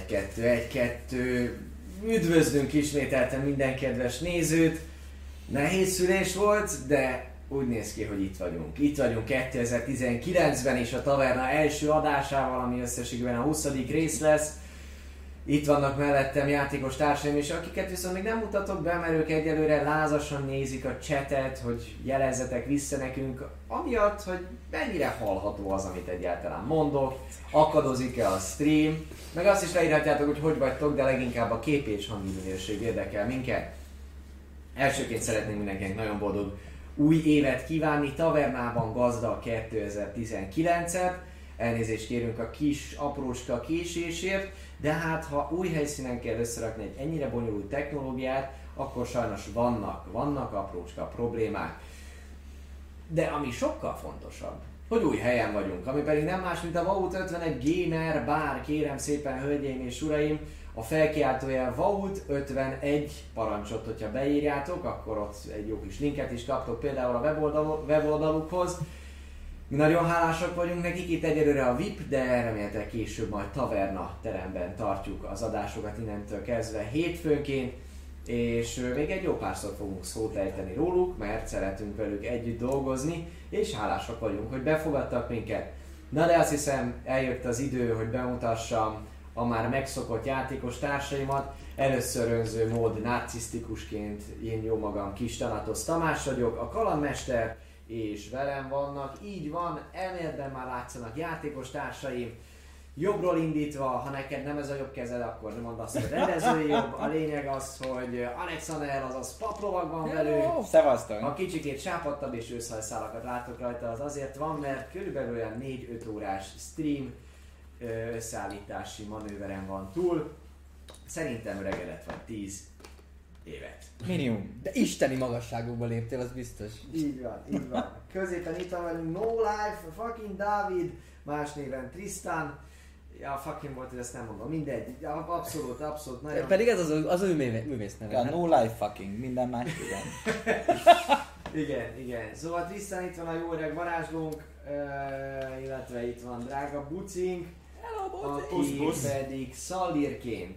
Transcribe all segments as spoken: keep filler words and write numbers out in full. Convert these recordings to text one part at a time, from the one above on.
egy-kettő, egy-kettő. Üdvözlünk ismételten minden kedves nézőt. Nehéz szülés volt, de úgy néz ki, hogy itt vagyunk. Itt vagyunk kétezer-tizenkilencben és a Taverna első adásával, ami összességében a huszadik rész lesz. Itt vannak mellettem játékos társaim, és akiket viszont még nem mutatok be, mert ők egyelőre lázasan nézik a chatet, hogy jelezzetek vissza nekünk, amiatt, hogy mennyire hallható az, amit egyáltalán mondok, akadozik-e a stream, meg azt is leírhatjátok, hogy hogy vagytok, de leginkább a kép és hangi minőség érdekel minket. Elsőként szeretnénk mindenkinek nagyon boldog új évet kívánni, Tavernában gazdag kétezer-tizenkilencet, elnézést kérünk a kis aprócska késésért, de hát ha új helyszínen kell összerakni egy ennyire bonyolult technológiát, akkor sajnos vannak, vannak aprócska problémák. De ami sokkal fontosabb, hogy új helyen vagyunk, ami pedig nem más, mint a Vault ötvenegy Gamer Bar, kérem szépen hölgyeim és uraim, a felkiáltójel Vault ötvenegy parancsot, hogyha beírjátok, akkor ott egy jó kis linket is kaptok például a weboldal, weboldalukhoz. Mi nagyon hálásak vagyunk nekik, itt egyelőre a vé i pé, de remélhetőleg később majd Taverna teremben tartjuk az adásokat innentől kezdve hétfőnként, és még egy jó párszor fogunk szót ejteni róluk, mert szeretünk velük együtt dolgozni, és hálásak vagyunk, hogy befogadtak minket. Na de azt hiszem, eljött az idő, hogy bemutassam a már megszokott játékos társaimat. Először önző mód narcisztikusként én jó magam Kis Thanatos Tamás vagyok, a kalandmester, és velem vannak, így van, elméletben már látszanak játékos társaim, jobbról indítva, ha neked nem ez a jobb kezed, akkor nem mondd azt, hogy rendezői jobb, a lényeg az, hogy Alexander, azaz paplovag van velünk, szevasztok! a kicsikét sápadtabb és őszhajszálakat látok rajta, az azért van, mert körülbelül olyan négy-öt órás stream összeállítási manőveren van túl, szerintem öregedett vagy tíz évet. Minimum. De isteni magasságokba léptél, az biztos. Így van, így van. Középen itt van velünk No Life, fucking Dávid, más néven Tristan. Ja, fucking volt, hogy ezt nem mondom, mindegy. Ja, abszolút, abszolút, nagyon... Pedig ez az, az ő művész neve. Ja, no life fucking, minden más igen. igen, igen. Szóval Tristan itt van a jó öreg varázslónk, uh, illetve itt van drága Bucink, aki pedig szallírként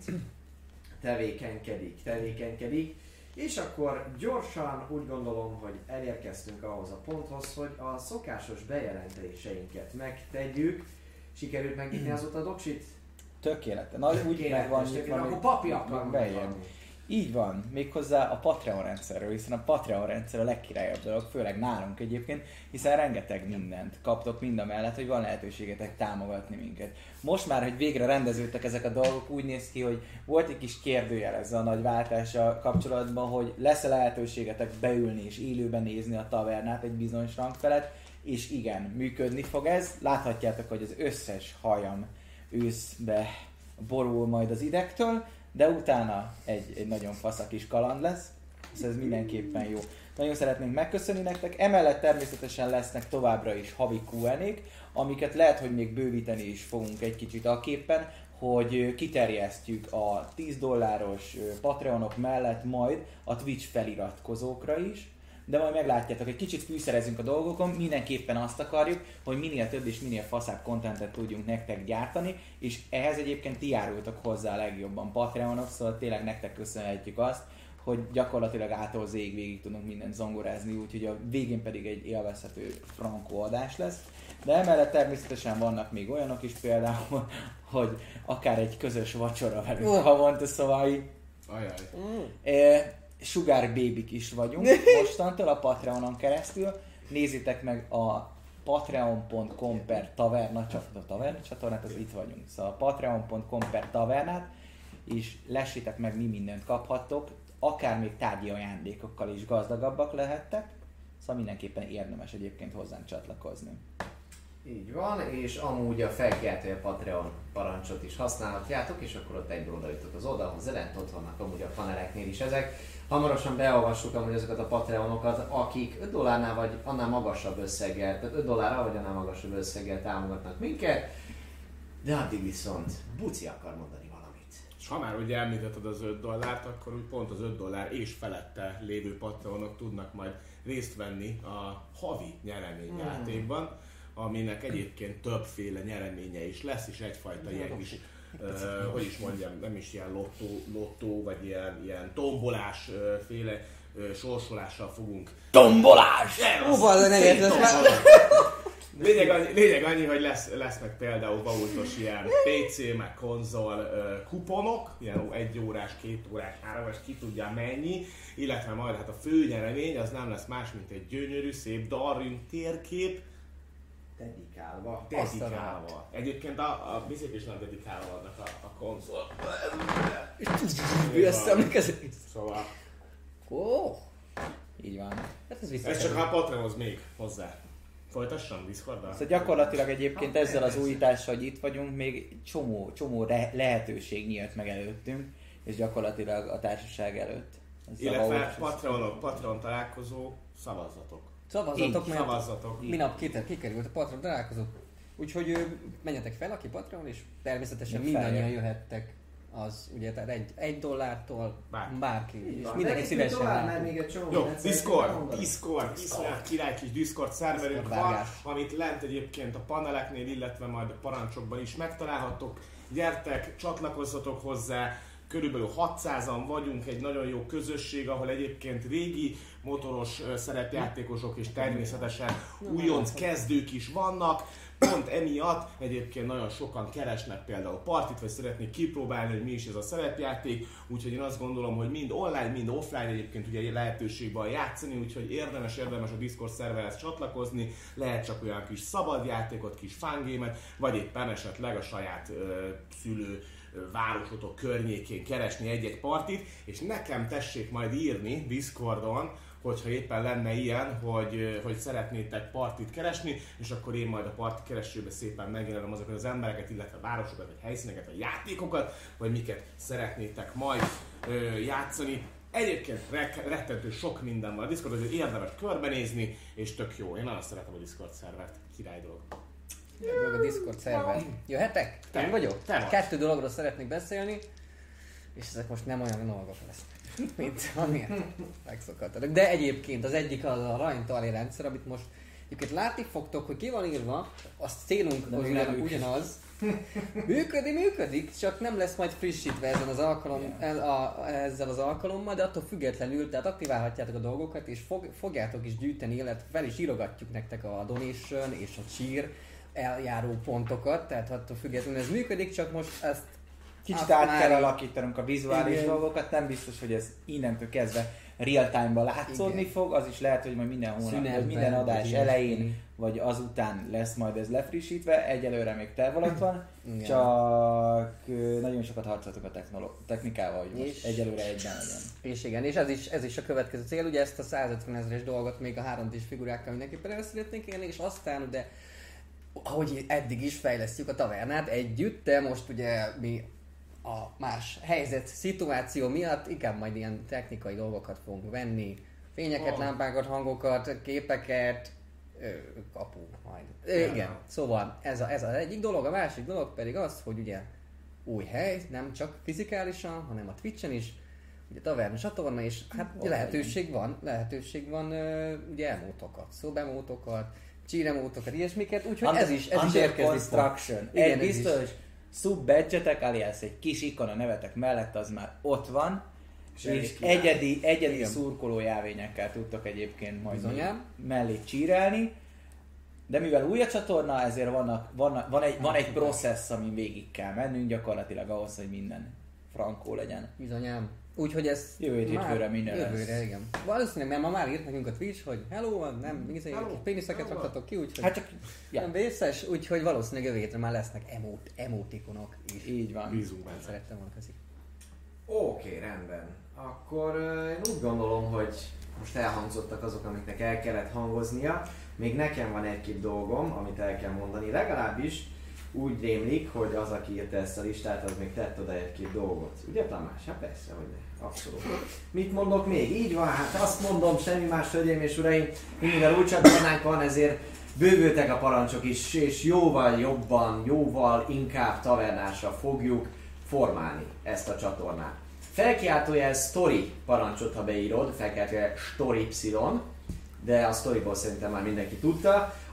tevékenykedik, tevékenykedik. És akkor gyorsan úgy gondolom, hogy elérkeztünk ahhoz a ponthoz, hogy a szokásos bejelentéseinket megtegyük. Sikerült megnyitni azóta a doksit? Tökéletes. Na, úgy meg van nyitva, akkor papi akar bejön. Így van, méghozzá a Patreon rendszerről, hiszen a Patreon rendszer a legkirályabb dolog, főleg nálunk egyébként, hiszen rengeteg mindent kaptok mindamellett, hogy van lehetőségetek támogatni minket. Most már, hogy végre rendeződtek ezek a dolgok, úgy néz ki, hogy volt egy kis kérdőjel ezzel a nagy váltással kapcsolatban, hogy lesz-e lehetőségetek beülni és élőben nézni a tavernát egy bizonyos rang felett, és igen, működni fog ez. Láthatjátok, hogy az összes hajam őszbe borul majd az idegtől, de utána egy, egy nagyon fasz kis kaland lesz, és ez mindenképpen jó. Nagyon szeretnénk megköszönni nektek, emellett természetesen lesznek továbbra is havi kú en-ék, amiket lehet, hogy még bővíteni is fogunk egy kicsit aképpen, hogy kiterjesztjük a tíz dolláros Patreonok mellett majd a Twitch feliratkozókra is, de majd meglátjátok, egy kicsit fűszerezünk a dolgokon, mindenképpen azt akarjuk, hogy minél több és minél faszább kontentet tudjunk nektek gyártani, és ehhez egyébként ti járultak hozzá a legjobban Patreonok, szóval tényleg nektek köszönhetjük azt, hogy gyakorlatilag ától zég végig tudunk mindent zongorázni, úgyhogy a végén pedig egy élvezhető frankó adás lesz. De emellett természetesen vannak még olyanok is például, hogy akár egy közös vacsora velünk uh. havonta, szóval Ajaj. Mm. E, Sugar Baby-k is vagyunk mostantól a Patreonon keresztül. Nézzétek meg a patreon pont com per taverna csatornát, az itt vagyunk. Szóval patreon pont com per tavernát, és lessétek meg, mi mindent kaphattok, akár még tárgyi ajándékokkal is gazdagabbak lehettek, szóval mindenképpen érdemes egyébként hozzánk csatlakozni. Így van, és amúgy a felkiáltója Patreon parancsot is használhatjátok, és akkor ott egyből oda jutott az oldalhoz, lent ott vannak amúgy a paneleknél is ezek. Hamarosan beolvassuk amúgy azokat a Patreonokat, akik öt dollárnál vagy annál magasabb összeggel, tehát öt dollárral vagy annál magasabb összeggel támogatnak minket, de addig viszont Buci akar mondani valamit. És ha már ugye említetted az öt dollárt, akkor úgy pont az öt dollár és felette lévő Patreonok tudnak majd részt venni a havi nyereményjátékban, aminek egyébként többféle nyereménye is lesz, és egyfajta ilyen kis uh, hogy is mondjam, nem is ilyen lottó, lottó vagy ilyen, ilyen tombolás uh, féle uh, sorsolással fogunk. Tombolás! Hova a neget? Lényeg annyi, lényeg annyi, hogy lesz, lesznek például vaultos ilyen pé cé, meg konzol uh, kuponok, ilyen egy órás, két órás, három órás, ki tudja mennyi, illetve majd hát a fő nyeremény az nem lesz más, mint egy gyönyörű, szép Darwin térkép, Dedikálva. dedikálva. Egyébként a, a bizék is nem dedikálva vannak a, a konzol. Összeemlékezek. Szóval Ó, Így van. hát ez ez csak visszakerül. a Patreonhoz még hozzá. Folytassam Discorddal? Szóval gyakorlatilag egyébként ezzel az újítással, hogy itt vagyunk, még csomó, csomó re- lehetőség nyílt meg előttünk, és gyakorlatilag a társaság előtt. Ez a Illetve Vaultos- Patreonok, Patreon találkozó, szavazzatok. Szavazzatok, mert Szavazzatok. minap kiter- kikerült a Patreon találkozó. Úgyhogy ö, menjetek fel, aki Patreon, és természetesen Még mindannyian feljebb. jöhettek. Az ugye, tehát egy, egy dollártól Bárki. bárki. És Van. mindenki De szívesen tovább, mert látunk. még egy csomó Jó, mindent szeretnék Discord, elmondani. Discord, Discord, király kis Discord szerverünk Discord van, vágás. amit lent egyébként a paneleknél, illetve majd a parancsokban is megtalálhattok. Gyertek, csatlakozzatok hozzá, körülbelül hatszázan vagyunk, egy nagyon jó közösség, ahol egyébként régi motoros ö, szerepjátékosok és természetesen újonc kezdők is vannak. Pont emiatt egyébként nagyon sokan keresnek például partit, vagy szeretnék kipróbálni, hogy mi is ez a szerepjáték, úgyhogy én azt gondolom, hogy mind online, mind offline egyébként ugye lehetőség van játszani, úgyhogy érdemes, érdemes a Discord szerverhez csatlakozni, lehet csak olyan kis szabad játékot, kis fangémet, vagy éppen esetleg a saját ö, szülő ö, városotok környékén keresni egy-egy partit, és nekem tessék majd írni Discordon, hogyha éppen lenne ilyen, hogy, hogy szeretnétek partit keresni, és akkor én majd a parti keresőbe szépen megjelenem azokat az embereket, illetve városokat, vagy helyszíneket, vagy játékokat, vagy miket szeretnétek majd ö, játszani. Egyébként re- rettentő sok minden van a Discord, azért érdemes körbenézni, és tök jó. Én nagyon szeretem a Discord szervert, király dolog. Dolog a Discord szerver. Jöhetek? Te. Én vagyok? Te vagy. Kettő dologról szeretnék beszélni, és ezek most nem olyan dolgok lesznek, mint amilyet megszokhattatok. De egyébként az egyik az a rajntali rendszer, amit most egyébként látni fogtok, hogy ki van írva, a célunk De az még ugyan, nem működik. ugyanaz. Működik, működik, csak nem lesz majd frissítve ezen az alkalom, el, a, ezzel az alkalommal, de attól függetlenül, tehát aktiválhatjátok a dolgokat, és fog, fogjátok is gyűjteni, illetve fel is írogatjuk nektek a donation és a cheer eljáró pontokat, tehát attól függetlenül ez működik, csak most ezt Kicsit azt át már kell így- alakítanunk a vizuális Igen. dolgokat, nem biztos, hogy ez innentől kezdve real time-ban látszódni Igen. fog, az is lehet, hogy majd minden hónap, vagy Szünetben, minden adás vagy elején, ilyesmi. vagy azután lesz majd ez lefrissítve, egyelőre még terv alatt van, Igen. csak ö, nagyon sokat harcoltunk a technolo- technikával, hogy most És- egyelőre egyben legyen. És igen, és ez is, ez is a következő cél, ugye ezt a százötven ezeres dolgot még a három dés figurákkal mindenképpen el szeretnénk élni, és aztán ugye, ahogy eddig is fejlesztjük a tavernát együtt, de most ugye mi a más helyzet, szituáció miatt inkább majd ilyen technikai dolgokat fogunk venni, fényeket, Oh. lámpákat, hangokat, képeket, ö, kapu majd. Ö, Ja. igen, szóval ez, a, ez az egyik dolog, a másik dolog pedig az, hogy ugye új hely, nem csak fizikálisan, hanem a Twitchen is, ugye Taverna csatorna, és hát ugye lehetőség van, lehetőség van ö, ugye emótokat, szobemótokat, csíremótokat, ilyesmiket, úgyhogy ez is, ez is Under érkezni fog. construction. Igen, Egy ez is. biztos, sub badgetek, alias egy kis ikon a nevetek mellett, az már ott van, És elég és király. egyedi, egyedi Igen. szurkoló jávényekkel tudtok egyébként majd Bizonyám. még mellé csírelni. De mivel új a csatorna, ezért vannak, vannak, van, egy, van egy processz, amin végig kell mennünk gyakorlatilag ahhoz, hogy minden frankó legyen. Bizonyám. Úgyhogy ez Jövő hét már- hétfőre minden lesz. Jövőre, igen. Valószínűleg, mert ma már írt nekünk a Twitch, hogy hello, nem, igazán Hello. kis péniszeket Hello. raktatok ki, úgyhogy Hát csak, ja, nem vészes, úgyhogy valószínűleg jövő hétre már lesznek emót, emotikonok is. így van. Bízunk benne. Szerettem volna, köszi. Oké, rendben. Akkor ö, én úgy gondolom, hogy most elhangzottak azok, amiknek el kellett hangoznia. Még nekem van egy-két dolgom, amit el kell mondani. Legalábbis úgy rémlik, hogy az, aki írta ezt a listát, az még tett oda egy-két dolgot. Ugye Tamás? Hát persze, hogy ne. Abszolút. Mit mondok még? Így van, hát azt mondom, semmi más, hölgyeim és uraim, mivel új csatornánk van, ezért bővültek a parancsok is, és jóval jobban, jóval inkább tavernásra fogjuk formálni ezt a csatornát. Felkiáltójel story parancsot, ha beírod, felkiáltójel story y, de a storyból szerintem már mindenki tudta.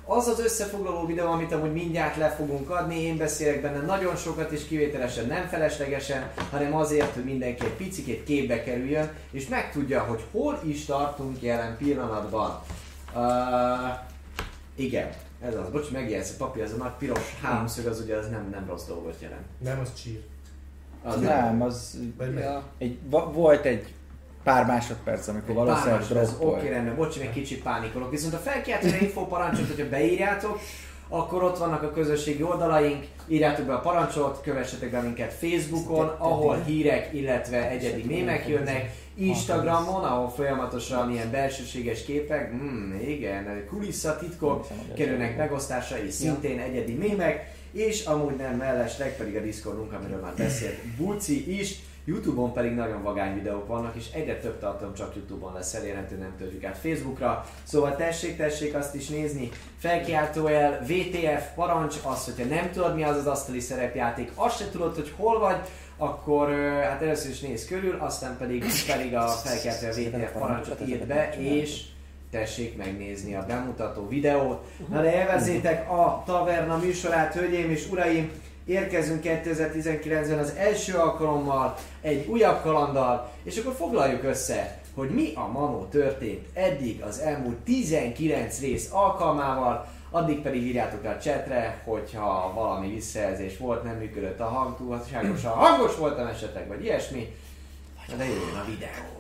Az az összefoglaló videó, amit amúgy mindjárt le fogunk adni, én beszélek benne nagyon sokat és kivételesen nem feleslegesen, hanem azért, hogy mindenki egy picikét képbe kerüljön, és megtudja, hogy hol is tartunk jelen pillanatban. Uh, igen, ez az. Bocs, megjelsz a papír, az a nagy piros háromszög, az ugye az nem, nem rossz dolgot jelent. Nem, az csír. Az nem, az... Ja. Egy, volt egy pár másodperc, amikor valószínűleg droppolt. Oké, rendben, bocs, még kicsit pánikolok. Viszont a felkiáltóra info parancsot, hogyha beírjátok, akkor ott vannak a közösségi oldalaink, írjátok be a parancsot, kövessetek be minket Facebookon, ahol hírek, illetve egyedi mémek jönnek, Instagramon, ahol folyamatosan ilyen belsőséges képek, hmm, igen, kulisszatitkok kerülnek megosztásra, és szintén egyedi mémek, és amúgy nem mellesleg pedig a Discordunk, amiről már beszélt Buci is, YouTube-on pedig nagyon vagány videók vannak, és egyre több tartalom csak YouTube-on lesz elérhető, nem töltjük át Facebookra. Szóval tessék, tessék azt is nézni. Felkiáltójel, vé té ef, parancs, az, hogyha nem tudod mi az az asztali szerepjáték, azt se tudod, hogy hol vagy, akkor hát először is nézz körül, aztán pedig, pedig a felkiáltójel vé té ef parancsot írd be, és tessék megnézni a bemutató videót. Na de élvezzétek a Taverna műsorát, hölgyeim és uraim! Érkezünk kétezer-tizenkilencben az első alkalommal, egy újabb kalanddal, és akkor foglaljuk össze, hogy mi a manó történt eddig az elmúlt tizenkilenc rész alkalmával, addig pedig írjátok le a chatre, hogyha valami visszajelzés volt, nem működött a hang, túlságosan hangos voltam esetleg, vagy ilyesmi, de jöjjön a videó!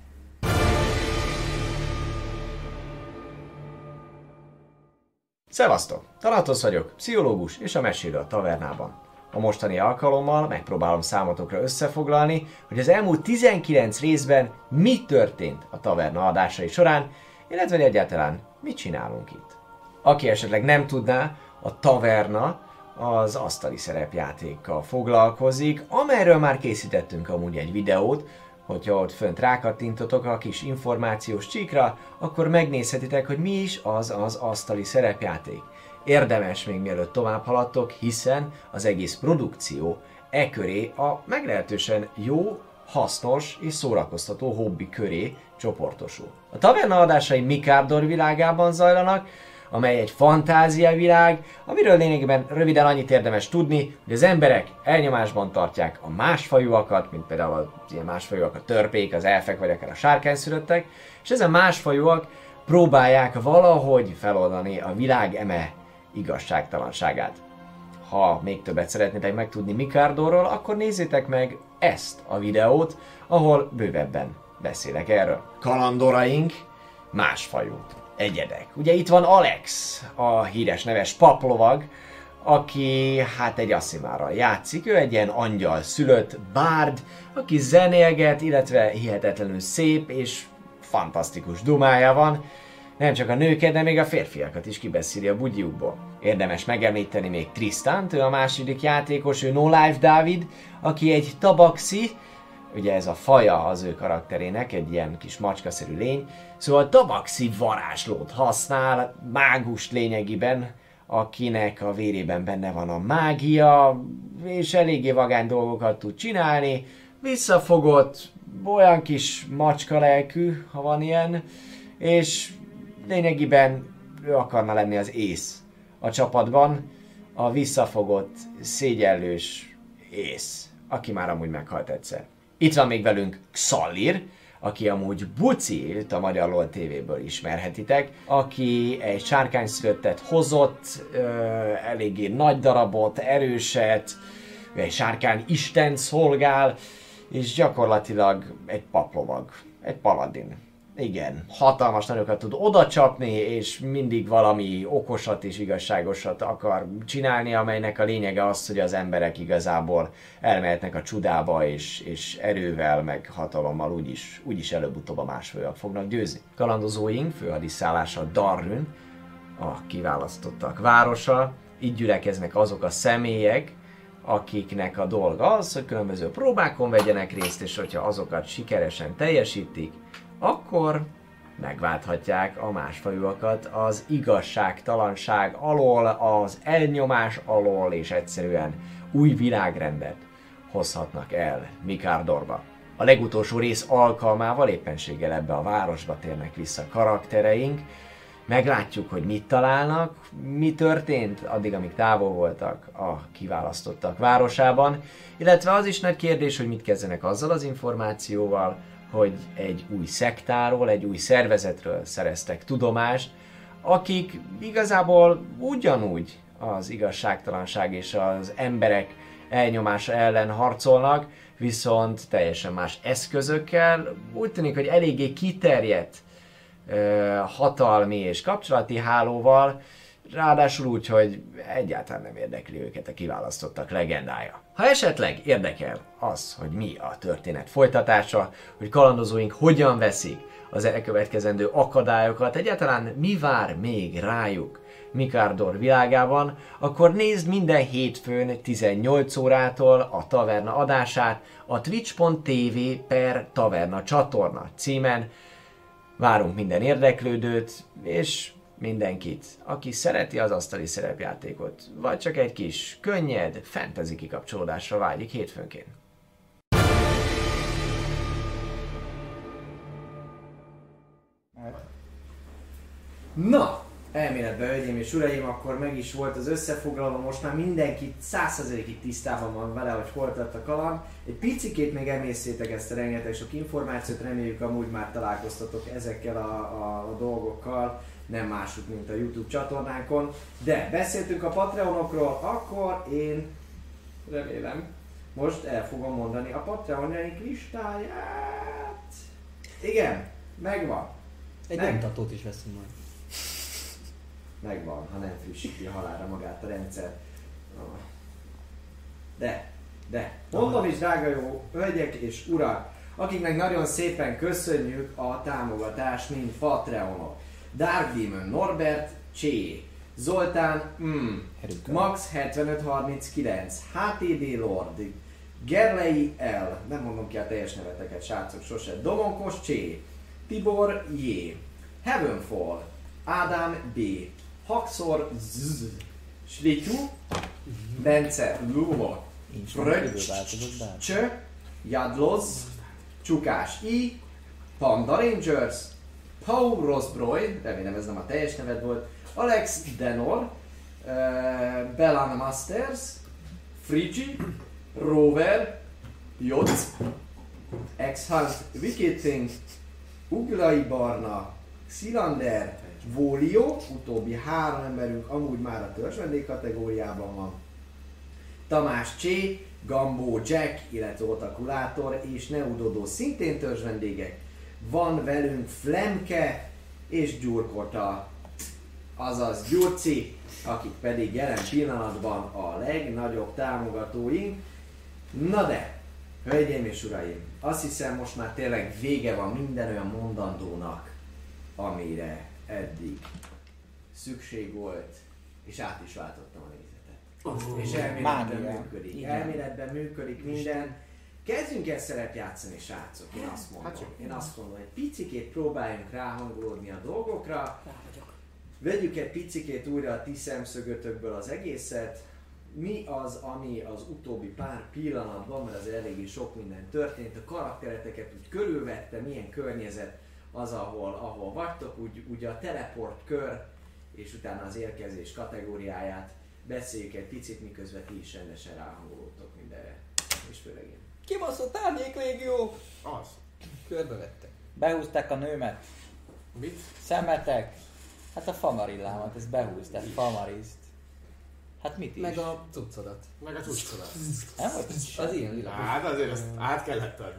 Szevasztok! Thanatos vagyok, pszichológus és a mesélő a tavernában. A mostani alkalommal megpróbálom számotokra összefoglalni, hogy az elmúlt tizenkilenc részben mi történt a taverna adásai során, illetve egyáltalán mit csinálunk itt. Aki esetleg nem tudná, a taverna az asztali szerepjátékkal foglalkozik, amelyről már készítettünk amúgy egy videót, hogyha ott fönt rákattintotok a kis információs csíkra, akkor megnézhetitek, hogy mi is az az asztali szerepjáték. Érdemes még mielőtt tovább haladtok, hiszen az egész produkció e köré a meglehetősen jó, hasznos és szórakoztató hobbi köré csoportosul. A taverna adásai Mikardor világában zajlanak, amely egy fantáziavilág, amiről lényegében röviden annyit érdemes tudni, hogy az emberek elnyomásban tartják a másfajúakat, mint például az ilyen másfajúak a törpék, az elfek vagy akár a sárkányszülöttek, és ezen másfajúak próbálják valahogy feloldani a világ eme igazságtalanságát. Ha még többet szeretnétek megtudni Mikardorról, akkor nézzétek meg ezt a videót, ahol bővebben beszélek erről. Kalandoraink másfajút. Egyedek. Ugye itt van Alex, a híres neves paplovag, aki hát egy asszimárral játszik, ő egy ilyen angyal szülött bárd, aki zenélget, illetve hihetetlenül szép és fantasztikus dumája van. Nem csak a nőket, de még a férfiakat is kibeszéli a bugyjukból. Érdemes megemlíteni még Tristant, ő a második játékos, ő No Life Dávid, aki egy tabaxi, ugye ez a faja az ő karakterének, egy ilyen kis macskaszerű lény, szóval tabaxi varázslót használ, mágust lényegében, akinek a vérében benne van a mágia, és eléggé vagány dolgokat tud csinálni, visszafogott, olyan kis macska lelkű, ha van ilyen, és lényegében ő akarna lenni az ész a csapatban, a visszafogott, szégyellős ész, aki már amúgy meghalt egyszer. Itt van még velünk Xallir, aki amúgy Bucilt a Magyar LOL té véből ismerhetitek, aki egy sárkányszülöttet hozott, ö, eléggé nagy darabot, erőset, egy sárkány isten szolgál, és gyakorlatilag egy paplovag, egy paladin. Igen, hatalmas nagyokat tud odacsapni, és mindig valami okosat és igazságosat akar csinálni, amelynek a lényege az, hogy az emberek igazából elmehetnek a csudába, és, és erővel, meg hatalommal úgyis, úgyis előbb-utóbb a másfajúak fognak győzni. Kalandozóink főhadiszállása Darrün, a kiválasztottak városa, így gyülekeznek azok a személyek, akiknek a dolga az, hogy különböző próbákon vegyenek részt, és hogyha azokat sikeresen teljesítik, akkor megválthatják a másfajúakat az igazságtalanság alól, az elnyomás alól, és egyszerűen új világrendet hozhatnak el Mikardorba. A legutolsó rész alkalmával éppenséggel ebbe a városba térnek vissza karaktereink, Meglátjuk, hogy mit találnak, mi történt addig, amíg távol voltak a kiválasztottak városában, illetve az is nagy kérdés, hogy mit kezdenek azzal az információval, hogy egy új szektáról, egy új szervezetről szereztek tudomást, akik igazából ugyanúgy az igazságtalanság és az emberek elnyomása ellen harcolnak, viszont teljesen más eszközökkel. Úgy tűnik, hogy eléggé kiterjedt hatalmi és kapcsolati hálóval, ráadásul úgy, hogy egyáltalán nem érdekli őket a kiválasztottak legendája. Ha esetleg érdekel az, hogy mi a történet folytatása, hogy kalandozóink hogyan veszik az elkövetkezendő akadályokat, egyáltalán mi vár még rájuk Mikardor világában, akkor nézd minden hétfőn tizennyolc órától a Taverna adását a twitch pont tv per Taverna csatorna címen. Várunk minden érdeklődőt, és mindenkit, aki szereti az asztali szerepjátékot, vagy csak egy kis könnyed fantasy kikapcsolódásra vágyik hétfőnként. Na, elméletben, hölgyeim és uraim, akkor meg is volt az összefoglaló, most már mindenki száz százalékig tisztában van vele, hogy hol tart a kaland. Egy picikét még emésztétek ezt a rengeteg sok információt, reméljük amúgy már találkoztatok ezekkel a, a, a dolgokkal, nem másút, mint a YouTube csatornánkon. De beszéltünk a Patreonokról, akkor én remélem most el fogom mondani a Patreonjaink listáját. Igen, megvan. Egy Meg... nyomtatót is veszünk majd. Megvan, ha nem frissíti halálra magát a rendszer. De, de, mondom is, drága jó hölgyek és urak, akiknek nagyon szépen köszönjük a támogatást, mint Patreonok. Dark Demon, Norbert Csé, Zoltán mm, Max hetvenöt harminckilenc, há té dé Lord, Gerlei L, nem mondom ki a teljes neveteket, srácok, sose, Domonkos Csé, Tibor J, Heavenfall, Ádám B, Haxor Z, Slityu, Bence Lumo, Fröccs, Csö, Jadloz, Csukás I, Panda Rangers, Paul Rosbroy, remélem ez nem a teljes neved volt, Alex Denor, uh, Belan Masters, Frigi, Rover, Jotz, X-Hunt, Wicked Thing, Uglai Barna, Xilander, Volio, utóbbi három emberünk amúgy már a törzsvendég kategóriában van. Tamás Csé, Gambó Jack, illetve Otakulátor és Neudodó szintén törzsvendégek. Van velünk Flemke és Gyurkota, azaz Gyurci, akik pedig jelen pillanatban a legnagyobb támogatóink. Na de, hölgyeim és uraim, azt hiszem most már tényleg vége van minden olyan mondandónak, amire eddig szükség volt, és át is váltottam a nézetet. Oh, és elméletben mágia. működik, Igen. elméletben működik minden. Kezdjünk el szerepjátszani, srácok, én azt mondom. Hát én azt mondom, hogy picikét próbáljunk ráhangolódni a dolgokra. Vegyük egy picikét újra a ti szemszögötökből az egészet. Mi az, ami az utóbbi pár pillanatban, mert az eléggé sok minden történt, a karaktereteket úgy körülvette, milyen környezet az, ahol, ahol vagytok, úgy, úgy a teleport kör, és utána az érkezés kategóriáját beszéljük egy picit, miközben ti is rendesen ráhangolódtok mindenre. És főleg én. Kibaszott árnyéklégió! Az. Körbevettek. Behúzták a nőmet. Mit? Szemetek. Hát a famarillámat, ezt behúzták, famarizt. Hát mit is? Meg a cuccodat. Meg a cuccodat. Nem volt ez Az ilyen világos. Hát azért ezt át kellett adni.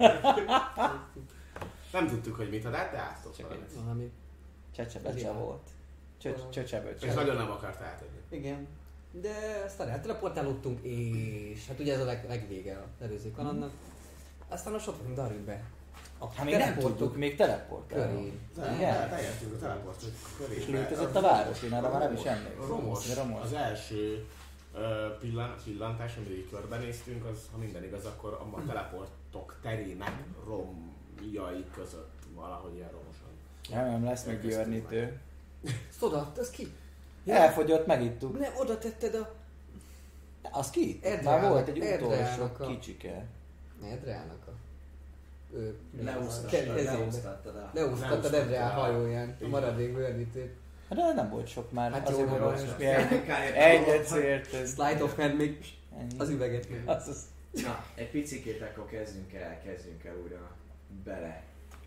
Nem tudtuk, hogy mit ad át, de átadott valamit. Valami. Csecsebecse volt. Csöcsebecse. És nagyon nem akart átadni. Igen. De aztán elteleportálódtunk, és hát ugye ez a leg, legvége az előző kalandnak. Aztán a ott vagyunk Darwinbe. Hát még nem tudtuk, még teleportálunk. Körén. Nem, beértünk a teleportot köré. És létezett a város, én arra már nem is emlékszem. Romos. Az első uh, pillan, pillantás, amire így körbenéztünk, az, ha minden igaz, akkor a teleportok terének romjai között valahogy ilyen romosan. Nem, nem lesz még björnítő. Ezt odaadta, az ki? Elfogyott, megittuk. Nem, oda tetted a... Az ki? Edreának, Már volt egy utolsó Edreának a... kicsike. Edreának a... Leúsztattad Leúsztattad Edreá hajóján, a maradék bőrnyitőt. De nem volt sok már. Hát azért jó, volt jó, most jó. milyen. Egyet ért. Slide of hand még Ennyi. az üveget még. Az, az. Na, egy picikét akkor kezdjünk el, kezdjünk el újra bele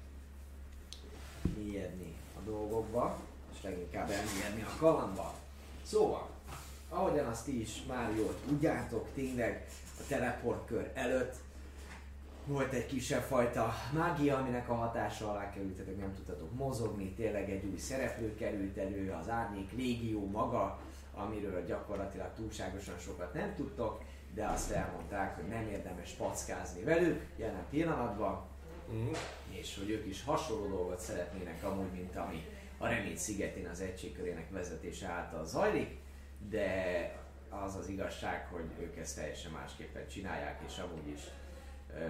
mélyedni a dolgokba, és leginkább elmélyedni a kalandba. Szóval, ahogyan azt ti is már jól tudjátok, tényleg a teleportkör előtt volt egy kisebb fajta mágia, aminek a hatása alá kerültetek, nem tudtatok mozogni, tényleg egy új szereplő került elő, az Árnyék Légió maga, amiről gyakorlatilag túlságosan sokat nem tudtok, de azt elmondták, hogy nem érdemes packázni velük jelen pillanatban, Mm. és hogy ők is hasonló dolgot szeretnének amúgy, mint ami a Remény szigetén az egységkörének vezetése által zajlik, de az az igazság, hogy ők ezt teljesen másképpen csinálják, és amúgy is ö,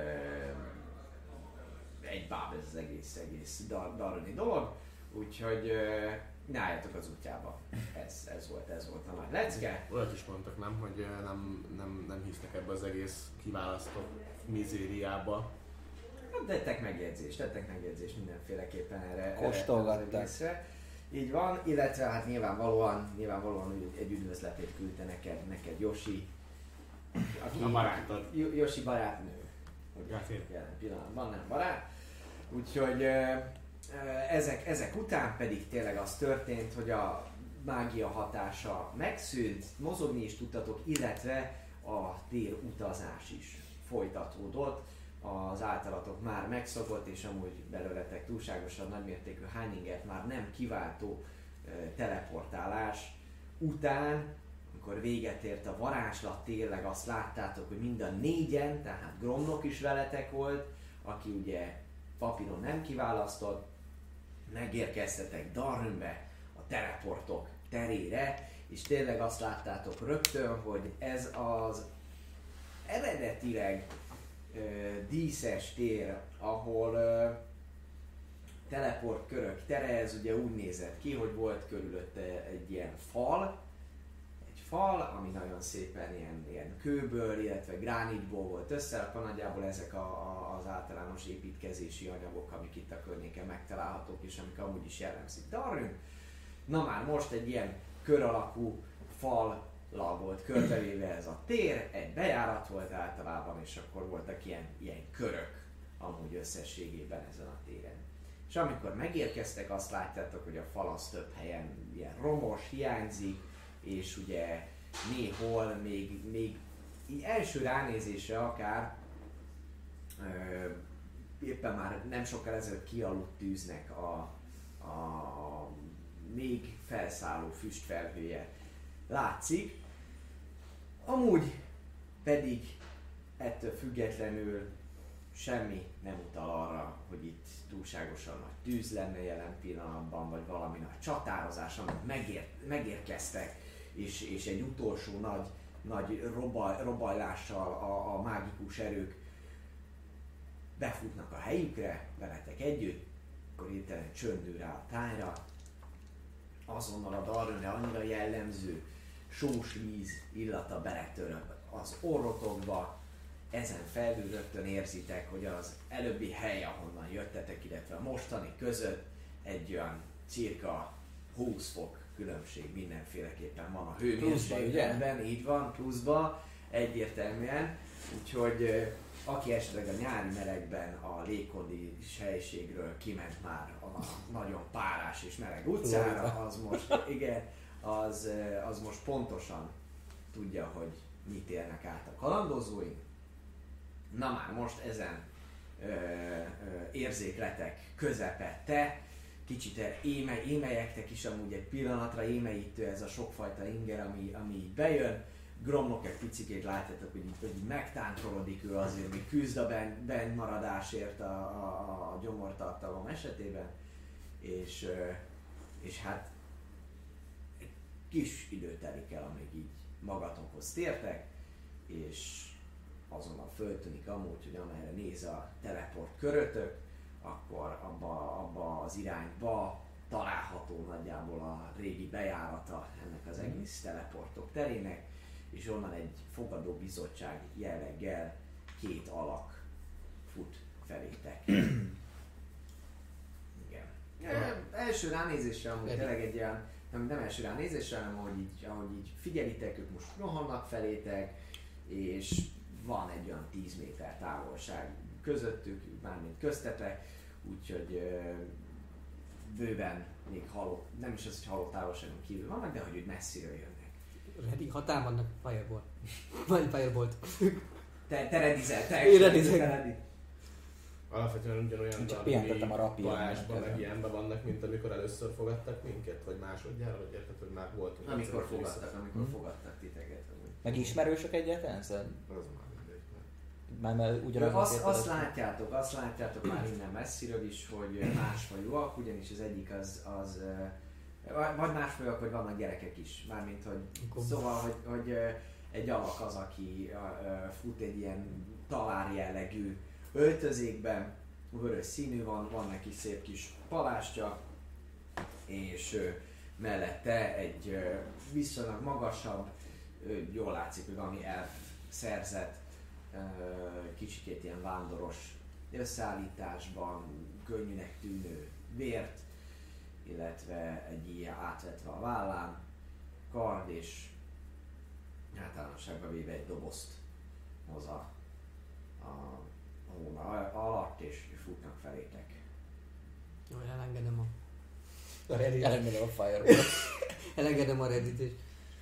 egy báb ez az egész, egész dar, daroni dolog, úgyhogy ö, ne álljatok az útjába. Ez, ez, volt, ez volt a nagy lecke. Olyat is mondtak, nem, hogy eh, nem, nem, nem hisznek ebbe az egész kiválasztott mizériába. Hát tettek megjegyzést, tettek megjegyzést mindenféleképpen erre. Kóstolgattak. erre az egészre. Így van, illetve hát nyilvánvalóan, nyilvánvalóan úgy egy üdvözletét küldte neked, neked Yoshi. Aki, A barátod. Yo- Yoshi barátnő. Ja, tényleg. Jelen pillanatban nem barát. Úgyhogy ö, ö, ezek, ezek után pedig tényleg az történt, hogy a mágia hatása megszűnt, mozogni is tudtatok, illetve a tér utazás is folytatódott. Az általatok már megszokott, és amúgy belőletek túlságosan nagymértékű Heiningert már nem kiváltó ö, teleportálás után, amikor véget ért a varázslat, tényleg azt láttátok, hogy mind a négyen, tehát Gromnok is veletek volt, aki ugye papíron nem kiválasztott, megérkeztetek Darnbe, a teleportok terére, és tényleg azt láttátok rögtön, hogy ez az eredetileg ö, díszes tér, ahol ö, teleportkörök tere, ez ugye úgy nézett ki, hogy volt körülötte egy ilyen fal, egy fal, ami nagyon szépen ilyen, ilyen kőből, illetve gránitból volt összerakva, nagyjából ezek a, a, az általános építkezési anyagok, amik itt a környéken megtalálhatók, és amik amúgy is jellemzik Darryn. Na már most egy ilyen kör alakú fallal volt körbevéve ez a tér, egy bejárat volt általában, és akkor voltak ilyen, ilyen körök amúgy összességében ezen a téren. És amikor megérkeztek, azt láttátok, hogy a fal az több helyen ilyen romos, hiányzik, és ugye néhol még, még így első ránézésre akár ö, éppen már nem sokkal ezelőtt kialudt tűznek a, a, a még felszálló füstfelhője látszik. Amúgy pedig ettől függetlenül semmi nem utal arra, hogy itt túlságosan nagy tűz lenne jelen pillanatban, vagy valami nagy csatározás, amit megér, megérkeztek, és, és egy utolsó nagy, nagy robaj, robajlással a, a mágikus erők befutnak a helyükre, veletek együtt, akkor hirtelen csöndül rá a tájra, azonnal a Darrynre annyira jellemző sós víz illata beletör az orrotokba, ezen felül rögtön érzitek, hogy az előbbi hely, ahonnan jöttetek, illetve a mostani között egy olyan cirka húsz fok különbség mindenféleképpen van a hőmérsékletben, így van, pluszba, egyértelműen. Úgyhogy eh, aki esetleg a nyári melegben a légkondis helységről kiment már a nagyon párás és meleg utcára, az most, igen, az, eh, az most pontosan tudja, hogy mit élnek át a kalandozóink. Na már most ezen ö, ö, érzékletek közepette, kicsit éme, émelyektek is amúgy egy pillanatra, émeítő ez a sokfajta inger, ami, ami így bejön. Gromnok egy picikét látjátok, hogy így, hogy így megtántorodik ő azért, hogy küzd a benn, benn maradásért a, a, a gyomortartalom esetében. És, ö, és hát egy kis idő telik el, amíg így magatokhoz tértek, és azonnal föltűnik amúgy, hogy amerre néz a teleport körötök, akkor abba, abba az irányba található nagyjából a régi bejárata ennek az egész teleportok terének, és onnan egy fogadó bizottság jelleggel két alak fut felétek. Igen. E, első ránézésre amúgy tényleg egy ilyen nem, nem első ránézésre, hanem ahogy így, ahogy így figyelitek, ők most rohannak felétek, és van egy olyan tíz méter távolság közöttük, mármint köztetek, úgyhogy ö, bőven még halott, nem is az, hogy halott távolságon kívül vannak, de hogy úgy messziről jönnek. Ready, hatán vannak Firebolt. Vagy Firebolt. Te, te redizel, te Én redizek. Alapvetően ugyanolyan Csak pihentettem a rapíron, Balázsban, meg meg ilyenben vannak, mint amikor először fogadtak minket, vagy másodjára, vagy érted, hogy már voltunk. Amikor egyszer, fogadtak, amikor Hm. fogadtak titeket. amúgy. Meg ismerősök egyáltalán? Szóval Az már mindegy. mert- már, már ugyanaz Azt, azt látjátok, azt látjátok már innen messziről is, hogy másfajúak, ugyanis az egyik az, az eh, vagy másfajúak, vagy vannak gyerekek is. Mármint, hogy szóval, hogy, hogy eh, egy alak az, aki eh, fut egy ilyen talár jellegű öltözékben, vörös színű van, van neki szép kis palástja, és eh, mellette egy eh, viszonylag magasabb, eh, jól látszik, hogy valami elf szerzett, kicsikét ilyen vándoros összeállításban, könnyűnek tűnő vért, illetve egy ilyen átvetve a vállán, kard és általánosságban véve egy dobozt hoz a, a, a hóna alatt, és futnak felétek. Jó, elengedem a... A Reddit. elengedem a Firebolt. Elengedem a Reddit és...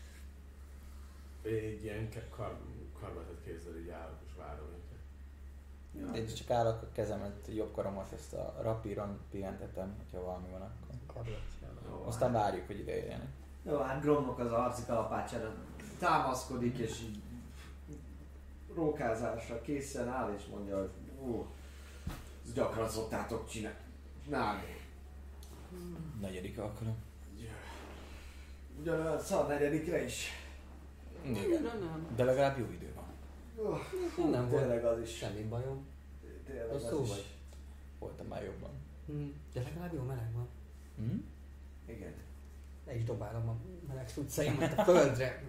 Én egy ilyen ke- kar, karbatett kézzel így állok és várom őket. Én csak állok a kezemet, jobb karomat, ezt a rapíron pihentetem, hogyha valami van akkor. Jó, Aztán várjuk, hogy ide jöjjenek. Jó, hát Gromnak az arci kalapácsára támaszkodik, és így rókázásra készen áll, és mondja, hogy ó, ezt gyakran szoktátok csinálni. Negyedik alkalom. Ugyanolyan szar negyedikre is. Igen. Nem, nem. De legalább jó idő van. Hú, Nem volt tényleg az is. semmi bajom. Tényleg Az az szó is. vagy. Voltam már jobban. Hm. De legalább jó meleg van. Hm? Igen. Le is dobálom a meleg cuccaimat a földre.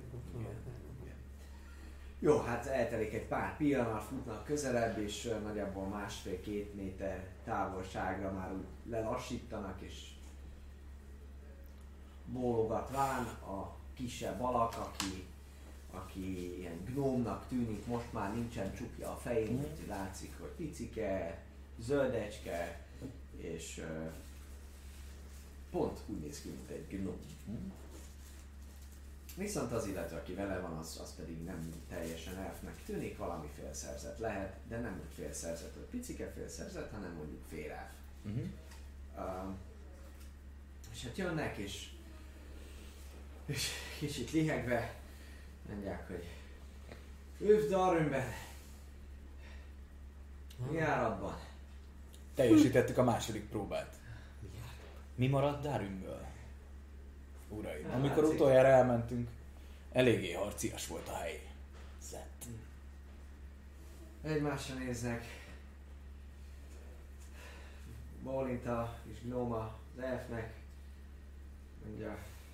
Jó, hát eltelik egy pár pillanat, futnak közelebb, és ö, nagyjából másfél-két méter távolságra már úgy lelassítanak, és bólogatván a kisebb alak, aki, aki ilyen gnómnak tűnik, most már nincsen csukja a fején, Mhm. úgyhogy látszik, hogy picike, zöldecske, és ö, pont úgy néz ki, mint egy gnóm. Hm? Viszont az illető, aki vele van, az, az pedig nem teljesen elfnek tűnik, valami félszerzet lehet, de nem úgy félszerzet, hogy picike félszerzet, hanem mondjuk félelf. Uh-huh. Uh, és hát jönnek, és, és kicsit lihegve mondják, hogy Üv Darwinben, járatban. Teljesítettük a második próbát. Mi maradt Darwinből? Uraim, Hát, amikor látszik. utoljára elmentünk, eléggé harcias volt a hely. Zett. Egymásra néznek. Bólinta és gnóma az elfnek. Mondja.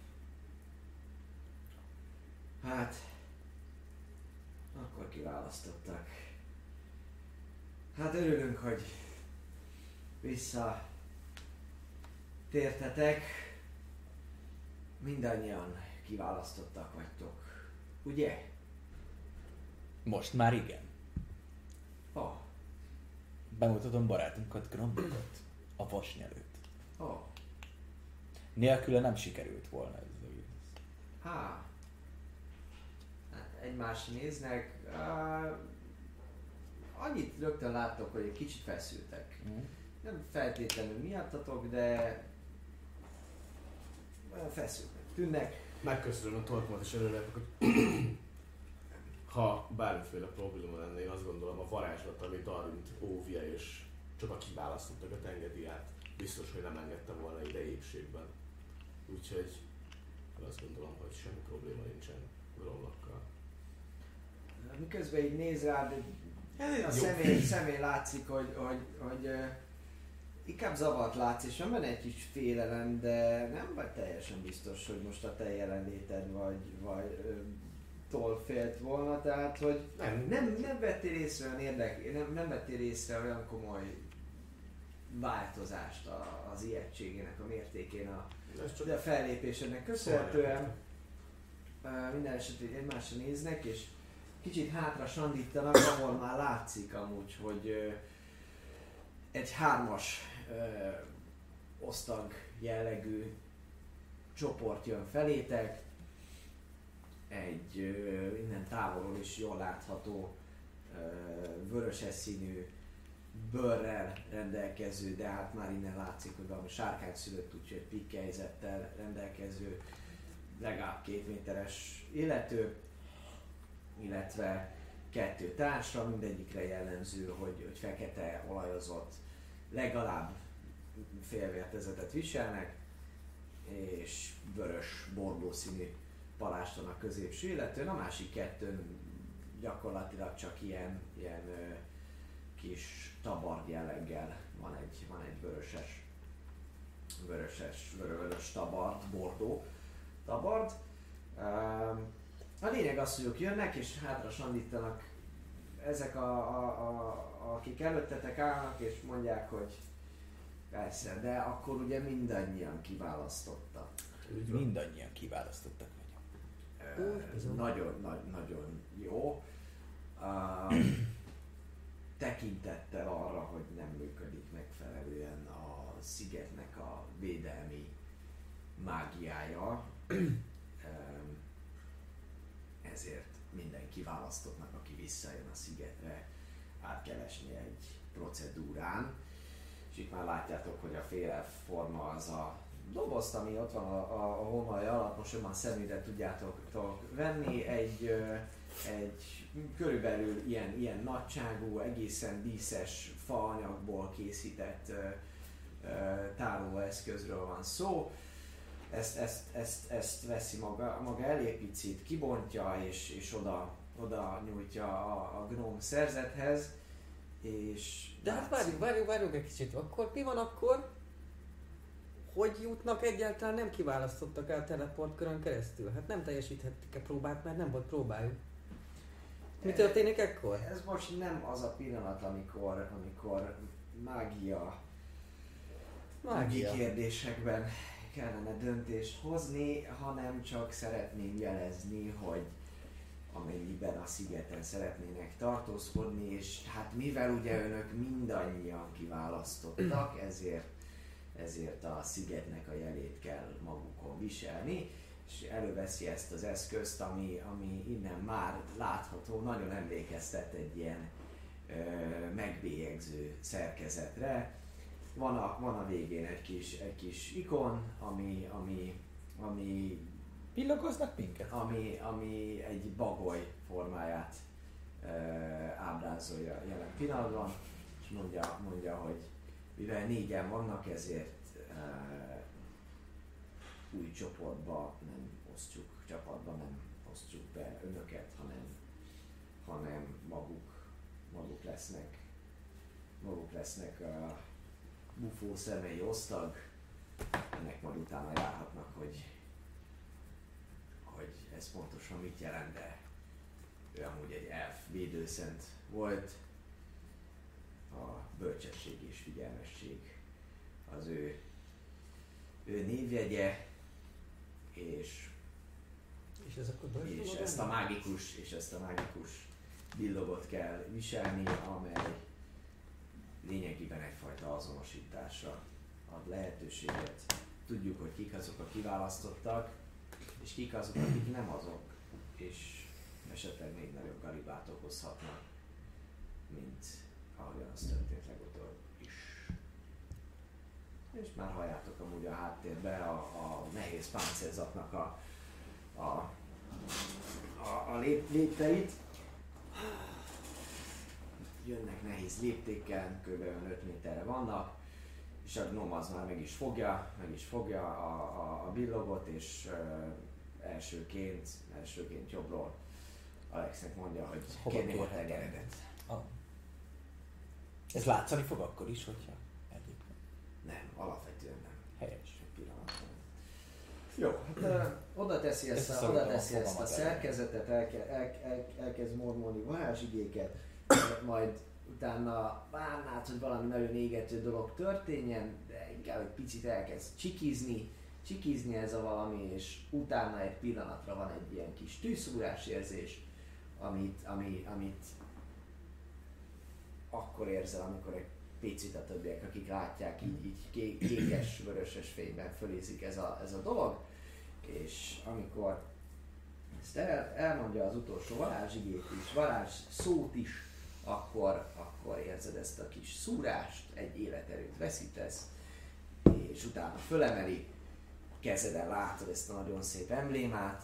Hát, akkor kiválasztottak. Hát örülünk, hogy vissza tértetek. Mindannyian kiválasztottak vagytok. Ugye? Most már igen. Oh, Bemutatom barátunkat, Grombokat, a vasnyelőt. oh. Nélküle nem sikerült volna ez az egész. Há. Hát egymásra néznek. Uh, annyit rögtön láttok, hogy egy kicsit feszültek. Mm. Nem feltétlenül miattatok, de olyan feszültek tűnnek. Megköszönöm a torkomat és örülök, hogy ha bármiféle probléma lenne, én azt gondolom a varázslat, ami Darwint óvja és csak a kiválasztottak engedi át, biztos, hogy nem engedte volna ide épségben. Úgyhogy azt gondolom, hogy semmi probléma nincsen Gromlakkal. Miközben így néz rád, a Jó. személy, személy látszik, hogy, hogy, hogy uh, inkább zavart látsz, és van benne egy kis félelem, de nem vagy teljesen biztos, hogy most a te jelenléted vagy, vagy uh, tól félt volna, tehát hogy Nem. nem, nem vettél észre olyan érdek, nem, nem vettél észre olyan komoly változást a, az ijegységének a mértékén a, Ez csak a fellépésének köszönhetően. Uh, minden esetben egymásra néznek, és kicsit hátra sandítanak, ahol már látszik amúgy, hogy uh, egy hármas uh, osztag jellegű csoport jön felétek, egy uh, innen távolról is jól látható uh, vöröses színű bőrrel rendelkező, de hát már innen látszik, hogy valami sárkány szülött, úgyhogy pikkelyzettel rendelkező legalább két méteres illető, illetve kettő társra, mindegyikre jellemző, hogy, hogy fekete olajozott, legalább félvértezetet viselnek, és vörös bordó színű paláston a középső illetőn, a másik kettőn gyakorlatilag csak ilyen, ilyen ö, kis tabard jelleggel van egy, van egy vöröses, vöröses, vörös tabard, bordó tabard. A lényeg az, hogy ők jönnek és hátra sandítanak ezek, a, a, a, akik előttetek állnak és mondják, hogy persze, de akkor ugye mindannyian kiválasztottak. Mindannyian kiválasztottak vagyunk. Uh, nagyon, nagy, nagyon jó. Uh, tekintettel arra, hogy nem működik megfelelően a szigetnek a védelmi mágiája, ezért minden kiválasztottnak, aki visszajön a szigetre, át kell esni egy procedúrán. És itt már látjátok, hogy a félelf forma az a dobozt, ami ott van a, a, a homlaj alatt, most jobban szemügyre tudjátok venni, egy, egy körülbelül ilyen, ilyen nagyságú, egészen díszes faanyagból készített tárolóeszközről van szó. Ezt, ezt, ezt, ezt veszi maga, maga elé, picit kibontja és, és oda, oda nyújtja a, a gnóm szerzethez. És de hát várjuk, várjuk, várjuk egy kicsit. Akkor mi van akkor? Hogy jutnak egyáltalán nem kiválasztottak el teleportkörön keresztül? Hát nem teljesíthették a próbát, mert nem volt próbájuk. Mi történik ekkor? Ez most nem az a pillanat, amikor, amikor mágia, mágia kérdésekben kellene döntést hozni, hanem csak szeretném jelezni, hogy amennyiben a szigeten szeretnének tartózkodni, és hát mivel ugye önök mindannyian kiválasztottak, ezért, ezért a szigetnek a jelét kell magukon viselni, és előveszi ezt az eszközt, ami, ami innen már látható, nagyon emlékeztet egy ilyen ö, megbélyegző szerkezetre. Van a, van a végén egy kis, egy kis ikon, ami, ami, ami Pillogoznak minket? Ami, ami egy bagoly formáját e, ábrázolja jelen pillanatban, és mondja, mondja, hogy mivel négyen vannak, ezért e, új csoportba nem osztjuk, csapatba nem osztjuk be önöket, hanem, hanem maguk, maguk lesznek, maguk lesznek a bufó személyi osztag, ennek majd utána járhatnak, hogy hogy ez pontosan mit jelent, de ő amúgy egy elf védőszent volt. A bölcsesség és figyelmesség az ő, ő névjegye, és, és, ez akkor és ezt a mágikus, és ezt a mágikus billogot kell viselni, amely lényegében egyfajta azonosításra ad lehetőséget. Tudjuk, hogy kik azok a kiválasztottak, és kik azok, akik nem azok, és esetleg még nagyobb galibát okozhatnak, mint ahogyan az történt legutóbb is. És már halljátok amúgy a háttérbe a, a nehéz páncélzatnak a, a, a, a lép, lépteit. Jönnek nehéz léptékkel, kb. öt méterre vannak, és a gnóm az már meg is fogja, meg is fogja a, a, a billogot, és uh, elsőként, elsőként jobbról Alexnek mondja, hogy kérném a tengeredet. Ah. Ez látszani fog akkor is, hogyha egyik. Nem, alapvetően nem. Helyes. Egy pillanatban. Jó, hát uh, oda teszi ezt, ezt a, oda teszi a ezt a szerkezetet, elke, el, el, elkezd mormolni varázsigéket, majd utána várnád, hogy valami nagyon égető dolog történjen, de inkább egy picit elkezd csikizni, csikizni ez a valami, és utána egy pillanatra van egy ilyen kis tűzszúrás érzés, amit, ami, amit akkor érzel, amikor egy picit a többiek, akik látják, így, így ké- kékes, vöröses fényben fölézik ez a, ez a dolog, és amikor ezt el, elmondja az utolsó varázsigét is, varázs szót is, akkor, akkor érzed ezt a kis szúrást, egy életerőt veszítesz, és utána fölemeli, kezeden látod ezt a nagyon szép emblémát,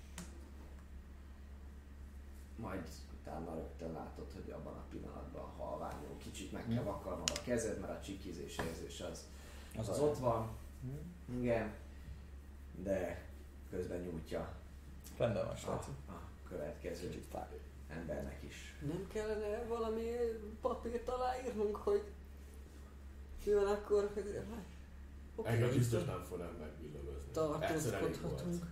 majd utána rögtön látod, hogy abban a pillanatban halványul, kicsit meg kell vakarnod a kezed, mert a csikizés érzés az, az, az ott van, igen, de közben nyújtja Rendben van, a, srác. a következő embernek is. Nem kellene valami papírt aláírnunk, hogy mi van akkor, hogy... Okay, Engem biztos nem fognak megbillogozni. tartózkodhatunk.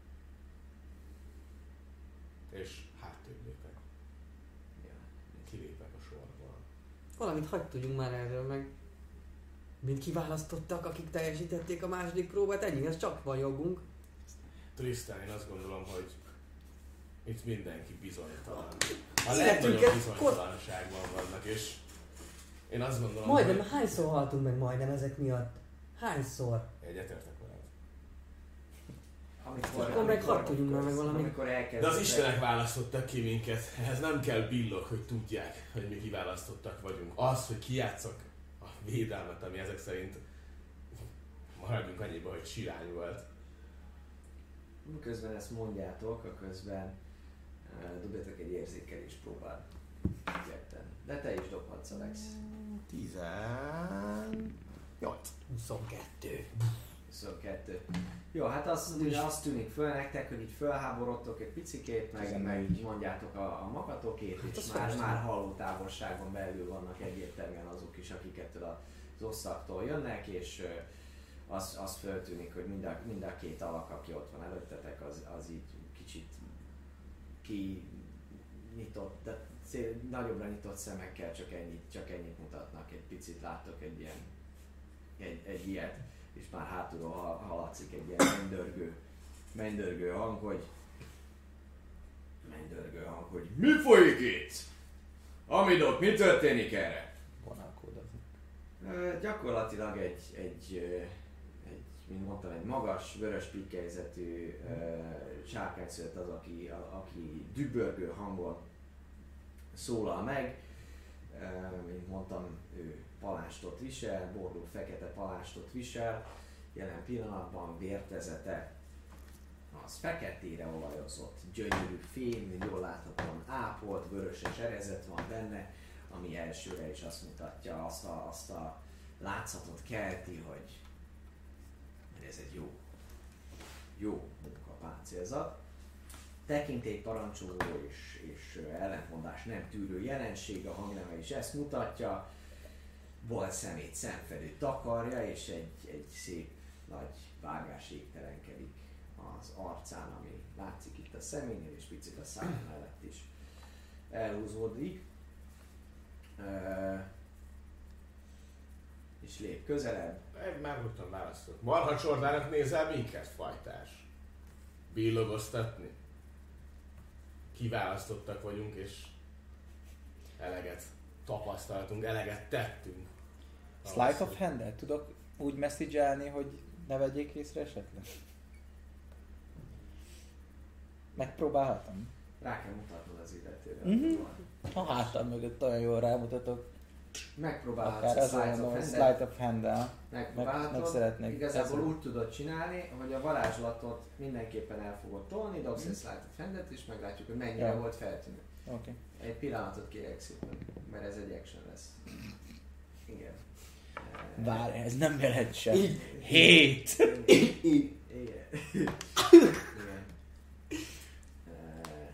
És hátrébb lépek. Ja. Kilépek a sorból. Valamit hagyd tudjunk már erről, meg mint kiválasztottak, akik teljesítették a második próbát, ennyi, ez csak van jogunk. Tristan, én azt gondolom, hogy itt mindenki bizonytalan. A Szeretünk legnagyobb ezt- bizonytalanságban vannak, és én azt gondolom, Majdnem hogy... hányszor haltunk meg majdnem ezek miatt? Hányszor? Egyetértek veled. Amikor, Akkor meg hadd tudjunk már meg valami. Amikor De elkezdtek, az Istenek választottak ki minket, ehhez nem kell billog, hogy tudják, hogy mi kiválasztottak vagyunk. Az, hogy kijátszak a védelmet, ami ezek szerint maradjunk annyiba, hogy sirány volt. Miközben ezt mondjátok, a közben uh, dobjatok egy érzékelés próbát. Ketten. De te is dobhatsz, Alex. tizennyolc. huszonkettő. huszonkettő. Jó, hát az, ugye azt tűnik föl nektek, hogy így fölháborodtok egy picikét, meg, meg így mondjátok a, a magatokét, Hát és az már, persze. már halló távolságon belül vannak egyértelműen azok is, akik ettől az osszaktól jönnek, és ö, az, az föltűnik, hogy mind a, mind a két alak, aki ott van előttetek, az, az így kicsit kinyitott, de szél, nagyobbra nyitott szemekkel csak ennyit, csak ennyit mutatnak, egy picit láttok egy ilyen, egy, egy ilyet, és már hátulról ha- hallatszik egy ilyen mennydörgő, mennydörgő hang, hogy mennydörgő hang, hogy mi folyik itt? Amidok, mi történik erre? Vonalkódozni. Ö, gyakorlatilag egy, egy, ö, egy, mint mondtam, egy magas, vörös pikkelyzetű sárkányszőtt az, aki, a, aki dübörgő hangon szólal meg. Ö, mint mondtam, ő palástot visel, borló fekete palástot visel. Jelen pillanatban vértezete az feketére olajozott, gyönyörű fém, jól láthatóan ápolt, vöröses erezet van benne, ami elsőre is azt mutatja, azt a, azt a látszatot kelti, hogy ez egy jó, jó munkapáncélzat. Tekintély parancsoló és, és ellentmondás nem tűrő jelenség, a hangneme is ezt mutatja. Bal szemét szemfedő takarja, és egy, egy szép nagy vágás égtelenkedik az arcán, ami látszik itt a szeménél, és picit a szám mellett is elhúzódik. Uh, és lép közelebb. Egy már rögtön választok. Marha csordának nézel minket, fajtás? Billogoztatni? Kiválasztottak vagyunk, és eleget tapasztaltunk, eleget tettünk. Sleight of hand-el tudok úgy message-elni, hogy ne vegyék észre esetleg? Megpróbálhatom? Rá kell mutatnod az illetőre. Mhm. A hátam mögött olyan jól rámutatok. Megpróbálhatsz Akár a az Sleight olyan of a Hand-et. Sleight of hand-el. meg, meg Megpróbálhatod. szeretnék. Igazából Ezt- úgy tudod csinálni, hogy a varázslatot mindenképpen el fogod tolni, dobsz egy Sleight of Hand-et, és meglátjuk, hogy mennyire Ja. volt feltűnő. Oké. Egy pillanatot kérek szépen, mert ez egy action lesz. Igen. Várj, ez nem jelent sem. Hét! Igen. Igen. Eh,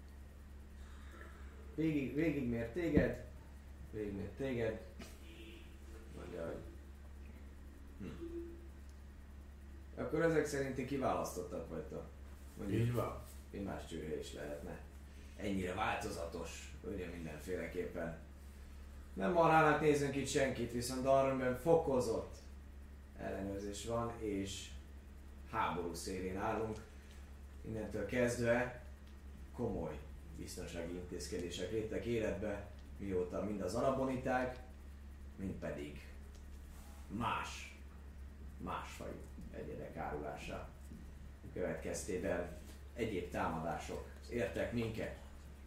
Végig, végigmér téged, végigmér téged, mondja, hogy hm. Akkor ezek szerint ti kiválasztottak vagytok. Mondjuk, Így van. mi más csőre is lehetne. Ennyire változatos, ugye mindenféleképpen. Nem marának nézünk itt senkit, viszont Darwinben fokozott ellenőrzés van, és háború szélén állunk. Innentől kezdve komoly biztonsági intézkedések léptek életbe, mióta mind az araboniták, mind pedig más, másfajú egyedek árulása következtében egyéb támadások értek minket.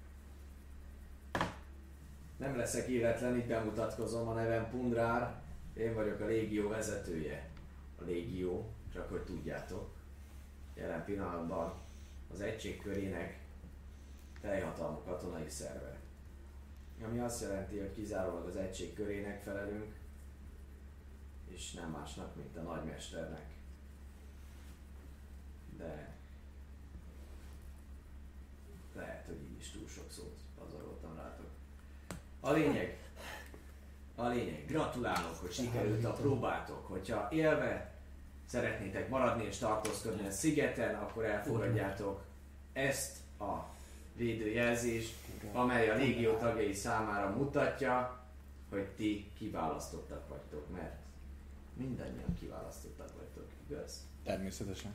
Nem leszek illetlen, itt bemutatkozom, a nevem Pundrár, én vagyok a légió vezetője. A légió, csak hogy tudjátok, jelen pillanatban az egység körének teljhatalmú katonai szerve. Ami azt jelenti, hogy kizárólag az egység körének felelünk, és nem másnak, mint a nagymesternek. De lehet, hogy így is túl sok szót pazaroltam rátok. A lényeg, a lényeg, gratulálok, hogy sikerült a próbátok. Hogyha élve szeretnétek maradni és tartózkodni a szigeten, akkor elfogadjátok ezt a védőjelzést, amely a légió tagjai számára mutatja, hogy ti kiválasztottak vagytok, mert mindannyian kiválasztottak vagytok, igaz? Természetesen.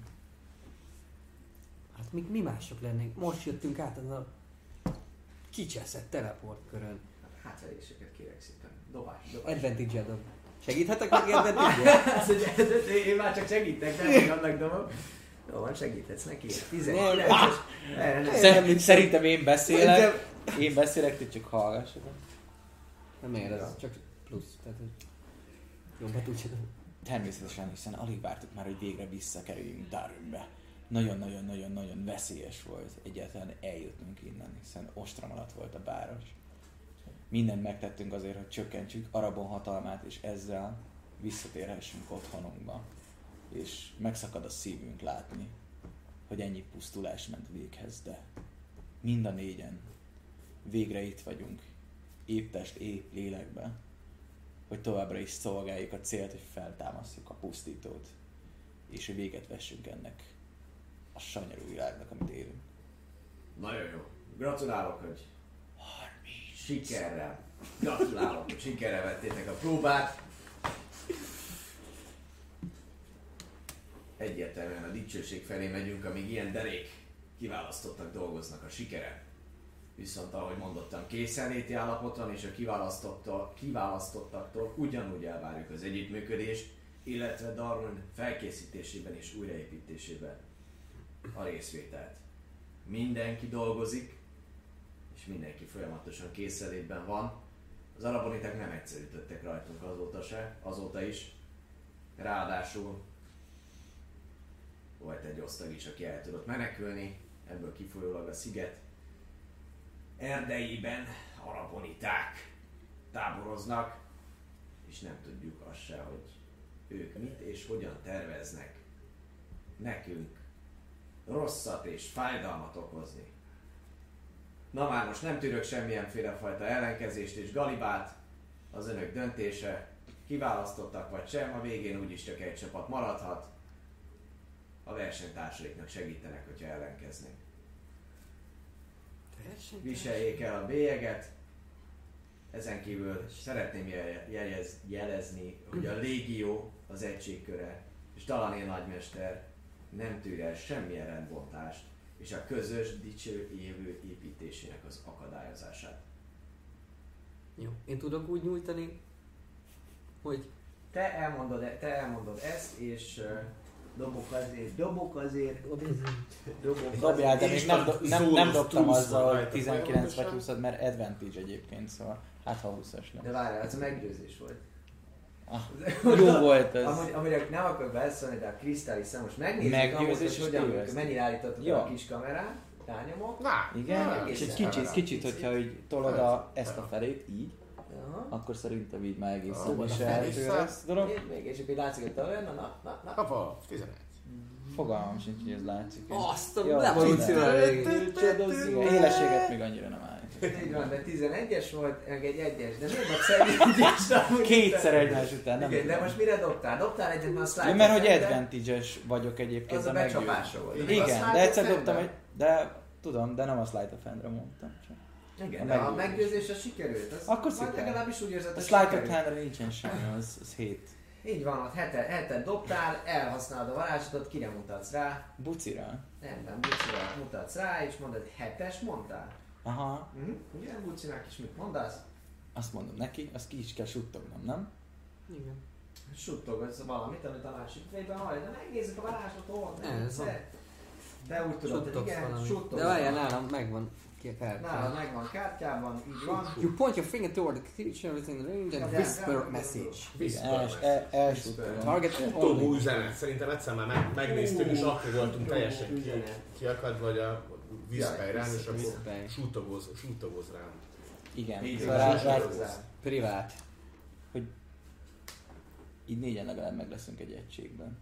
Hát mi, mi mások lennénk? Most jöttünk át az a kicseszett teleportkörön. Hátveréseket kérek szépen. Dobás, dobás. Advantage-el dob. Segíthetek meg advantage-el? Én már csak segítek, nem még annak dobok. Jó van, segíthetsz neki. tizenkilences. Szer- Szerintem én beszélek, én beszélek, ti csak hallgassatok. Nem ér, ez csak plusz. Tehát, hogy jobbat úgy sem. Természetesen, hiszen alig vártuk már, hogy végre visszakerüljünk Darwinbe. Nagyon-nagyon-nagyon-nagyon veszélyes volt egyáltalán eljutnunk innen, hiszen ostrom alatt volt a város. Mindent megtettünk azért, hogy csökkentsük Arabon hatalmát, és ezzel visszatérhessünk otthonunkba. És megszakad a szívünk látni, hogy ennyi pusztulás ment véghez, de mind a négyen végre itt vagyunk, épp test, épp lélekben, hogy továbbra is szolgáljuk a célt, hogy feltámasztjuk a pusztítót, és hogy véget vessünk ennek a sanyarú világnak, amit élünk. Nagyon jó. Gratulálok, hogy sikerrel. Gratulálok, hogy sikerrel vettétek a próbát. Egyértelműen a dicsőség felé megyünk, amíg ilyen derék kiválasztottak dolgoznak a sikere. Viszont ahogy mondottam, készenléti állapoton és a kiválasztottaktól ugyanúgy elvárjuk az együttműködést, illetve Darwin felkészítésében és újraépítésében a részvételt. Mindenki dolgozik, és mindenki folyamatosan készenlétben van. Az araboniták nem egyszerűtöttek rajtunk azóta se, azóta is. Ráadásul volt egy osztag is, aki el tudott menekülni, ebből kifolyólag a sziget erdeiben araboniták táboroznak, és nem tudjuk azt se, hogy ők mit és hogyan terveznek nekünk rosszat és fájdalmat okozni. Na már most nem tűrök semmilyenféle fajta ellenkezést és galibát, az önök döntése, kiválasztottak vagy sem, a végén úgyis csak egy csapat maradhat, a versenytársaiknak segítenek, hogyha ellenkeznek. Viseljék el a bélyeget, ezen kívül szeretném jelez, jelezni, hogy a légió az egységköre, és talán én nagymester nem tűr el semmilyen rendbontást, és a közös dicső jövő építésének az akadályozását. Jó, én tudok úgy nyújtani, hogy... Te elmondod, te elmondod ezt, és uh, dobok azért, dobok azért, dobok Dobjál, de még nem, do, nem, nem dobtam azzal, hogy rajta tizenkilenc vagy folyamatosan. húsz, mert advantage egyébként, szóval hát ha húszas De lesz. várjál, ez a meggyőzés volt. Ah, jó volt ez. Amúgy, amúgy nem akarok beleszólni, de a kristály szem, most megnézzük Meggyőzés amúgy, és hogy hogyan, tévesztés. mennyire állítottuk Jó. a kis kamerát, rányomok. Na, Igen, na, és egészen egy kicsit, kamera. kicsit, hogyha hogy tolod a, ezt a felét így, Aha. akkor szerintem így már egészen Tolod a viselhető felét. lesz a dolog. Még, még, és akkor látszik, hogy tavern, na, na, na, na. Apa, tizenegy. Fogalmam sincs, hogy ez látszik. Azt a Jó, levolúcióra Igen, élességet még annyira nem állít. Így van, de tizenegyes volt, meg egy egyes, de miért dobsz egy egyes? Kétszer egymás után, nem Igen, de tudom. most mire dobtál? Dobtál egyet, már a slide Ja, mert hogy advantage-es vagyok egyébként, Az a de meggyőző. becsapása volt. Igen, A slide de egyszer of dobtam hand-re? egy, de tudom, de nem a slide of hand-re mondtam csak. Igen, A de a meggyőzés. meggyőzésre sikerült. Az Akkor majd szuper. legalábbis úgy érzed, A hogy Sleight of sikerült. Hand-re nincsen semmi, az, az hét. Így van, ott hetet, hetet dobtál, elhasználod a varázslatot, kire mutatsz rá? Bucira. Nem, nem, Bucira mutatsz rá, és mondod, hetes mondtál? Aha. Mhm. Ugye, Bucinak is mit mondasz? Azt mondom neki, azt ki is kell suttognom, nem? Igen. Suttogod valamit, amit a másik fejben hallja, de megnézzük a varázslatot, nem Ez van. egyszer. De úgy tudod, hogy Suttogsz igen, valami. suttogsz. De várjál, nálam megvan ki a kártya. Nálad megvan kártyában, így van. You point your finger toward the creature within the range and Ja, whisper ja, a message. Igen, el, el, elsuttogom. Target Utolgó only. üzenet, szerintem egyszer már meg, megnéztük, és akkor voltunk teljesen ki, Üzenet. kiakadva, hogy a Whisper rám, és akkor Whisper. sútogóz, sútogóz rám. Igen. Így Szóval van, rá, rá, suttogsz. Privát. így négyen legalább meg leszünk egy egységben.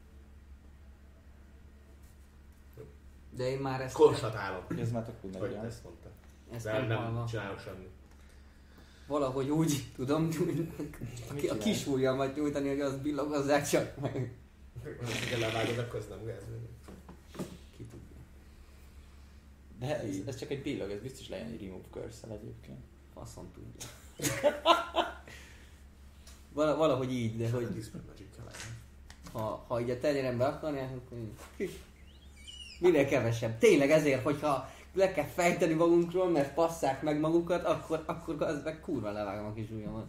De én már ezt... Konstatálom, Hogy ez már tök úgy hogy legyen. ezt mondta. Ezt De nem nem hallva. csinálok semmit. Valahogy úgy tudom Mit a csinálj? kis ujjamat nyújtani, hogy azt billogozzák csak meg. Ha levágod, akkor ez nem gáz. Ki tudja. De ez, ez csak egy billag, ez biztos legyen egy remove curse-el egyébként. Faszom tudja. Vala, valahogy így, de hogy Dispel Magic-kel legyen. ha, ha így a tenyerembe akarják, akkor így. Minél kevesebb. Tényleg ezért, hogyha le kell fejteni magunkról, mert passzák meg magukat, akkor, akkor az meg kurva levágom a kis ujjamat.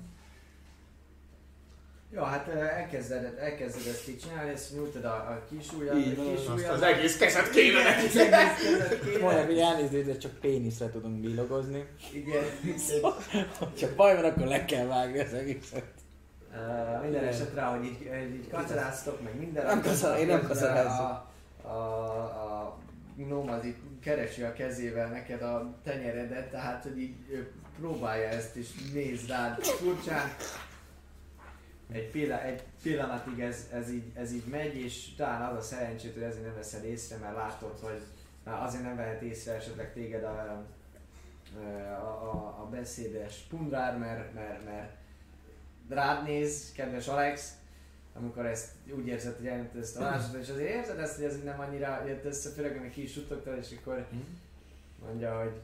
Jó, hát ö, elkezded, elkezded ezt így csinálni, ezt nyújtod a, a kis ujjad, Így a van. kis Azt ujjad. az egész kezet kéne neki! Az egész kezed kéne. Mondják, hogy elnézést, de csak péniszre tudunk billogozni. Igen. Ha csak baj van, akkor le kell vágni az egészet. Uh, minden esetre, hogy így, hogy így kacaráztok, meg minden. Nem kacar- én nem közben kacarázok. A, a, a gnóm az így keresi a kezével neked a tenyeredet, tehát hogy így ő próbálja ezt és néz rád furcsán. Egy, pillan- egy pillanatig ez, ez, így, ez így megy, és talán az a szerencsét, hogy ezért nem veszed észre, mert látod, hogy na, azért nem vehet észre esetleg téged a, a, a, a beszédes Pundrár, mert, mert, mert rád néz, kedves Alex, amikor ezt úgy érzed, hogy elnyomtad ezt a varázslatot, és azért érzed ezt, hogy ez így nem annyira jött össze, főleg amikor ki is suttogtad, és akkor mondja, hogy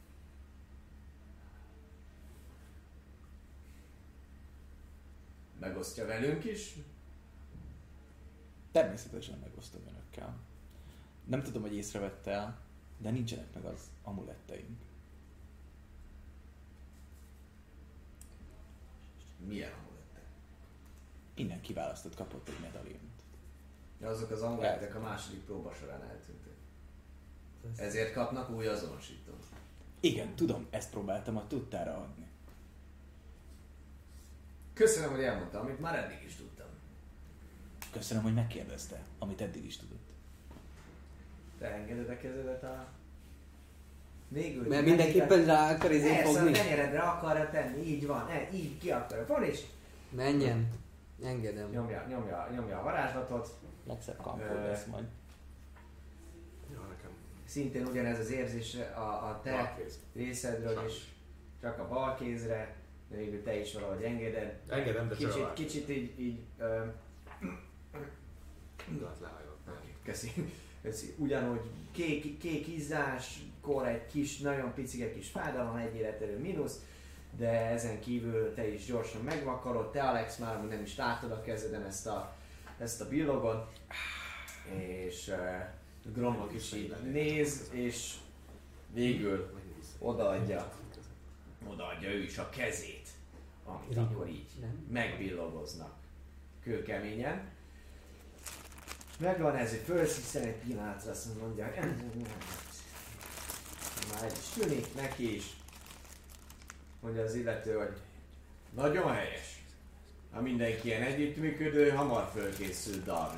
megosztja velünk is. Természetesen megosztom önökkel. Nem tudom, hogy észrevettel, de nincsenek meg az amuletteink. Milyen amulettek? Innen kiválasztott, kapott egy medaliont. De azok az amulettek a második próba során eltűntek. Ezért kapnak új azonosítót. Igen, tudom, ezt próbáltam a tudtára adni. Köszönöm, hogy elmondta, amit már eddig is tudtam. Köszönöm, hogy megkérdezte, amit eddig is tudott. Te engeded a kezedet a... Végül... Mert mindenképpen rá akar izé Persze, a fogni. tenyeredre akarja tenni, így van, e, így ki akarja fogni, és Menjen. Engedem. nyomja, nyomja, nyomja a varázslatot. Legszebb kampó Ö, lesz majd. Ja, nekem. Szintén ugyanez az érzés a, a te Balkéz. részedről Sajnos. is, csak a bal kézre, de végül te is valahogy engeded. Engedem, de csak a Kicsit, bal kéz. kicsit így, így ö, De az lehajlott. Köszi. Köszi. Ugyanúgy kék, kék izzás, kor egy kis, nagyon picike kis fájdalom, egy életerő mínusz, de ezen kívül te is gyorsan megvakarod, te Alex már nem is látod a kezeden ezt a, ezt a billogot, és uh, Gromnak is így néz, és végül odaadja, odaadja ő is a kezét, amit akkor így Nem? megbillogoznak kőkeményen. Megvan ez, hogy fölsziszen egy pillanatra, azt mondják, már egy is tűnik neki is. Mondja az illető, hogy nagyon helyes. Ha mindenki ilyen együttműködő, hamar fölkészül Darn.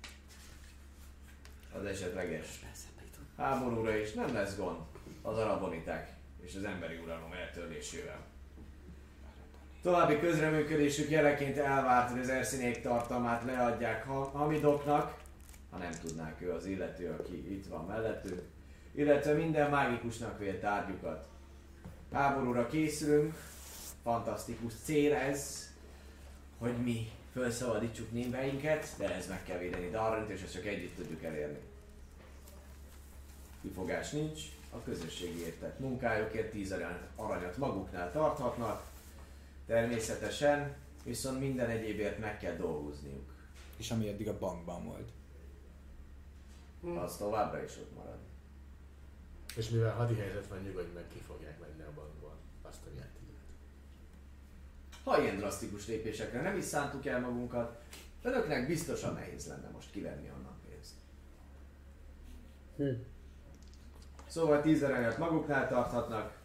Az esetleges háborúra is nem lesz gond az araboniták és az emberi uralom eltörlésével. További közreműködésük jeleként elvárt, hogy az erszínék tartalmát leadják ha- hamidoknak, ha nem tudnák ő az illető, aki itt van mellettünk, illetve minden mágikusnak vélt tárgyukat. Háborúra készülünk, fantasztikus cél ez, hogy mi felszabadítsuk némveinket, de ez meg kell védeni Darrent, és ezt csak együtt tudjuk elérni. Kifogás nincs, a közösségért tett munkájukért tíz aranyat maguknál tarthatnak. Természetesen, viszont minden egyébért meg kell dolgozniuk. És ami eddig a bankban volt. Az továbbra is ott marad. És mivel hadi helyzet van, nyugodj meg, ki fogják menni a bankból azt a nyert időt. Ha ilyen drasztikus lépésekre nem is szántuk el magunkat, önöknek biztosan nehéz lenne most kivenni onnan pénzt. Hm. Szóval tíz aranyat maguknál tarthatnak,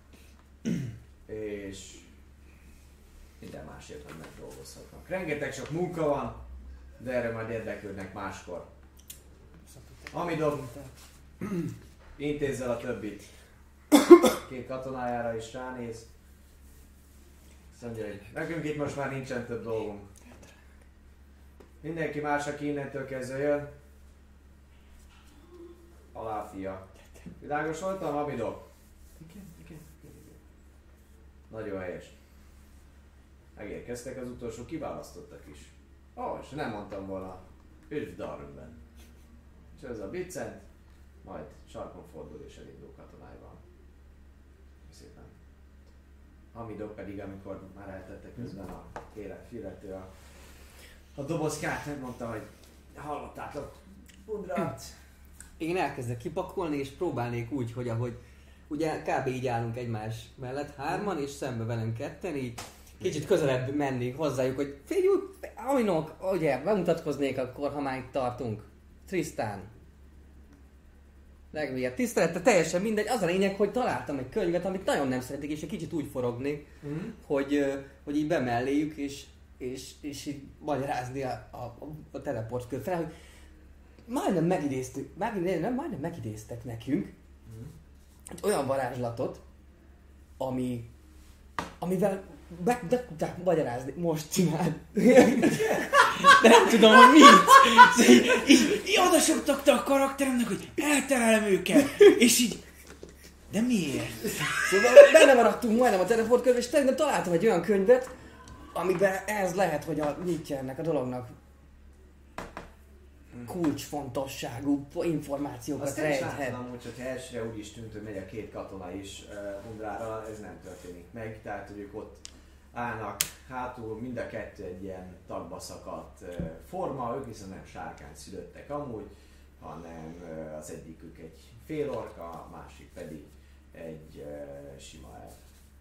és minden másért meg megdolgozhatnak. Rengeteg sok munka van, de erre majd érdeklődnek máskor. Amidok, intézzel a többit. Két katonájára is ránéz. Azt mondja, hogy nekünk itt most már nincsen több dolgunk. Mindenki más, aki innentől kezdve jön, aláfia. Világos voltam, Amidok? Igen, igen, igen, igen. Nagyon helyes. Megérkeztek, az utolsó kiválasztottak is. Ó, oh, és nem mondtam volna, üdv Darwinben. És ez a Vincent, majd sarkon fordul és elindul katonájval. Szépen. Amidok pedig, amikor már eltette közben a illető a, a dobozkát, megmondta, hogy hallottátok, Undrat. Én elkezdek kipakolni és próbálnék úgy, hogy ahogy ugye kb. Így állunk egymás mellett hárman és szembe velem ketten, így kicsit közelebb menni hozzájuk, hogy figyelj, Aminok, ugye, bemutatkoznék akkor, ha már itt tartunk. Tristan. Legmélyebb tisztelete, teljesen mindegy. Az a lényeg, hogy találtam egy könyvet, amit nagyon nem szeretik, és egy kicsit úgy forognék, mm. hogy, hogy így bemelléjük, és, és, és így magyarázni a, a, a teleport kör fel, hogy majdnem megidéztük, majdnem, nem, majdnem megidéztek nekünk mm. egy olyan varázslatot, ami, amivel be, de, de, magyarázni, most csináld. Nem tudom, hogy mit. Így, így, így odasogtakta a karakteremnek, hogy elterelem őket, és így... De miért? Szóval benne maradtunk majdnem a teleportkörben, és szerintem találtam egy olyan könyvet, amiben ez lehet, hogy a nyitja ennek a dolognak kulcsfontosságú információkat azt rejthet. Azt rejthet. nem is amúgy, hogyha elsőre úgy is tűnt, hogy megy a két katona is uh, Undrára, ez nem történik meg, tehát hogy ők ott állnak hátul, mind a kettő egy ilyen tagba szakadt uh, forma, ők viszont nem sárkány szülöttek amúgy, hanem uh, az egyikük egy félork, a másik pedig egy uh, sima elf.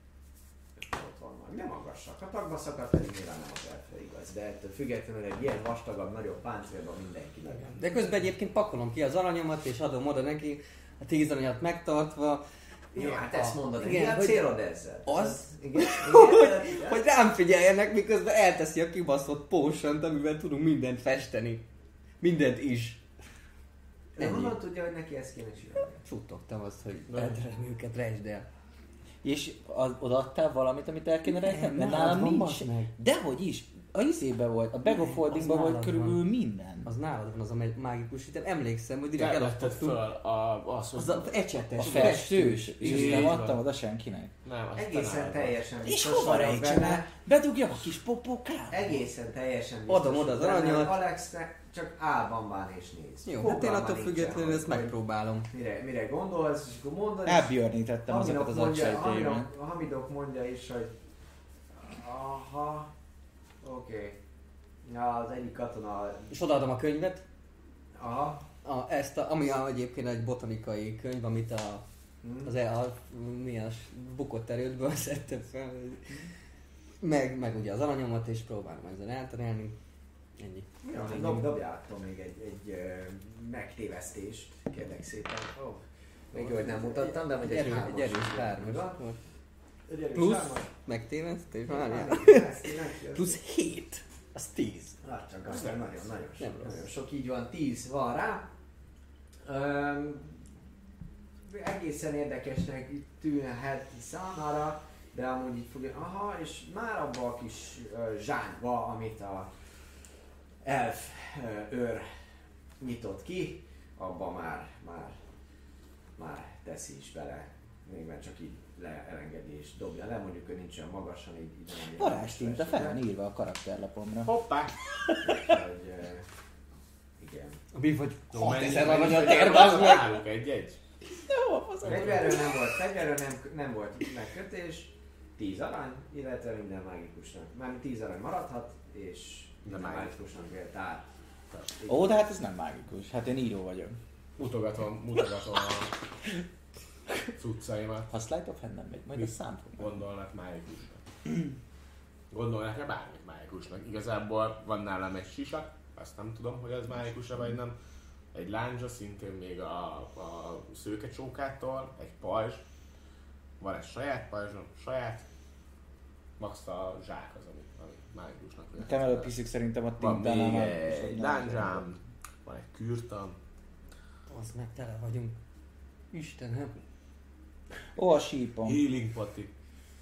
Ott van majd. Nem magassak, a tagba szakadt pedig nyilván nem az elfre igaz, de ettől függetlenül egy ilyen vastagabb, nagyobb páncélban mindenki legyen. De közben egyébként pakolom ki az aranyomat, és adom oda neki, a tíz aranyat megtartva. Jó, hát ezt mondod, igen, mi a hogy célod ezzel? Az, igen, hogy, hogy rám figyeljenek, miközben elteszi a kibaszott potion-t, amivel tudunk mindent festeni. Mindent is. De honnan tudja, hogy neki ezt kéne csinálni? Suttogtam azt, hogy elterelni őket, rejtsd el. És az, odaadtál valamit, amit el kéne rejteni? Mert nálad nálam van, nincs. bazd meg. Dehogy is. A izében volt, a Bag of Holdingban az volt nálad körülbelül van. minden. Az nálad van az a mágikus item. Emlékszem, hogy direkt Elvetted elosztottuk. föl a, az, Az a ecsetes. A festős, és Így ezt nem van. adtam oda senkinek. Nem, azt Egészen találom. teljesen És biztos hova vagyok rejtsem benne. el? Bedugjam a kis popókát? Egészen teljesen biztos Adom oda az vagyok benne, aranyat. hogy Alexnek csak állban bán és néz. Jó, hát én Fogalma attól nincsen, függetlenül ezt hogy megpróbálom. Mire, mire gondolsz, és akkor mondod, és Elbjörnítettem azokat az agysejteimet. Hamidok, Hamidok mondja is, hogy aha, oké. Okay. Ja, az egyik katona, És odaadom a könyvet. aha, A, ezt a, ami a, egyébként egy botanikai könyv, amit a, hm. az e, a, milyen bukott erődből szedtem fel. Meg, meg ugye az aranyomat, és próbálom ezzel elterelni. Ennyi. Ja, dob, dobjáltam még egy, egy uh, megtévesztést, kérlek szépen. Oh. Még jó, hogy nem mutattam, de hogy egy, Erő, hármas. egy erős hármas. Van? Egy erős Plusz hármas. megtévesztés, várjál. Plusz hét. Az tíz. Hát csak azt nagyon, nagyon, nagyon Nem sok, rossz. nagyon sok, így van, tíz van rá. Öm, egészen érdekesnek tűnhet számára, de amúgy így fogja, aha, és már abba a kis uh, zsákba, amit a elf uh, őr nyitott ki, abba már, már, már teszi is bele, még már csak így le, elengedi és dobja le, mondjuk ő nincs olyan magasan, így, így nem Varázstinta fel van írva a karakterlapomra. Hoppá! Úgyhogy, uh, igen. Mi vagy Jó, hatezer mennyi- aranyat mennyi- ér, bazd meg! Állok egy-egy. Hol faszom? Fegyverről nem volt, fegyverről nem, nem volt megkötés, tíz arany, illetve minden mágikusnak. Már tíz arany maradhat, és minden mágikusnak vélt át. Ó, de hát ez nem mágikus. Hát én író vagyok. Mutogatom, mutogatom a cuccaimat. Ha Slide of Hand nem megy, majd a szám fog. Gondolnak mágikusnak. Gondolnak-e bármit mágikusnak? Igazából van nálam egy sisak, azt nem tudom, hogy az mágikus-e vagy nem. Egy lándzsa, szintén még a, a szőke csókától, egy pajzs. Van egy saját pajzsom, saját. Max a zsák az, ami, ami mágikusnak. Kemelő piszik szerintem a Van még tintánál. egy lándzsám, van egy kürtam. Az meg tele vagyunk. Istenem. Ó, a sípom. Healing poti.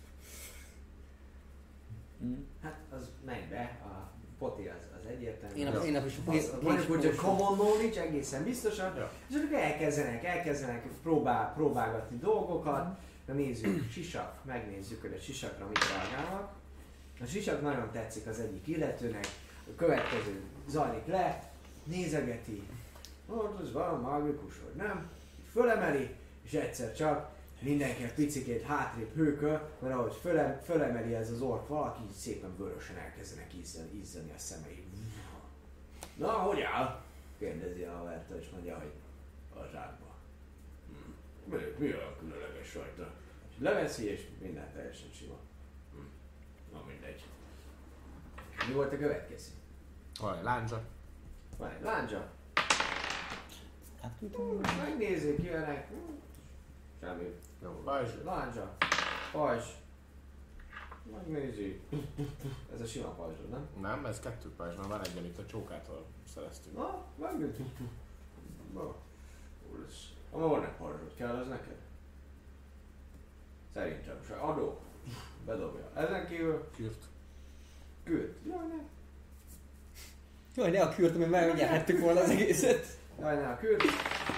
Hát az megy be, a poti az, az egyértelmű. Én a, én a is Mondjuk úgy, hogy common knowledge egészen biztosan, Ja. és akkor elkezdenek, elkezdenek próbál, próbálgatni dolgokat. Na nézzük, sisak, megnézzük, hogy a sisakra mit reagálnak. A sisak nagyon tetszik az egyik illetőnek, a következő zajlik le, nézegeti, hát ez valami mágikus vagy nem, fölemeli, és egyszer csak mindenki egy picikét hátrébb hőköl, mert ahogy föle, fölemeli ez az ork valaki, így szépen vörösen elkezdenek izzani, izzani a szemei. Na, hogy áll? Kérdezi a haverta, és mondja, hogy a zsákba. Hm. Mi, mi olyan különleges rajta? És leveszi, és minden teljesen sima. Hm. Na mindegy. Mi volt a következő? Van egy lándzsa. Van egy lándzsa. Hát tudom. Megnézzük, jönnek. Hm. Semmi. Jó, pajzs. Lándzsa. Pajzs. Megnézi. Ez a sima pajzsod, nem? Nem, ez kettő pajzs, mert van egy, amit a csókától szereztünk. Na, megnézzük. Na. Ha van egy pajzsod, kell az neked? Szerintem se. Adó. Bedobja. Ezen kívül Kürt. küld. Jaj, ne. Jaj, ne a kürtöm, mert megnyerhettük volna az egészet. Jaj, ne a küld.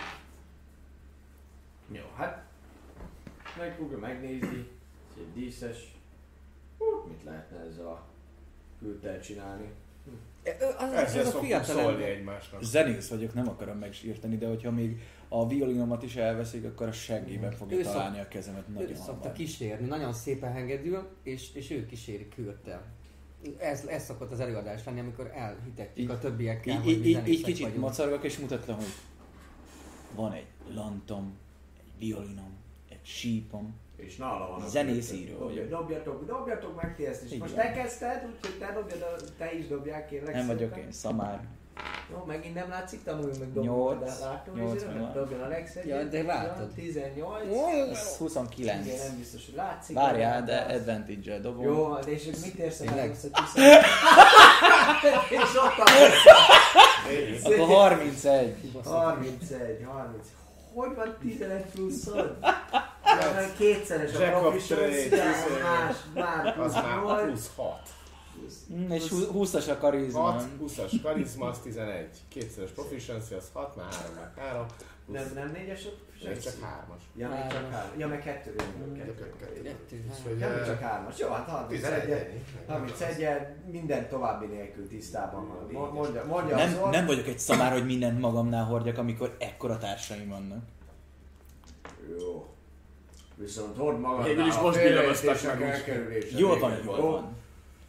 Jó, hát. Megfogja, megnézi. Ez egy díszes. Hú, mit lehetne ezzel a küldtel csinálni? Az, az, Ezzel az a szoktunk fiatal szólni ember. egymásnak. Zenész vagyok, nem akarom megsírteni, de hogyha még a violinomat is elveszik, akkor a seggében fogja Ő találni szok- a kezemet Ő nagyon szokta hamar. kísérni, nagyon szépen hengedül, és, és ő kíséri kürttel. Ez, ez szokott az előadás lenni, amikor elhitetjük Így- a többiekkel, Így, hogy így, mi így, zenészek így kicsit vagyunk. mocorgok és mutatlak, hogy van egy lantom, egy violinom, egy sípom. És nála van a Zenészíró küld. vagyok. Dobjatok, dobjatok meg ti ezt is. Most Igen. te kezdted, úgyhogy te dobjad, a- te is dobják, kérlek Nem vagyok szépen. én, szamár. Jó, megint nem látszik, tanuljunk meg dobni, Nyolc. de látom, Nyolc hogy van. dobjon a legszebb. Ja, de látod. tizennyolc. Ez huszonkilenc. Igen, nem biztos, hogy látszik. Várjál, de- de advantage-el dobom. Jó, de és mit érsz a Tényleg? meghosszabb és ott a Akkor harmincegy. harmincegy, harminc. Hogy van tizenegy pluszod? Már kétszeres a Jack of proficiency, trades, az más, már Az már nyolc. plusz hat. Mm, és hú- húszas a karizma. hat, húszas karizma, az tizenegy. Kétszeres proficiency, az hat, már három, már három. Nem, nem négyes a Még proficiency? csak hármas. Ja, még csak Hármas. három. Ja, meg kettő, jó, kettő. Kettő. Kettő, Úgyhogy, Ja, még eh, csak hármas. Jó, hát harmincegy. harmincegy minden további nélkül tisztában van. Mo- Mondja, mondja az Nem, orr. nem vagyok egy szamár, hogy mindent magamnál hordjak, amikor ekkora társaim vannak. Jó. Viszont hord magadnál Végül is a most félreértések billogoztak meg, elkerülése. Jól van, Végül. jól Jó? van.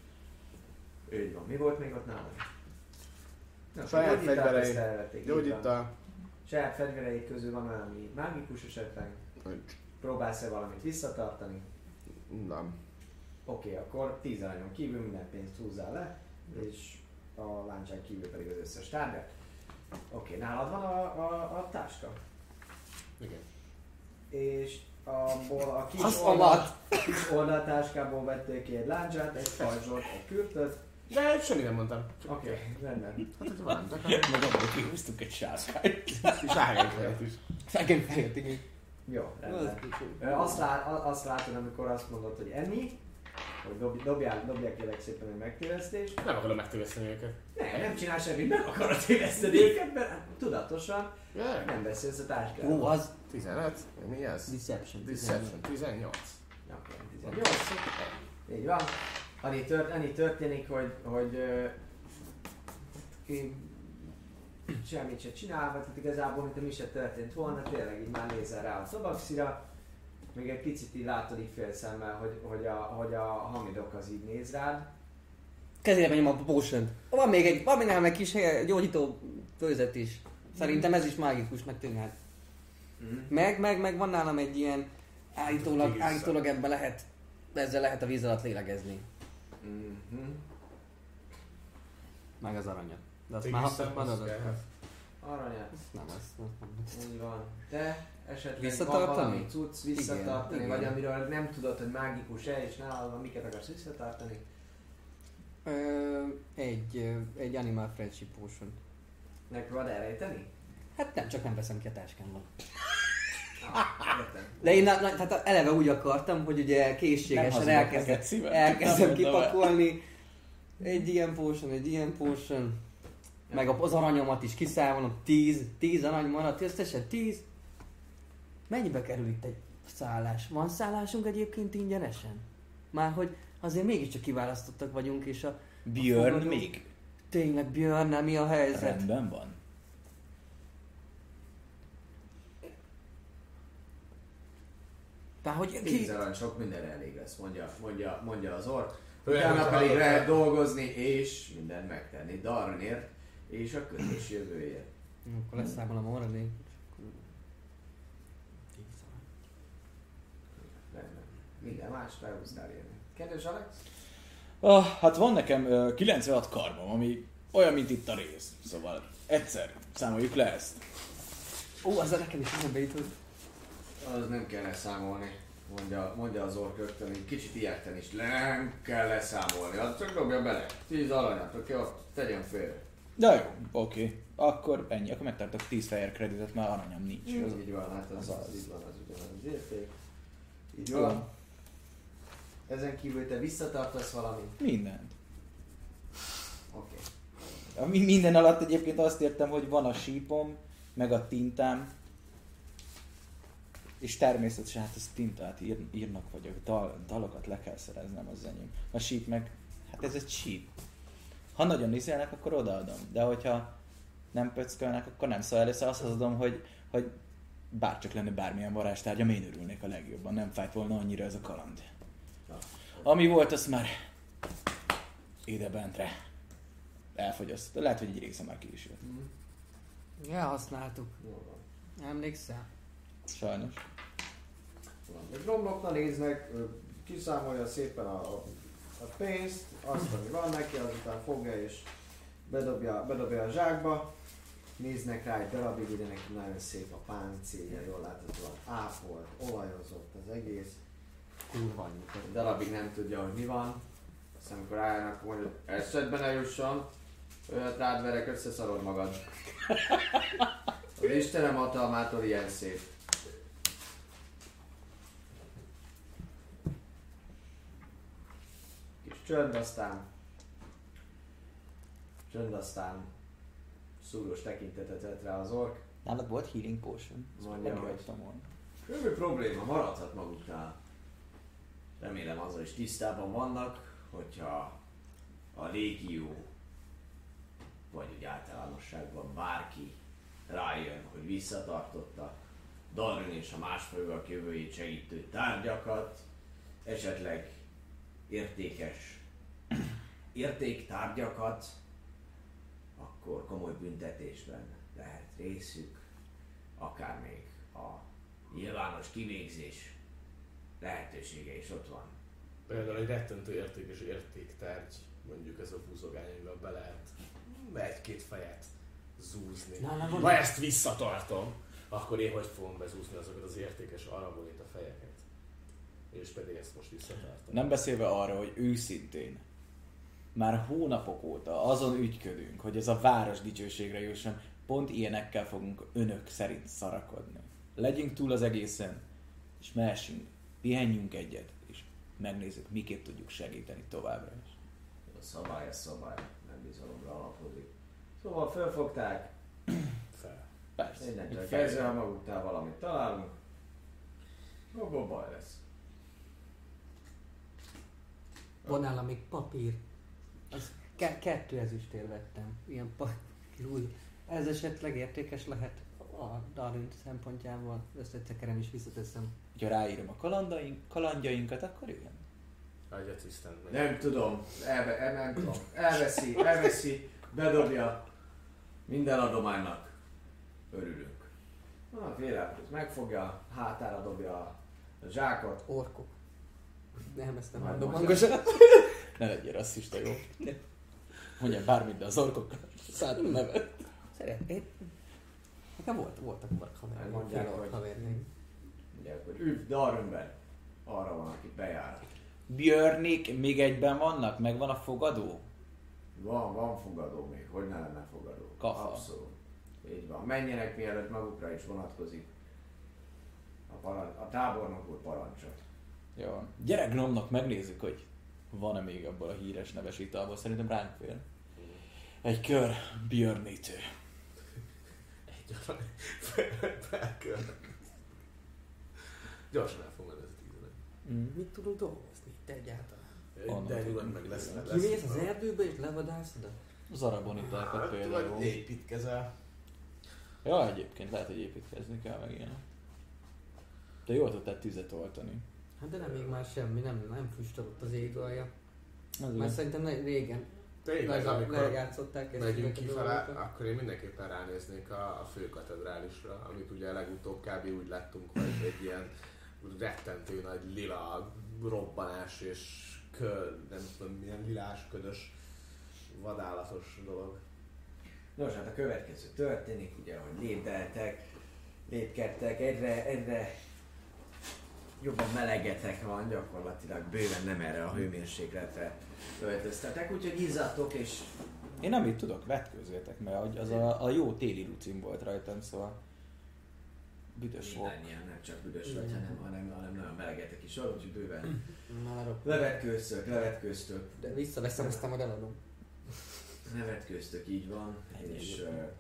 Így van. Mi volt még ott nálam? Na, Saját gyógyítát fegyverei. ezt elvették, így van. Gyógyítta. Saját fegyvereik közül van olyan, ami mágikus esetleg. Nincs. Próbálsz-e valamit visszatartani? Nem. Oké, okay, akkor tíz aranyon kívül minden pénzt húzzál le, és a láncsán kívül pedig az összes tárgyat. Oké, okay, nálad van a, a, a táska? Igen. És abból a kis, Az oldal, alatt. kis oldaltáskából vettél ki egy láncsát, egy pajzsot, egy kürtöt. De semmi nem mondtam. Oké, okay, rendben. Hát ez van, csak Meg abból kihúztunk egy sárkányt. és ágányfejet is. Nekem fejet, igen. Jó, Az rendben. kicsi. Ö, Azt, lát, azt látod, amikor azt mondod, hogy enni, hogy dob, dobjál, dobjál kérlek szépen egy megtévesztést. Nem akarom megtéveszteni őket. Nem, nem csinál semmit, nem akarod téveszteni őket, mert tudatosan Yeah. nem beszélsz a Ó, táskáról. az tizenöt. Mi ez? Deception. Deception. tizennyolc. Oké, tizennyolc. Így van. Annyi, tört, annyi történik, hogy, hogy ö, ki, semmit se csinálva, tehát igazából, mint mi se történt volna, tényleg így már nézel rá a Tabaxira, még egy picit így látod így félszemmel, hogy, hogy, a, hogy a Hamidok az így néz rád. Kezére benyom a potion. Van még egy, van még nálam egy kis gyógyító főzet is. Szerintem ez is mágikusnak tűnhet. Mm. Meg, meg, meg van nálam egy ilyen állítólag, állítólag ebben lehet, ezzel lehet a víz alatt lélegezni. Mm-hmm. Meg az aranyat. De azt Még már vissza- használod, azt az kell. Aranyat. nem, azt nem. Úgy van. Te esetleg Visszatartani? van valami cucc visszatartani, Igen, vagy igen. amiről nem tudod, hogy mágikus-e, és nálad van, miket akarsz visszatartani? Ö, egy, ö, egy Animal Friendship Potion. Megpróbáld elrejteni? Hát nem, csak nem veszem ki a táskámban. Ah, értem. De én na, na, tehát eleve úgy akartam, hogy ugye készségesen hazudok elkezdem, neked szívem. elkezdem Nem mondom el. kipakolni. Egy ilyen potion, egy ilyen potion. Meg az aranyomat is kiszámolom. Tíz, tíz arany maradt, összesen tíz. Mennyibe kerül itt egy szállás? Van szállásunk egyébként ingyenesen? Már hogy azért mégiscsak kiválasztottak vagyunk, és a... Björn fogadó- még Tényleg Björnnel mi a helyzet? rendben van. Tehát hogy ki... Tíz arany sok mindenre elég lesz, mondja, mondja, mondja az ork. Főleg, Utána hogyha pedig hallod- lehet dolgozni, és mindent megtenni Darnért, és a közös jövőért. Akkor leszámolom a maradék. Rendben. Minden más felhúztál érni. Kedves Alex? Ah, hát van nekem uh, kilencvenhat karbom, ami olyan, mint itt a rész. Szóval egyszer számoljuk le ezt. Ó, az nekem is eszembe jutott. Az nem kell leszámolni, mondja, mondja az ork rögtön, így kicsit ilyetten is. Nem kell leszámolni, az csak dobja bele. Tíz aranyat, oké, ott tegyen félre. De jó, oké. Akkor ennyi, akkor megtartok tíz fehér kreditet, már aranyam nincs. Ez így van, hát az, az az, az. így van, az ugyanaz az érték. Így Jó. van. Ezen kívül te visszatartasz valamit? Mindent. Oké. A mi- Minden alatt egyébként azt értem, hogy van a sípom, meg a tintám, és természetesen hát ez tintát ír, írnak vagyok, dal, dalokat le kell szereznem, az enyém. A síp meg, hát ez egy síp. Ha nagyon izélnek, akkor odaadom, de hogyha nem pöckölnek, akkor nem. Szóval először azt hazudom, hogy, hogy bárcsak lenne bármilyen varázstárgyam, én örülnék a legjobban, nem fájt volna annyira ez a kaland. Na. Ami volt, azt már ide-bentre elfogyaszt. Lehet, hogy egy része már ki is jött. Elhasználtuk. Jól van. Emlékszel? Sajnos. Van. Egy romlokna néznek, ő kiszámolja szépen a, a, a pénzt, azt, ami van neki, azután fogja és bedobja, bedobja a zsákba. Néznek rá egy darabig, ugye neki nagyon szép a páncélja, jól láthatóan ápolt, olajozott az egész. Kurva annyit. Egy darabig nem tudja, hogy mi van. Aztán amikor rájönnek, akkor mondja, hogy eszedbe ne jusson, olyat rád verek, összeszarod magad. Az Istenem hatalmától ilyen szép. Kis csönd, aztán csönd, aztán szúrós tekintetet vett rá az ork. Nálad volt healing potion? Ezt Mondja, meg hogy- kihagytam volna. Semmi probléma, maradhat maguknál. Remélem azzal is tisztában vannak, hogyha a légió, vagy úgy általánosságban bárki rájön, hogy visszatartotta Darwin és a másfajúak jövőjét segítő tárgyakat, esetleg értékes értéktárgyakat, akkor komoly büntetésben lehet részük, akár még a nyilvános kivégzés lehetősége is ott van. Például egy rettentő értékes értéktárgy, mondjuk ez a búzogány, amivel be lehet egy-két fejet zúzni. Na, na, van- Ha ezt visszatartom, akkor én hogy fogom bezúzni azokat az értékes aragonit a fejeket? És pedig ezt most visszatartom. Nem beszélve arra, hogy őszintén már hónapok óta azon ügyködünk, hogy ez a város dicsőségre jusson, pont ilyenekkel fogunk önök szerint szarakodni. Legyünk túl az egészen, és mehessünk, pihenjünk egyet, és megnézzük, miképp tudjuk segíteni továbbra is. A szabály a szabály, nem bizalomra alapozik. Szóval fölfogták, Fel. Persze. innentől így kezdve, ha maguknál valamit találunk, abból baj lesz. Van nálam még papír. Az ke- kettő ezüstér vettem. Ilyen papír. Úgy. Ez esetleg értékes lehet a Darwin szempontjából, ezt egyszer kerem is visszateszem. Ha ráírom a kalandaink, kalandjainkat, akkor igen. Adja tisztán meg. Nem tudom, elve, el, nem tudom. Elveszi, elveszi, bedobja. Minden adománynak örülünk. Na, félelmet, megfogja, hátára dobja a zsákot. Orkok. Nem, ezt nem Majd mondom mondja. hangosan. Ne legyél rasszista, jó? Mondjál bármit, de az orkok szállom nevet. Szeretnéd? Nekem volt, voltak ork haverjaim, Mondják, fél ork hogy- haverjaim. Mondják, hogy üdv Darwinben. Arra van, aki bejár. Björnék még egyben vannak? Megvan a fogadó? Van, van fogadó még, hogy ne lenne fogadó. Kafa. Abszolút. Így van. Menjenek, mielőtt magukra is vonatkozik a, parancs, a tábornok úr parancsa. Jó. Gyere Gnomnak, megnézzük, hogy van-e még abból a híres neves italból. Szerintem ránk fér. Egy kör Björnítő. Gyorsan felkör. Gyorsan el fog menni ez a tízenek. Mm. Mit tudunk dolgozni itt egyáltalán? Honnan De tudod? nyugodt meg lesz. lesz Kimész az erdőbe és levadászod? Az arabonitákat Hát, például. vagy építkezel. Ja, egyébként lehet, hogy építkezni kell meg ilyen. De jól tudtál tüzet oltani. Hát de nem még már semmi, nem, nem füstölött az ég alja. Már Azért. szerintem ne- régen Tényleg, le- amikor lejátszották ezt. megyünk ezeket a kifele, dolgokat. akkor én mindenképpen ránéznék a, a főkatedrálisra, amit ugye legutóbb kb. Úgy láttunk, hogy egy ilyen rettentő nagy lila robbanás és kör, nem tudom milyen lilás, ködös, vadállatos dolog. Nos, hát a következő történik, ugye, hogy lépdeltek, lépkedtek, egyre, egyre jobban melegetek van, gyakorlatilag bőven nem erre a hőmérsékletre öltöztetek, úgyhogy izzadtok és Én nem itt tudok, vetkőzétek, mert az a, a jó téli rucim volt rajtam, szóval büdös volt. mindannyian nem csak büdös vagy, hanem, hanem, hanem nagyon melegetek is arra, úgyhogy bőven Már a- levetkőztök, levetkőztök, De visszaveszem, aztán majd eladom. levetkőztök, így van, Ennyi és, egyébként. ö,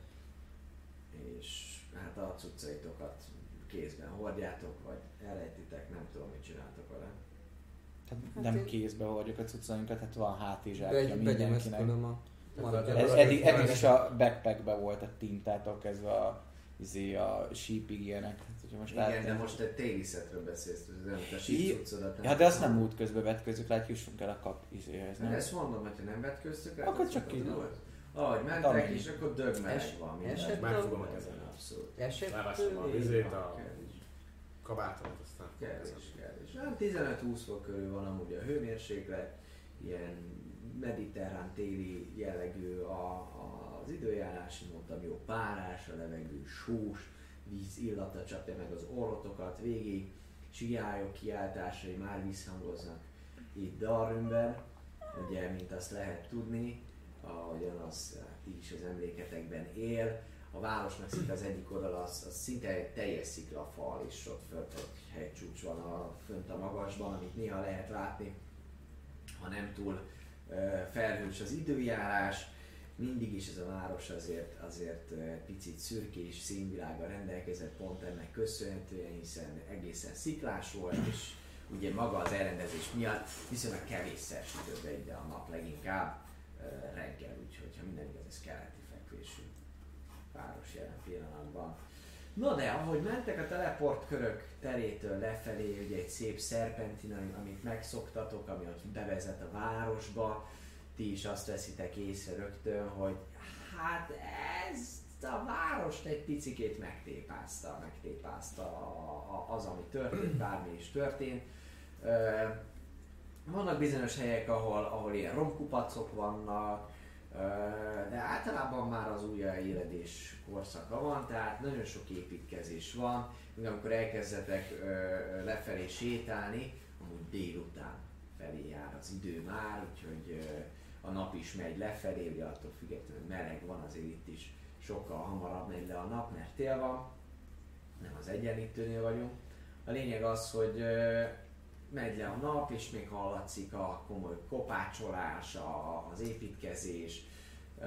és hát a cuccaitokat kézben hordjátok, vagy elrejtitek, nem tudom, mit csináltok vele. Tehát Hát nem én- kézbe hordjuk a cuccainkat, hát van hátizsákja Begy- mindenkinek. Begyemeszkodom a maradja. Ez, Ez eddig, az- eddig is a backpackben volt a tintától kezdve a, izé, a sípig ilyenek. Hát, hogyha most Igen, látni- de most egy téliszetről beszélsz, ez nem, a I- sípcuccodat nem. Ja, de azt nem út közben vetközök, lehet jussunk el a kap izéhez, Nem. nem? Ezt mondom, hogyha nem vetköztök rá, Akkor az csak ott így. volt. Ahogy mentek, Amennyi. és akkor dögmeleg Es- van minden. esetleg- Megfogom a kezem. Abszolút. Esett? Leveszem a ö, vizét, a Kevés, kabátomat, aztán kevés, kevés. Hát tizenöt-húsz fok körül van amúgy a hőmérséklet, ilyen mediterrán téli jellegű a, a, az időjárás, mondtam, jó párás, a levegő sós, víz illata csapja meg az orrotokat végig, siályok kiáltásai már visszhangoznak itt Darwinben, ugye, mint azt lehet tudni, ahogyan az hát, ti is az emléketekben él. A városnak szinte az egyik oldala az, az szinte egy teljes sziklafal, és ott fönt egy hegycsúcs van a, fönt a magasban, amit néha lehet látni, ha nem túl ö, felhős az időjárás. Mindig is ez a város azért, azért ö, picit szürkés színvilággal rendelkezett pont ennek köszönhetően, hiszen egészen sziklás volt, és ugye maga az elrendezés miatt viszonylag kevésszer sütött be ide a nap, leginkább ö, reggel, úgyhogy ha minden igaz, ez keleti fekvésű város jelen pillanatban. No de ahogy mentek a teleportkörök terétől lefelé, ugye egy szép szerpentin, ami- amit megszoktatok, ami ott bevezet a városba, ti is azt veszitek észre rögtön, hogy hát ezt a várost egy picikét megtépázta, megtépázta a- a- az, ami történt, bármi is történt. Ö, Vannak bizonyos helyek, ahol, ahol ilyen romkupacok vannak, ö, de általában már az újjáéledés korszaka van, tehát nagyon sok építkezés van, míg amikor elkezdetek ö, lefelé sétálni, amúgy délután felé jár az idő már, úgyhogy ö, a nap is megy lefelé, ugye attól függetlenül meleg van, azért itt is sokkal hamarabb megy le a nap, mert tél van, nem az egyenlítőnél vagyunk. A lényeg az, hogy ö, megy le a nap, és még hallatszik a komoly kopácsolás, a, az építkezés. Ö,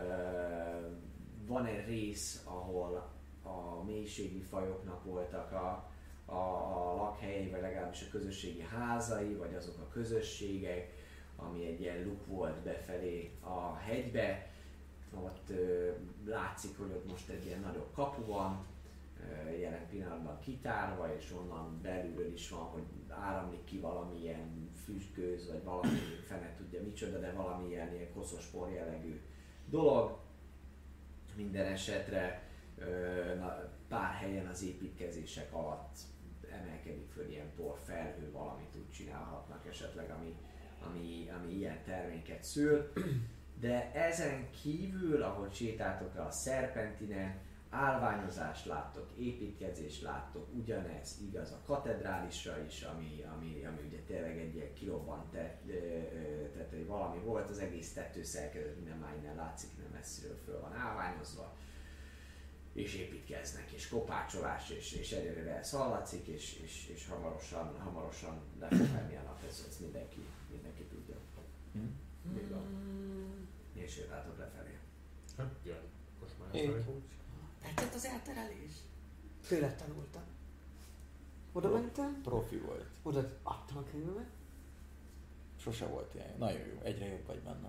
van egy rész, ahol a mélységi fajoknak voltak a, a, a lakhelyei, vagy legalábbis a közösségi házai, vagy azok a közösségek, ami egy ilyen luk volt befelé a hegybe. ott ö, látszik, hogy ott most egy ilyen nagyobb kapu van, ö, jelen pillanatban kitárva, és onnan belülről is van, hogy áramlik ki valamilyen füstgőz, vagy valami, fene tudja micsoda, de valamilyen ilyen koszos por jellegű dolog. Minden esetre ö, na, pár helyen az építkezések alatt emelkedik föl ilyen porfelhő, valamit úgy csinálhatnak esetleg, ami, ami, ami ilyen terméket szül. De ezen kívül, ahogy sétáltok le a Szerpentinen, állványozást láttok, építkezést láttok, ugyanez igaz a katedrálisra is, ami, ami, ami ugye tényleg egy ilyen kirobbant tett, tehát hogy valami volt, az egész tetőszerkezet minden már innen látszik, nem messziről föl van állványozva, és építkeznek, és kopácsolás, és, és egyre ez hallatszik, és, és, és hamarosan, hamarosan le fog menni a nap, ez, ez mindenki, mindenki tudja. Hmm. Még a... És sétáltok lefelé. Hát, jön. Most már Én- lefelé. Tetszett az elterelés? Tőled tanultam. Oda mentem, Profi volt. oda adtam a könyvemet. Sose volt ilyen. Nagyon jó. Egyre jobb vagy benne.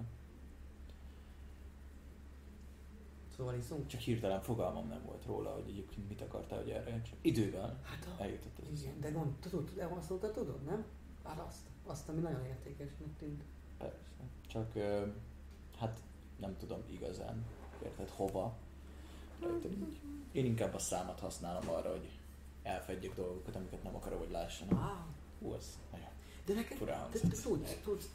Szóval iszunk. Csak hirtelen fogalmam nem volt róla, hogy egyébként mit akartál, hogy erre csak idővel Hát a... eljutott ez. Igen, de gond, tudod, de azt mondta, tudod, nem? Hát azt, azt, ami nagyon értékesnek tűnt. Persze. Csak ö, hát nem tudom igazán, érted hova. Rajta így. Én inkább a számot használom arra, hogy elfedjek dolgokat, amiket nem akarok, hogy lássanak. Wow. Hú, az nagyon De neked, furán de, hangzott. de tudsz, tudsz.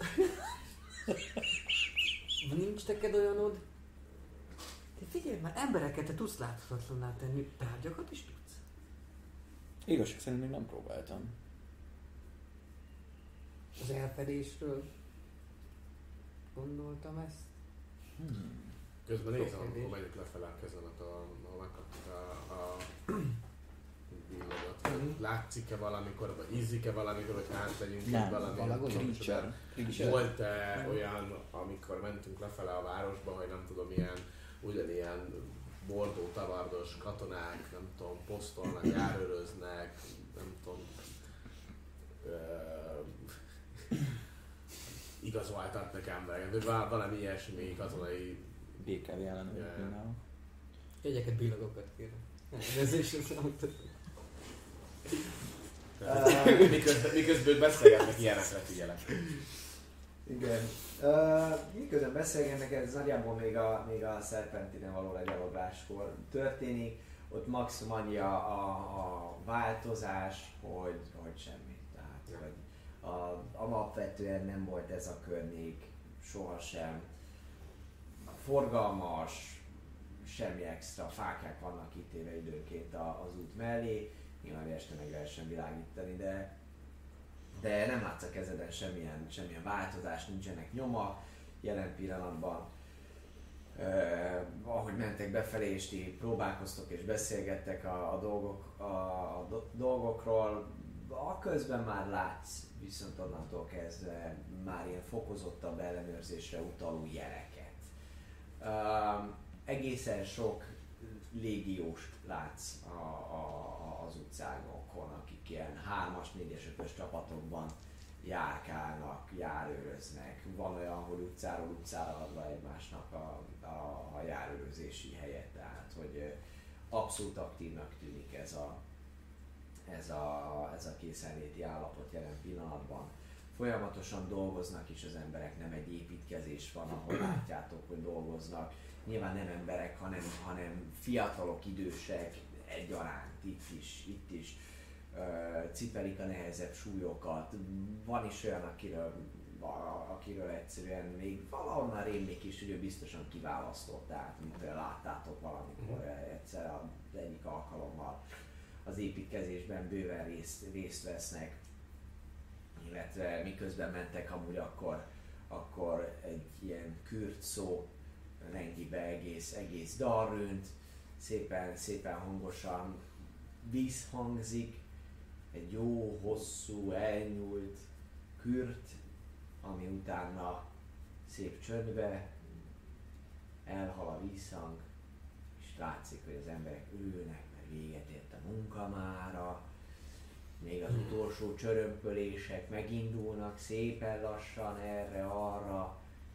Nincs neked olyanod? Te figyelj már, embereket te tudsz láthatatlanná tenni, tárgyakat is tudsz. Igazság szerint még nem próbáltam. Az elfedésről gondoltam ezt. Hmm. Közben nézem, Sok amikor kérdés. megyek lefele a kezemet, ahol megkaptuk a, a villagot. Látszik-e valamikor, vagy ízik-e valamikor, hogy hát legyünk Nem, így valami. valahogy Creature. Creature. Volt-e olyan, amikor mentünk lefele a városba, hogy nem tudom, ilyen, ugyanilyen bordó, tavardos katonák, nem tudom, posztolnak, járőröznek, nem tudom, ö, igazoltatnak embereket, vagy val- valami ilyesmi katonai. Békel jelen Ja, ja. például. Jegyeket, billagokat kérem. Elnézést, számot. miközben, miközben ők beszélgetnek, ilyenekre figyelek. Igen. Uh, miközben beszélgetnek, ez nagyjából még a, még a Szerpentinen való legyalogáskor történik. Ott maximum annyi a, a, a változás, hogy, hogy semmi. Tehát, hogy a, alapvetően nem volt ez a környék sohasem forgalmas, semmi extra, fákják vannak kitéve időnként a, az út mellé. Nyilván este meg lehessen világítani, de de nem látsz a kezeden semmilyen, semmilyen változás, nincsenek nyoma jelen pillanatban. Uh, ahogy mentek befelé és ti próbálkoztok és beszélgettek a, a, dolgok, a, a do, dolgokról, a közben már látsz viszont onnantól kezdve már ilyen fokozottabb ellenőrzésre utaló jeleket. Uh, egészen sok légióst látsz a, a, az utcákon, akik ilyen hármas, négyes, ötös csapatokban járkálnak, járőröznek. Van olyan, hogy utcáról utcára adva egymásnak a, a, a járőrözési helyet, tehát hogy abszolút aktívnak tűnik ez a, ez a, ez a készenléti állapot jelen pillanatban. Folyamatosan dolgoznak is az emberek, nem egy építkezés van, ahol látjátok, hogy dolgoznak. Nyilván nem emberek, hanem, hanem fiatalok, idősek egyaránt, itt is, itt is uh, cipelik a nehezebb súlyokat. Van is olyan, akiről, akiről egyszerűen még valahonnan rémlik is, hogy ő biztosan kiválasztott, tehát mint láttátok valamikor egyszer az egyik alkalommal az építkezésben bőven részt, részt vesznek, illetve miközben mentek amúgy akkor, akkor egy ilyen kürt szó lengi be egész, egész dalrőnt, szépen, szépen hangosan vízhangzik, egy jó, hosszú, elnyúlt kürt, ami utána szép csöndbe elhal a vízhang, és látszik, hogy az emberek ülnek, mert véget ért a munka mára, még az utolsó csörömpölések megindulnak szépen lassan erre-arra,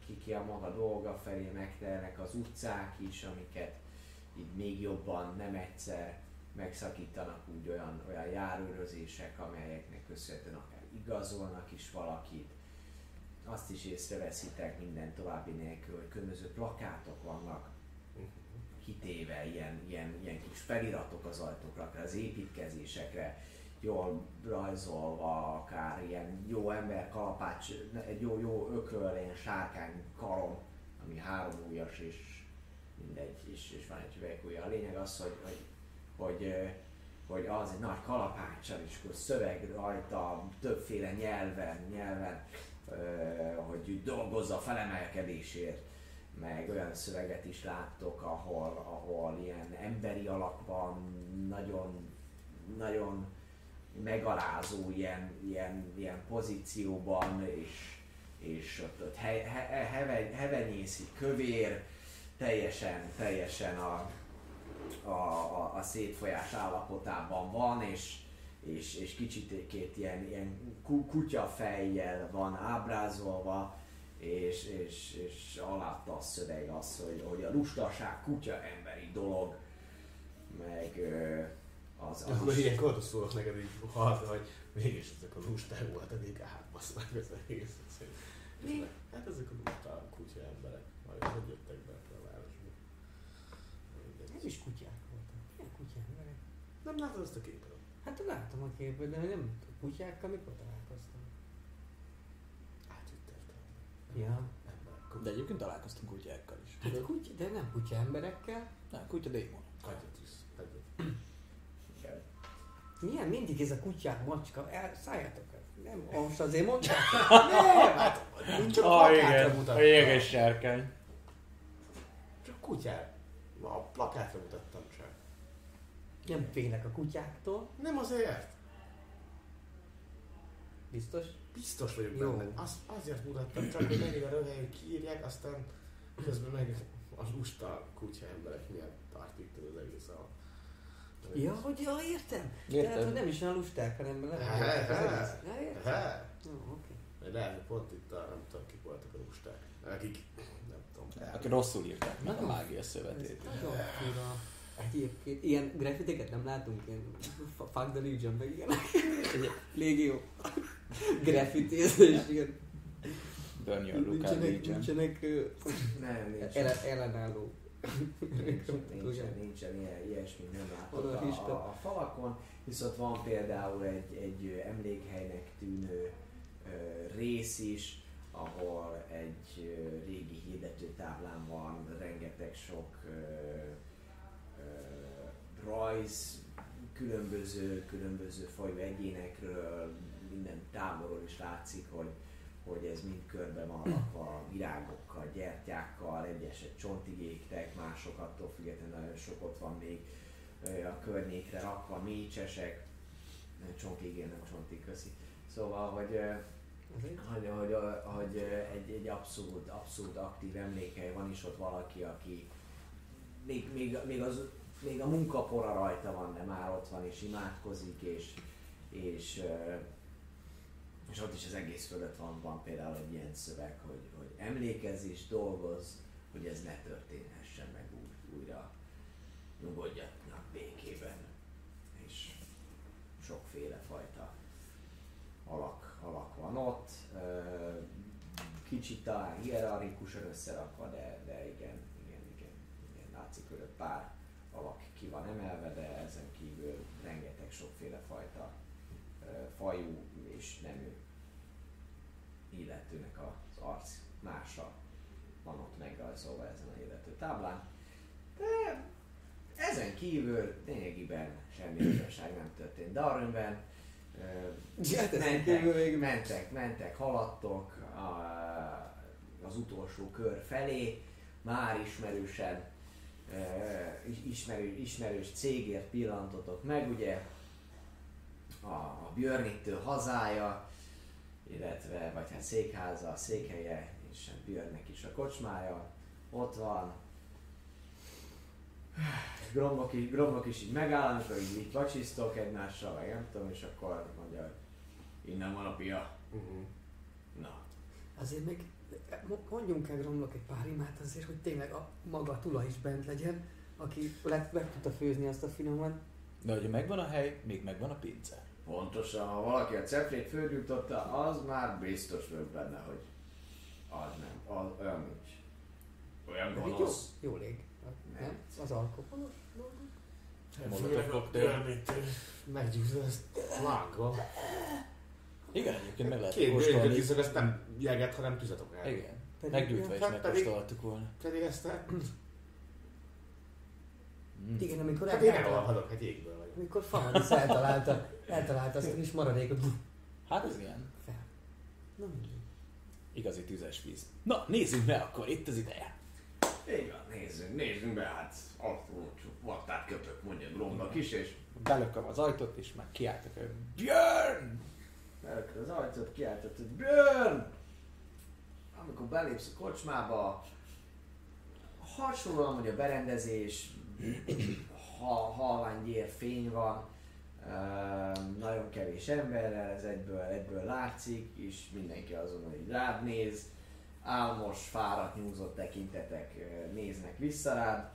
ki, ki a maga dolga felé, megtelnek az utcák is, amiket így még jobban nem egyszer megszakítanak úgy olyan, olyan járőrözések, amelyeknek köszönhetően akár igazolnak is valakit. Azt is észreveszitek minden további nélkül, hogy különböző plakátok vannak kitéve, ilyen, ilyen, ilyen kis feliratok az ajtókra, az építkezésekre, jól rajzolva, akár ilyen jó ember kalapács, egy jó, jó ököl, ilyen sárkány karom, ami három ujjas és mindegy, és, és van egy üvegújja. A lényeg az, hogy, hogy, hogy, hogy az egy nagy kalapáccsal, és akkor szöveg rajta, többféle nyelven, nyelven, hogy dolgozza a felemelkedésért, meg olyan szöveget is láttok, ahol, ahol ilyen emberi alak van, nagyon, nagyon megalázó ilyen, ilyen, ilyen pozícióban, és, és ott, ott he, he, heve, hevenyészi kövér, teljesen, teljesen a, a, a, a szétfolyás állapotában van, és, és, és kicsit két ilyen, ilyen kutyafejjel van ábrázolva, és, és, és alátta a szöveg az, hogy, hogy a lustaság kutya emberi dolog, meg az... az akkor ilyenkor oda szólok neked így halta, hogy mégis ezek a lusták volt, eddig átbasznak az egész. Mi? Hát ezek a lusták kutya emberek, majd hogy jöttek be a városba. Ez is kutyák voltak. Milyen kutya emberek? Nem látod azt a képet? Hát látom a képet, de nem kutyákkal mikor találkoztam. Átüttettem. Ja. De egyébként találkoztunk kutyákkal is. Hát kutya, de nem kutya emberekkel. Nem, kutya démon. Hagyjat is. Hagyjat. Milyen mindig ez a kutyák, macska, el, szálljatok el. Nem, most azért mondják. Nem, hát csak a plakátra mutattam. A jéges sárkány. Csak kutyát. A plakátra mutattam csak. Nem félek a kutyáktól. Nem azért. Biztos? Biztos vagyok Jó. benne. Az, azért mutattam csak, hogy mennyire röhelyül kiírják, aztán közben meg a lusta kutya emberek miatt tartik az egész a... Ja, hogy ja, értem. Értem. Tehát, hogy nem is olyan lusták, hanem nem He, az he. egész. Ja, értem. He. Jó, oké. Lehet, hogy pont itt a, nem tudom, kik voltak a lusták. Akik, nem tudom. Akik rosszul írták meg a mágia szövetét. Nagyon fura. Egyébként ilyen graffiteket nem látunk, ilyen Fuck the Legion, meg ilyen légió graffitizés, ilyen Burn your look at nincsenek, Legion. nincsenek ö, Nem, nincs. ele- ellenálló. Nincsen, nincsen, nincsen ilyen, ilyesmit nem látok Oda a, is, a, a falakon, viszont van például egy, egy emlékhelynek tűnő ö, rész is, ahol egy ö, régi hirdetőtáblán van rengeteg sok ö, ö, rajz, különböző, különböző fajú egyénekről, minden távolról is látszik, hogy hogy ez mind körbe van rakva virágokkal, gyertyákkal, egyesek csontig égtek, mások attól függetlenül nagyon sok ott van még a környékre rakva, mécsesek, csontig, nem csontig, köszi. Szóval, hogy, hogy, hogy, hogy egy, egy abszolút, abszolút aktív emlékhely van, is ott valaki, aki még, még, még, az, még a munkapora rajta van, de már ott van és imádkozik, és, és és ott is az egész fölött van, van például egy ilyen szöveg, hogy, hogy emlékezz és dolgozz, hogy ez ne történhessen meg úgy, újra. Nyugodjanak békében. És sokféle fajta alak, alak van ott. Kicsit talán hierarchikusan összerakva, de, de igen, igen, igen, igen, látszik, hogy ott pár alak ki van emelve, de ezen kívül rengeteg sokféle fajta fajú és nemű illetőnek az arc mása van ott megrajzolva ezen a illető táblán. De ezen kívül lényegében semmi újdonság nem történt Darwinben. Mentek, mentek, mentek, haladtok az utolsó kör felé, már ismerősen, ismerő, ismerős cégért pillantotok meg, ugye, a Björnittől hazája, illetve, vagy hát székháza, a székhelye, és hát Björnnek is a kocsmája, ott van. Gromnok is, Gromnok is így megáll, amikor így, így vacsisztok egymással, vagy nem tudom, és akkor mondja, hogy innen van a pia. Uh-huh. Na. Azért meg Mondjunk el Gromnak egy pár imát azért, hogy tényleg a maga Tula is bent legyen, aki le, meg tudta főzni azt a finomat. De hogyha megvan a hely, még megvan a pince. Pontosan, ha valaki a cefrét fölgyújtotta, az már biztos vagyok benne, hogy az nem, az olyan nincs. Olyan Jó, gonosz. jó lég. Nem? Az alkoholos dolgok? Molotov koktél. Meggyúzza ezt lángba. Igen, egyébként meg lehet Két kóstolni. bőröket iszok, ezt nem jeget, hanem tüzetok el. Igen. Pedig- Meggyújtva is Hát pedig- megkóstoltuk volna. Pedig ezt el... Mm. Igen, amikor Hát én eltalálta, elhalok, egy jégből vagyok. amikor Famadis eltalálta, eltalálta azt a kis maradékot. Hát ez ilyen. Fel. Na mindegy. Igazi tüzes víz. Na, nézzünk be akkor, itt az ideje. Igen, nézzünk, nézzünk be, hát akkor vattát köpök, mondja Gromnak is, és Belököm az ajtót, és már kiálltak, hogy Björn! elköt az ajtót, kiáltott, hogy Björn! Amikor belépsz a kocsmába, hasonlóan, hogy a berendezés, ha, halványgyér fény van, uh, nagyon kevés emberrel, ez egyből, egyből látszik, és mindenki azon, hogy rád néz, álmos, fáradt, nyúzott tekintetek uh, néznek vissza rád,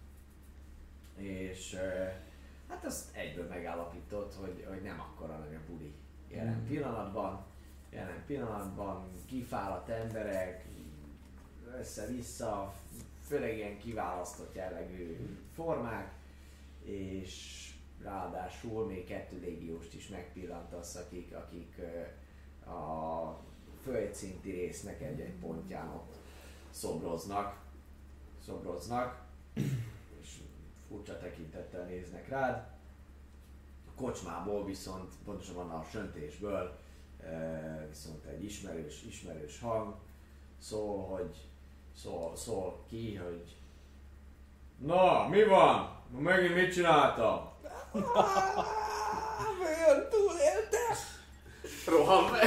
és uh, hát azt egyből megállapított, hogy, hogy nem akkora nagy a buli jelen Mm. pillanatban. Jelen pillanatban kifáradt emberek, össze-vissza, főleg ilyen kiválasztott jellegű formák, és ráadásul még kettő légióst is megpillantasz, akik, akik ö, a földszinti résznek egy-egy pontján ott szobroznak, szobroznak, és furcsa tekintettel néznek rád. A kocsmából viszont, pontosabban a söntésből uh, viszont egy ismerős, ismerős hang szól, hogy szól, szól ki, hogy na, mi van? Ma megint mit csináltam? Olyan túlélte! Rohan meg!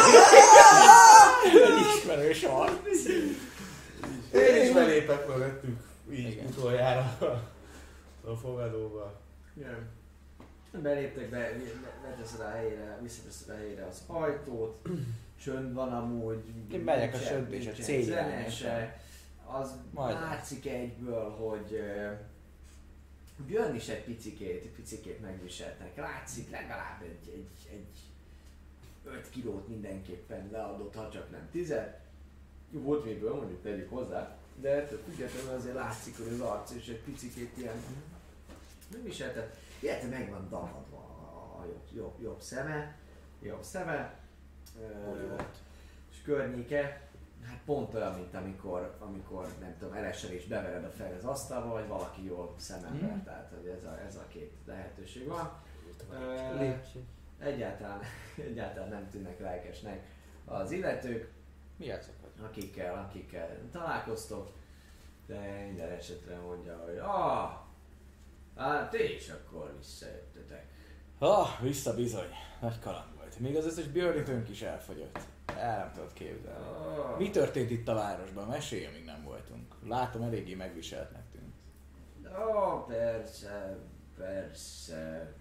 Egy ismerős van. Én is belépek mögöttük, így Igen. utoljára a fogadóba. Igen. Beléptek be, leteszed a helyére, visszateszed a helyére az ajtót, csönd van amúgy. Én megyek a nincsen- csöndbe és a nincsen céljára zene sem. se. Az Majd. látszik egyből, hogy uh, Björn is egy picikét, egy picikét megviseltnek. Látszik legalább egy, egy, egy öt kilót mindenképpen leadott, ha csak nem tizet. Jó, volt miből, mondjuk tegyük hozzá, de ettől függetlenül azért látszik, hogy az arc is egy picikét ilyen megviseltet. Illetve meg van dagadva a jobb, jobb, jobb szeme, jobb szeme, ö, és környéke, hát pont olyan, mint amikor, amikor nem tudom, elesel és bevered a fel az asztalba, vagy valaki jól szemember, Mhm. tehát hogy ez a, ez a két lehetőség van. Ö, Lépcső. egyáltalán, egyáltalán nem tűnnek lelkesnek az illetők, Mi azok vagy? akikkel, akikkel találkoztok, de minden esetre mondja, hogy ah, hát ti is akkor visszajöttetek. Ah, vissza bizony. Nagy kaland volt. Még az összes Björnitőnk is elfogyott. El nem tudod képzelni. Ah. Mi történt itt a városban? Mesélj, amíg nem voltunk. Látom, eléggé megviseltnek tűnt. Ó, persze, persze.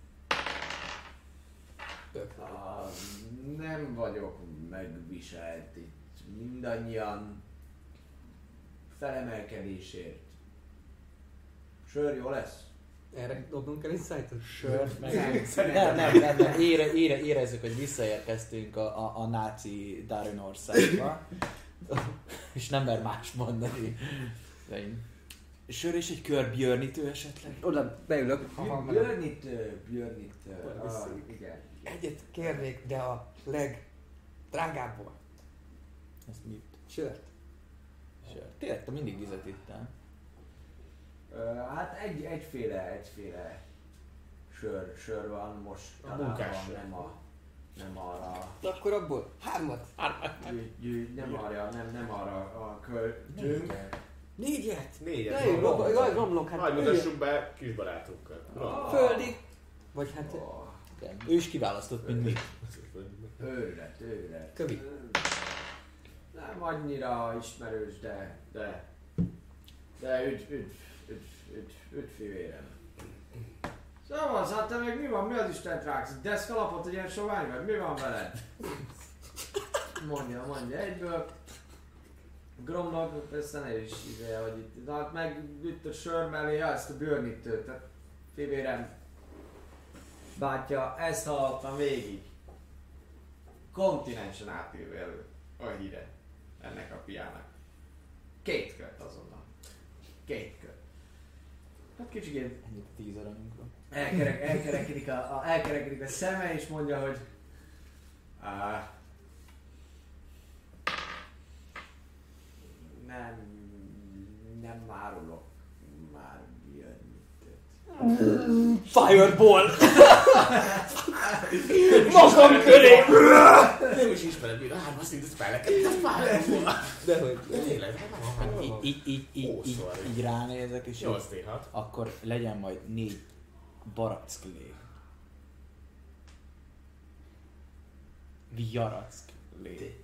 Ah, nem vagyok megviselt itt. Mindannyian felemelkedésért. Sör jó lesz? Erre dobnunk el insight-ot? Sört meg... Nem, Nem, nem, nem, nem. Ére, ére, érezzük, hogy visszaérkeztünk a, a, a náci Darin országba. És nem mer más mondani. De én... Sör és egy kör Björnitő esetleg? Oda beülök. ha hallgatom. Björnitő, Björnitő. Hol Ah, viszik? igen. Egyet kérnék, de a legdrágábbból. Ezt mit? Sört. Sör. Tényleg, te mindig vizet ittál. Ö, hát egy, egyféle, egyféle sör, sör van most. A munkás sör. Nem a, nem arra, Akkor abból hármat. gyű, gyű, nem arra, nem, nem arra a költünk. Négyet! Négyet. Ne, jaj, Romlok. jaj, romlok, hát Majd üljön. mutassuk be kis barátunkat. Romlok. Földi. Vagy hát Oh, Igen. Ő is kiválasztott, mint mi. őrület, őrület. Kövi. Nem annyira ismerős, de, de, de üdv, üdv, üdv, üdv, üdv fivérem. Szóval, hát te meg mi van, mi az Isten ráksz? Deszkalapot, hogy ilyen sovány vagy, mi van veled? Mondja, mondja egyből. Gromnak persze ne is ideje, hogy itt, de hát meg itt a sör mellé, ja, ezt a bőrnitőt, tehát fivérem, bátya, ezt hallottam végig. Kontinensen átélő a híre ennek a piának. Két kört azonnal. Két kört. Hát kicsikét Ennyit tíz aranyunk van. elkerek, elkerekedik, a, a, elkerekedik a szeme és mondja, hogy á, nem, nem márulok már jönni. Fireball! Magam köré! Nem is ismered, hogy hármas szintet fejleket, ez Fireball! Dehogy. Tényleg, Így, így, így, így, így, így ránézek, és így, nyolc D hat. akkor legyen majd négy barack-lé. Jarack-lé.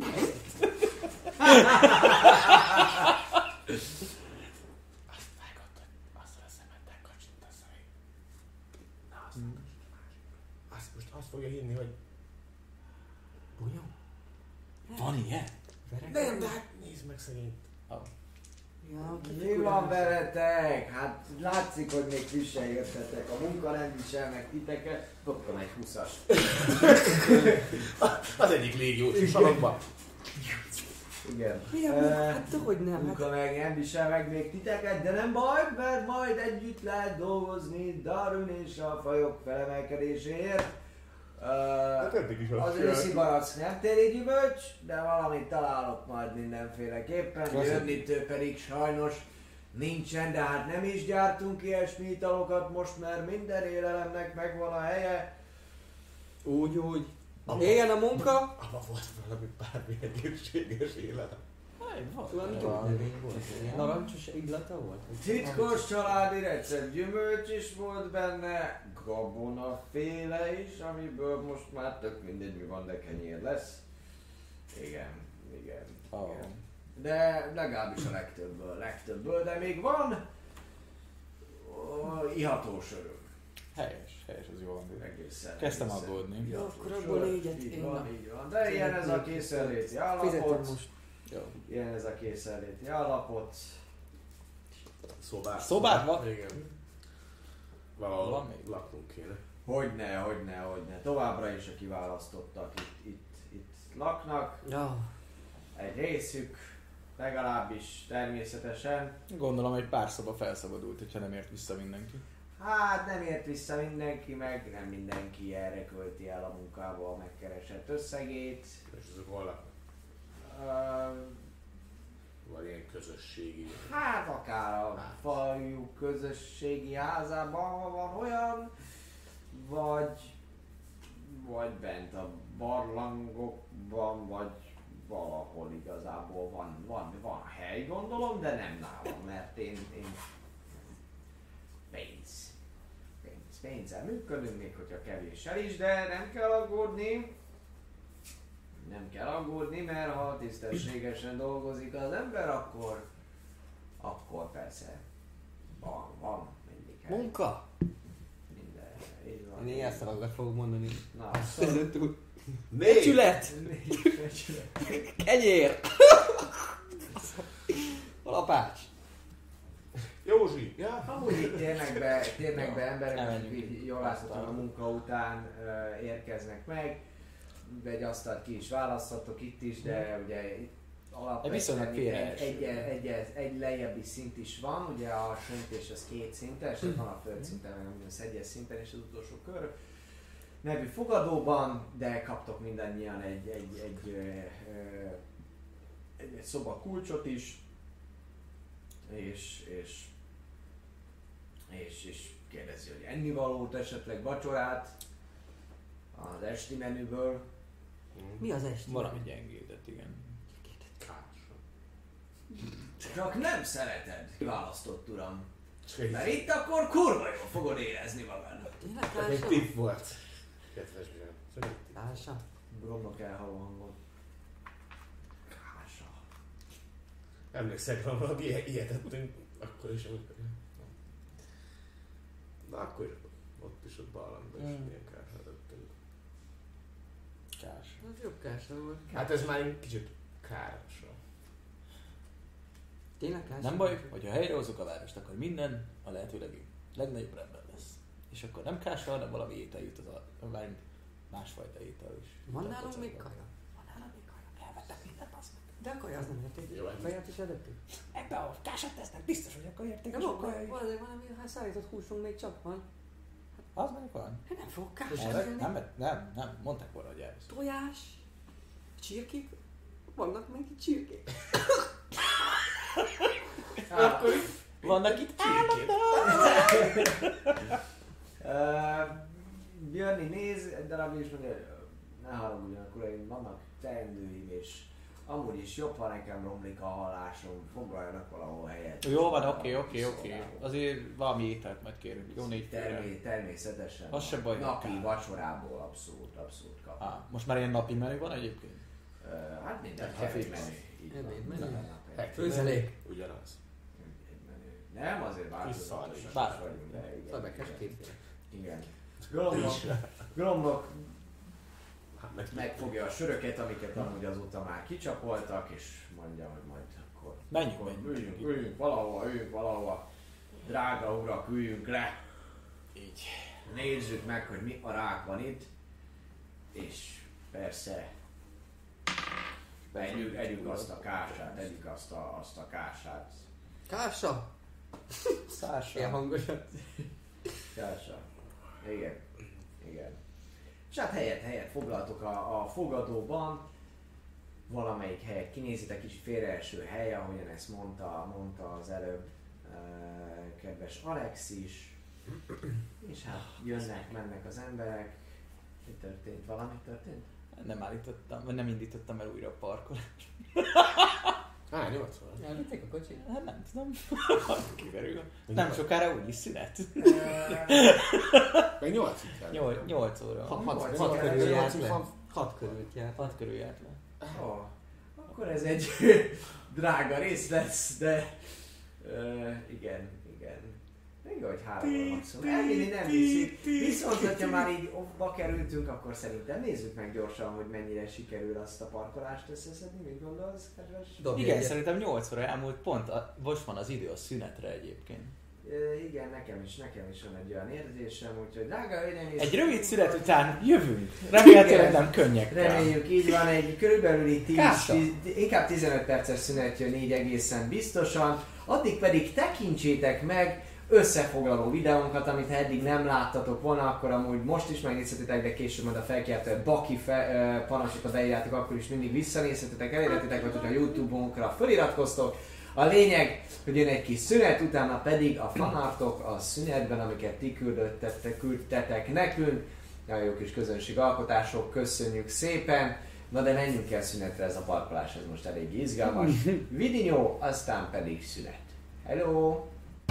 Azt vágott, azzal a szemeddel kacsintasz a rég. Na, azt Mm. azt most azt fogja hinni, hogy... Bunyó? Van ilyen? Nem, de hát nézd meg szegényt. Ja, Mi van veletek? Hát látszik, hogy még frissen jöttetek. A munka nem visel meg titeket. Dobtam egy húszast. Az egyik légiós sarokba. Igen. Milyen munka? Hát dehogy nem. Hát Munka meg nem visel meg még titeket, de nem baj, mert majd együtt lehet dolgozni Darwin és a fajok felemelkedéséért. Hát Uh, eddig is az őszi barack nem téli gyümölcs, de valamit találok majd mindenféleképpen. Köszönöm. Jönnittől pedig sajnos nincsen, de hát nem is gyártunk ilyesmi italokat most, mert minden élelemnek megvan a helye. úgy, úgy. Abba. Éljen a munka. Abba volt valami bármi egészséges élet. Valami gyógynövény volt. Ilyen narancsos illata volt. Titkos családi recept, gyümölcs is volt benne, gabonaféle is, amiből most már tök mindegy mi van, de kenyér lesz. Igen, igen, Oh. igen. De legalábbis a legtöbbből, legtöbbből, de még van oh, ihatós öröm. Helyes, helyes, az jó van. Egészen. Kezdtem egészen aggódni. ihatós Akkor abból öröm. négyet Így én van, a- így van. De ilyen ez a készenléti Fizetem állapot. most. Jó. Ilyen ez a készenléti állapot. Szobát. Szobát van? Igen. Valahol Van még? laknunk kéne. Hogyne, hogyne, hogyne. Továbbra is a kiválasztottak itt, itt, itt laknak. Ja. Egy részük, legalábbis természetesen. Gondolom, egy pár szoba felszabadult, hogyha nem ért vissza mindenki. Hát nem ért vissza mindenki, meg nem mindenki erre költi el a munkába a megkeresett összegét. És azok hol laknak? Uh, Vagy ilyen közösségi. hát akár a falu közösségi házában, ha van olyan, vagy, vagy bent a barlangokban, vagy valahol igazából van, van, van hely, gondolom, de nem nálam, mert én, én pénz. Pénz, pénzzel működünk, még hogyha kevéssel is, de nem kell aggódni. Nem kell aggódni, mert ha tisztességesen dolgozik az ember, akkor, akkor persze van, van mindig hely. Munka? Minden, így van. Én ilyen szavakat fogok mondani. Na, Ezen túl. Négy! Becsület! Kenyér! Kalapács! Józsi! Ja? amúgy itt térnek be, térnek be emberek, akik elmenjünk. így jól láthatóan a munka után uh, érkeznek meg. Egy asztalt ki is választhatok itt is, de ugye itt alapvetően viszonylag egy, félreeső. egy, egy, egy, egy lejjebbi szint is van, ugye a söntés az két szintes, tehát van a földszinten, meg az egyes szinten és az utolsó kör nevű fogadóban, de kaptok mindannyian egy, egy, egy, ö, ö, egy, egy szoba kulcsot is, és, és, és, és kérdezi, hogy ennivalót, esetleg vacsorát az esti menüből. Mi az esti? Valami gyengédet, igen. Kása. Csak nem szereted, választott uram. Csak Mert egy, itt akkor kurva jól fogod érezni magad. Tényleg csak egy Kása? tipp volt. Kedves Björn. Csak egy tipp. Kása? Bromnak elhaló hangon. Kása. Emlékszek, ha valami ilyet ijetettünk, akkor is amikor... Na akkor is ott is ott barlangban is Mm. milyen kását ettünk. Kás. Az jobb Kása volt. Hát ez már egy kicsit károsabb. Tényleg kell? Nem baj, hogyha helyrehozzuk a várost, akkor minden a lehető legjobb, legnagyobb rendben lesz. És akkor nem kása, hanem valami étel jut az a, vagy másfajta étel is. Van nálunk még kaja? Van nálunk még kaja? Elvettek mindent, azt meg. De a kaja az nem érték. Jó, Kaját is edettük? Ebbe a kását tesznek, biztos, hogy akkor érték. Nem, azért valami, ha szállított húsunk még csak van. Az mondjuk van. Hát nem fogok Nem, kását nem, nem, nem, nem, mondták volna, hogy elvisz. Tojás, csirkék, vannak még itt csirkék. Akkor Vannak itt állandóan! Björni néz, egy darabig is mondja, ne haragudjanak uraim, vannak teendőim és amúgy is jobb, ha nekem romlik a hallásom, foglaljanak valahol helyet. Jó van, oké, oké, oké. Azért valami ételt majd kérünk, jó négy félre. Termé, természetesen. Az se baj, napi akár. vacsorából abszolút, abszolút kap. Ah, most már ilyen napi menü van egyébként? Uh, hát minden Ha fix. menü. Így van. Ebéd menü? Minden nap egy- Főzelék. Ugyanaz. egy menü. Nem, azért változatos is Bár- vagyunk, de igen. Szabekes kétféle. Igen. Gromlok, Gromlok Hát meg megfogja a söröket, amiket amúgy azóta már kicsapoltak, és mondja, hogy majd akkor... Menjünk, akkor menjünk. Üljünk, üljünk valahova, üljünk valahova. Drága urak, üljünk le. Így. Nézzük meg, hogy mi a rák van itt. És persze... Együk, együk azt a kását, együk azt a, azt a kását. Kása? Szása. Ilyen hangosan. Kása. Igen. Igen. És hát helyet, helyet foglaltok a, a fogadóban. Valamelyik helyet kinézitek, kicsit félreeső hely, ahogyan ezt mondta, mondta az előbb uh, kedves Alex is. És hát jönnek, mennek az emberek. Mi történt? Valami történt? Nem állítottam, vagy nem indítottam el újra a parkolást. Á, nyolcvan. Elvitték a kocsit? Hát nem tudom. Kiderül. Nem sokára úgyis szünet. Meg nyolcig kell. Nyolc, nyolc óra. Hat, Hat- hat, hat hat körül körül járt nyolcig le. van. Hat körül járt. Hat körül járt le. Oh, akkor ez egy drága rész lesz, de uh, igen, igen. Még jó, hogy három maximum. Elvinni nem viszik. Viszont, hogyha már így off-ba kerültünk, akkor szerintem nézzük meg gyorsan, hogy mennyire sikerül azt a parkolást összeszedni. Mit gondolsz, kedves? Dobj Igen, egyet. szerintem nyolc óra elmúlt, pont a, most van az idő a szünetre egyébként. Uh, igen, nekem is, nekem is van egy olyan érzésem, úgyhogy drága hölgyeim és... Egy rövid szünet után jövünk. Remélhetőleg Igen. nem könnyekkel. Reméljük, így van, egy körülbelül tíz, Kása. tíz, inkább tizenöt perces szünet jön így egészen biztosan. Addig pedig tekintsétek meg összefoglaló videónkat, amit ha eddig nem láttatok volna, akkor amúgy most is megnézhetitek, de később majd a felkiáltó Baki fe, panaszokat beírjátok, akkor is mindig visszanézhetitek, elérhetitek, vagy hogyha a YouTube-unkra feliratkoztok. A lényeg, hogy jön egy kis szünet, utána pedig a fanartok a szünetben, amiket ti küldöttetek, küldtetek nekünk. Nagyon jó kis közönségalkotások, köszönjük szépen. Na de menjünk el szünetre, ez a parkolás, ez most elég izgalmas. Vidinyó, aztán pedig szünet. Hello!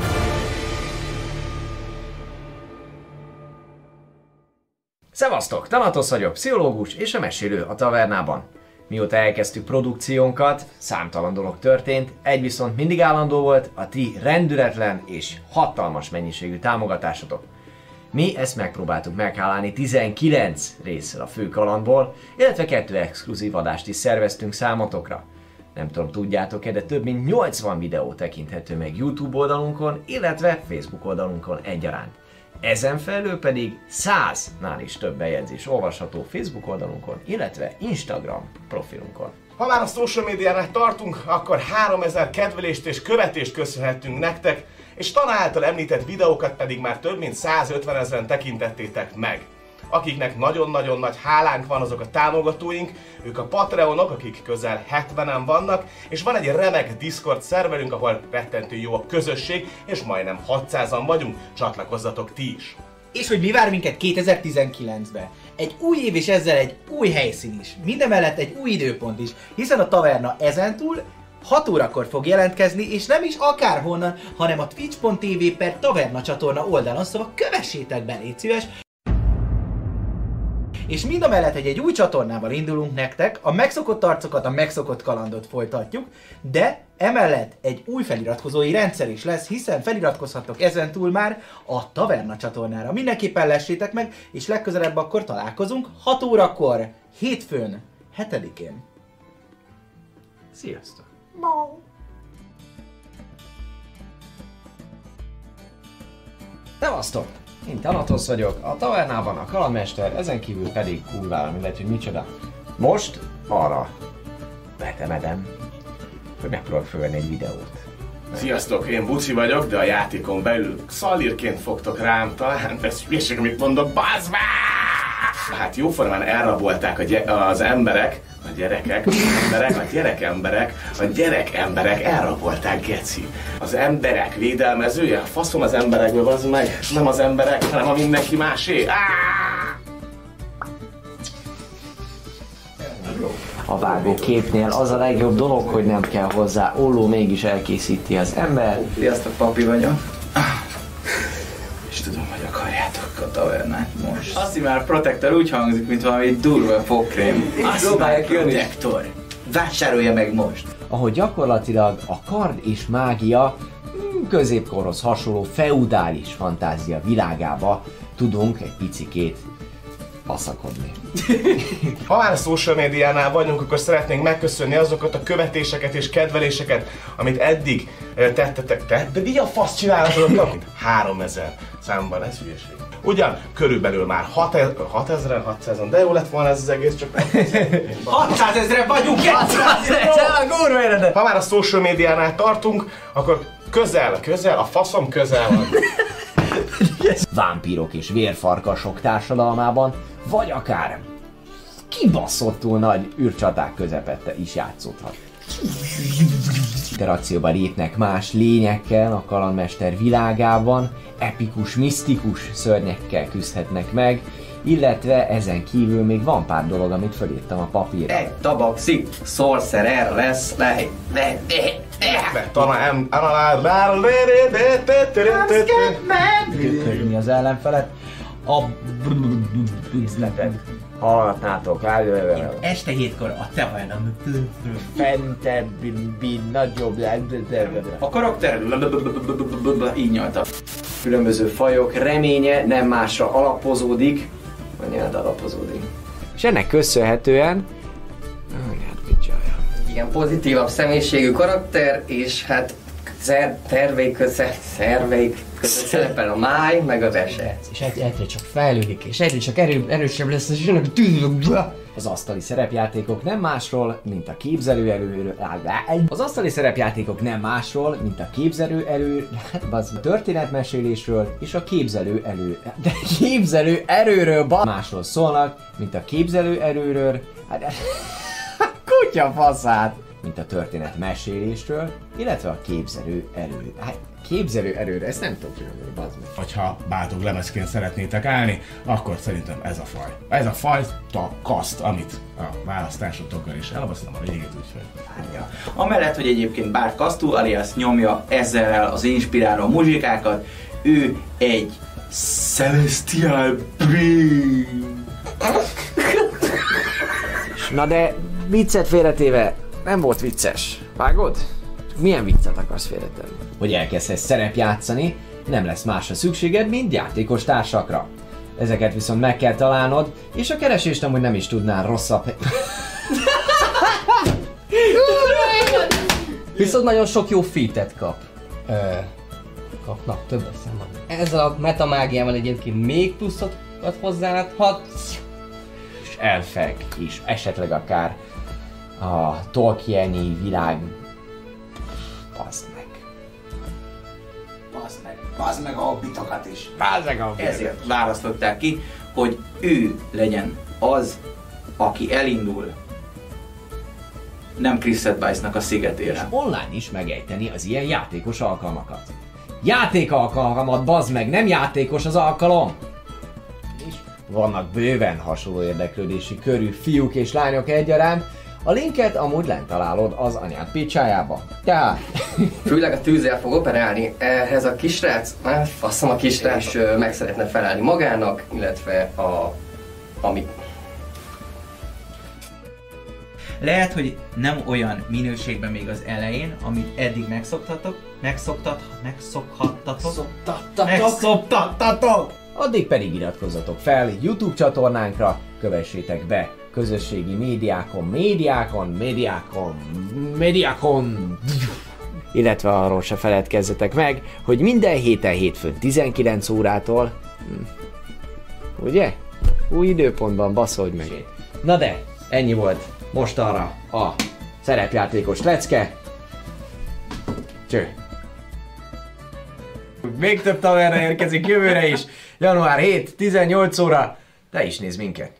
Szevasztok! Thanatos vagyok, pszichológus és a mesélő a tavernában. Mióta elkezdtük produkciónkat, számtalan dolog történt, egy viszont mindig állandó volt, a ti rendületlen és hatalmas mennyiségű támogatásotok. Mi ezt megpróbáltuk meghálálni tizenkilenc résszel a fő kalandból, illetve kettő exkluzív adást is szerveztünk számotokra. Nem tudom, tudjátok-e, de több mint nyolcvan videó tekinthető meg YouTube oldalunkon, illetve Facebook oldalunkon egyaránt. Ezen felül pedig száznál is több bejegyzés olvasható Facebook oldalunkon, illetve Instagram profilunkon. Ha már a social médiánál tartunk, akkor háromezer kedvelést és követést köszönhetünk nektek, és Tana által említett videókat pedig már több mint százötven ezeren tekintettétek meg. Akiknek nagyon-nagyon nagy hálánk van, azok a támogatóink, ők a Patreonok, akik közel hetvenen vannak, és van egy remek Discord szerverünk, ahol rettentő jó a közösség, és majdnem hatszázan vagyunk, csatlakozzatok ti is. És hogy mi vár minket kétezer-tizenkilencben? Egy új év és ezzel egy új helyszín is. Mindemellett egy új időpont is, hiszen a taverna ezentúl hat órakor fog jelentkezni, és nem is akárhonnan, hanem a twitch pont tv per taverna csatorna oldalon, szóval kövessétek be, légy szíves! És mindamellett, hogy egy új csatornával indulunk nektek, a megszokott arcokat, a megszokott kalandot folytatjuk, de emellett egy új feliratkozói rendszer is lesz, hiszen feliratkozhattok ezentúl már a Taverna csatornára. Mindenképpen lessétek meg, és legközelebb akkor találkozunk hat órakor, hétfőn, hetedikén. Sziasztok! Mau. Szevasztok! Én Thanatos vagyok, a tavernában a kalandmester, ezen kívül pedig kurvára mindegy, hogy micsoda. Most arra vetemedem, hogy megpróbálok fölvenni egy videót. Sziasztok, én Buci vagyok, de a játékon belül szalírként fogtok rám talán, de ez hülyeség, amit mondok, bazd meg! Hát jóformán elrabolták a gy- az emberek, a gyerekek, az emberek, a gyerekemberek, a gyerekemberek elrabolták, geci. Az emberek védelmezője, faszom az emberekből, bazd meg, nem az emberek, hanem a mindenki másé. A vágóképnél az a legjobb dolog, hogy nem kell hozzá olló, mégis elkészíti az ember. Sziasztok, Papi vagyok. És tudom, hogy akarjátok a tavernát most. Azt már Protector úgy hangzik, mint valami durva fogkrém. Azt próbálják jönni. Protector. Vásárolja meg most. Ahogy gyakorlatilag a kard és mágia mm, középkorhoz hasonló feudális fantázia világába tudunk egy picikét passzakodni. Ha már a social médiánál vagyunk, akkor szeretnénk megköszönni azokat a követéseket és kedveléseket, amit eddig tettetek. Te? De mi a fasz csinálhatod? Mint háromezer számban, ez hülyeség. Ugyan körülbelül már hatezren, hatszázan, de jó lett volna ez az egész, csak hatszázezren vagyunk! hatszázezren a kurva éredet! Ha már a social médiánál tartunk, akkor közel, közel, a faszom közel van. Vámpírok és vérfarkasok társadalmában, vagy akár kibaszottul nagy űrcsaták közepette is játszódhat. Interakcióba lépnek más lényekkel a kalandmester világában, epikus, misztikus szörnyekkel küzdhetnek meg, illetve ezen kívül még van pár dolog, amit fölírtam a papírra. Egy tabaxi, sorcerer lesz, ne, ne, ne, Talán Kökörni az ellenfelet. A üzletet hallhatnátok. Este hétkor a tavernam. Fentebb, nagyobb. A karakter így nyalta. Különböző fajok reménye nem másra alapozódik, anyád alapozódik. És ennek köszönhetően... Anyád picsája. Igen, pozitívabb személyiségű karakter, és hát zer- terveik között, szerveik között szerepel a máj, meg a vese. És egyre, egyre csak fejlődik, és egyre csak erő, erősebb lesz, és jönnek a tűzök. Az asztali szerepjátékok nem másról, mint a képzelő erőről... Az asztali szerepjátékok nem másról, mint a képzelő erő... a történetmesélésről és a képzelő erő... De képzelő erőről ba... Másról szólnak, mint a képzelő erőről... Kutya faszát! Mint a történet mesélésről, illetve a képzelő erő. Hát, képzelő erőre, ezt nem tudom kimondani, bazd meg. Hogyha bátog lemezként szeretnétek állni, akkor szerintem ez a faj. Ez a fajta kaszt, amit a választásotokon is elbasztam a végét, úgyhogy... Ja. Amellett, hogy egyébként bár Kasztú alias nyomja ezzel az inspiráló muzsikákat, ő egy Celestial Brain. Na de viccet félretéve, nem volt vicces. Vágod? Milyen viccet akarsz félretenni? Hogy elkezdhetsz szerepjátszani, nem lesz másra szükséged, mint játékos társakra. Ezeket viszont meg kell találnod, és a keresést amúgy nem is tudnál rosszabb... Viszont nagyon sok jó featet kap. Ö, kapnak, többet számban. Ezzel a metamágiával egyébként még pluszot hozzáadhat. És elfek is, esetleg akár a Tolkieni világ... Baszd meg. Bazd meg, bazd meg a hobbitokat is. Bázd meg a Ezért választották ki, hogy ő legyen az, aki elindul nem Chris Advice-nak a szigetére. Online is megejteni az ilyen játékos alkalmakat. Játék alkalmat, bazd meg, nem játékos az alkalom! És vannak bőven hasonló érdeklődési körű fiúk és lányok egyaránt, a linket amúgy lent találod az anyád picsájába. Tehát... Főleg a tűzzel fog operálni. Ehhez a kisrác, hát faszom a kisrác meg szeretne felállni magának, illetve a... ami... Lehet, hogy nem olyan minőségben még az elején, amit eddig megszoktatok, megszoktat, megszokhattatok, Szoktattatok! megszoktattatok! Addig pedig iratkozzatok fel YouTube csatornánkra, kövessétek be közösségi médiákon, médiákon, médiákon, médiákon, illetve arról se feledkezzetek meg, hogy minden héten hétfőn tizenkilenc órától, hm, ugye? Új időpontban baszolj meg. Na de, ennyi volt mostanra a szerepjátékos lecke. Cső. Még több taverna érkezik jövőre is. január hetedike, tizennyolc óra. Te is nézd minket.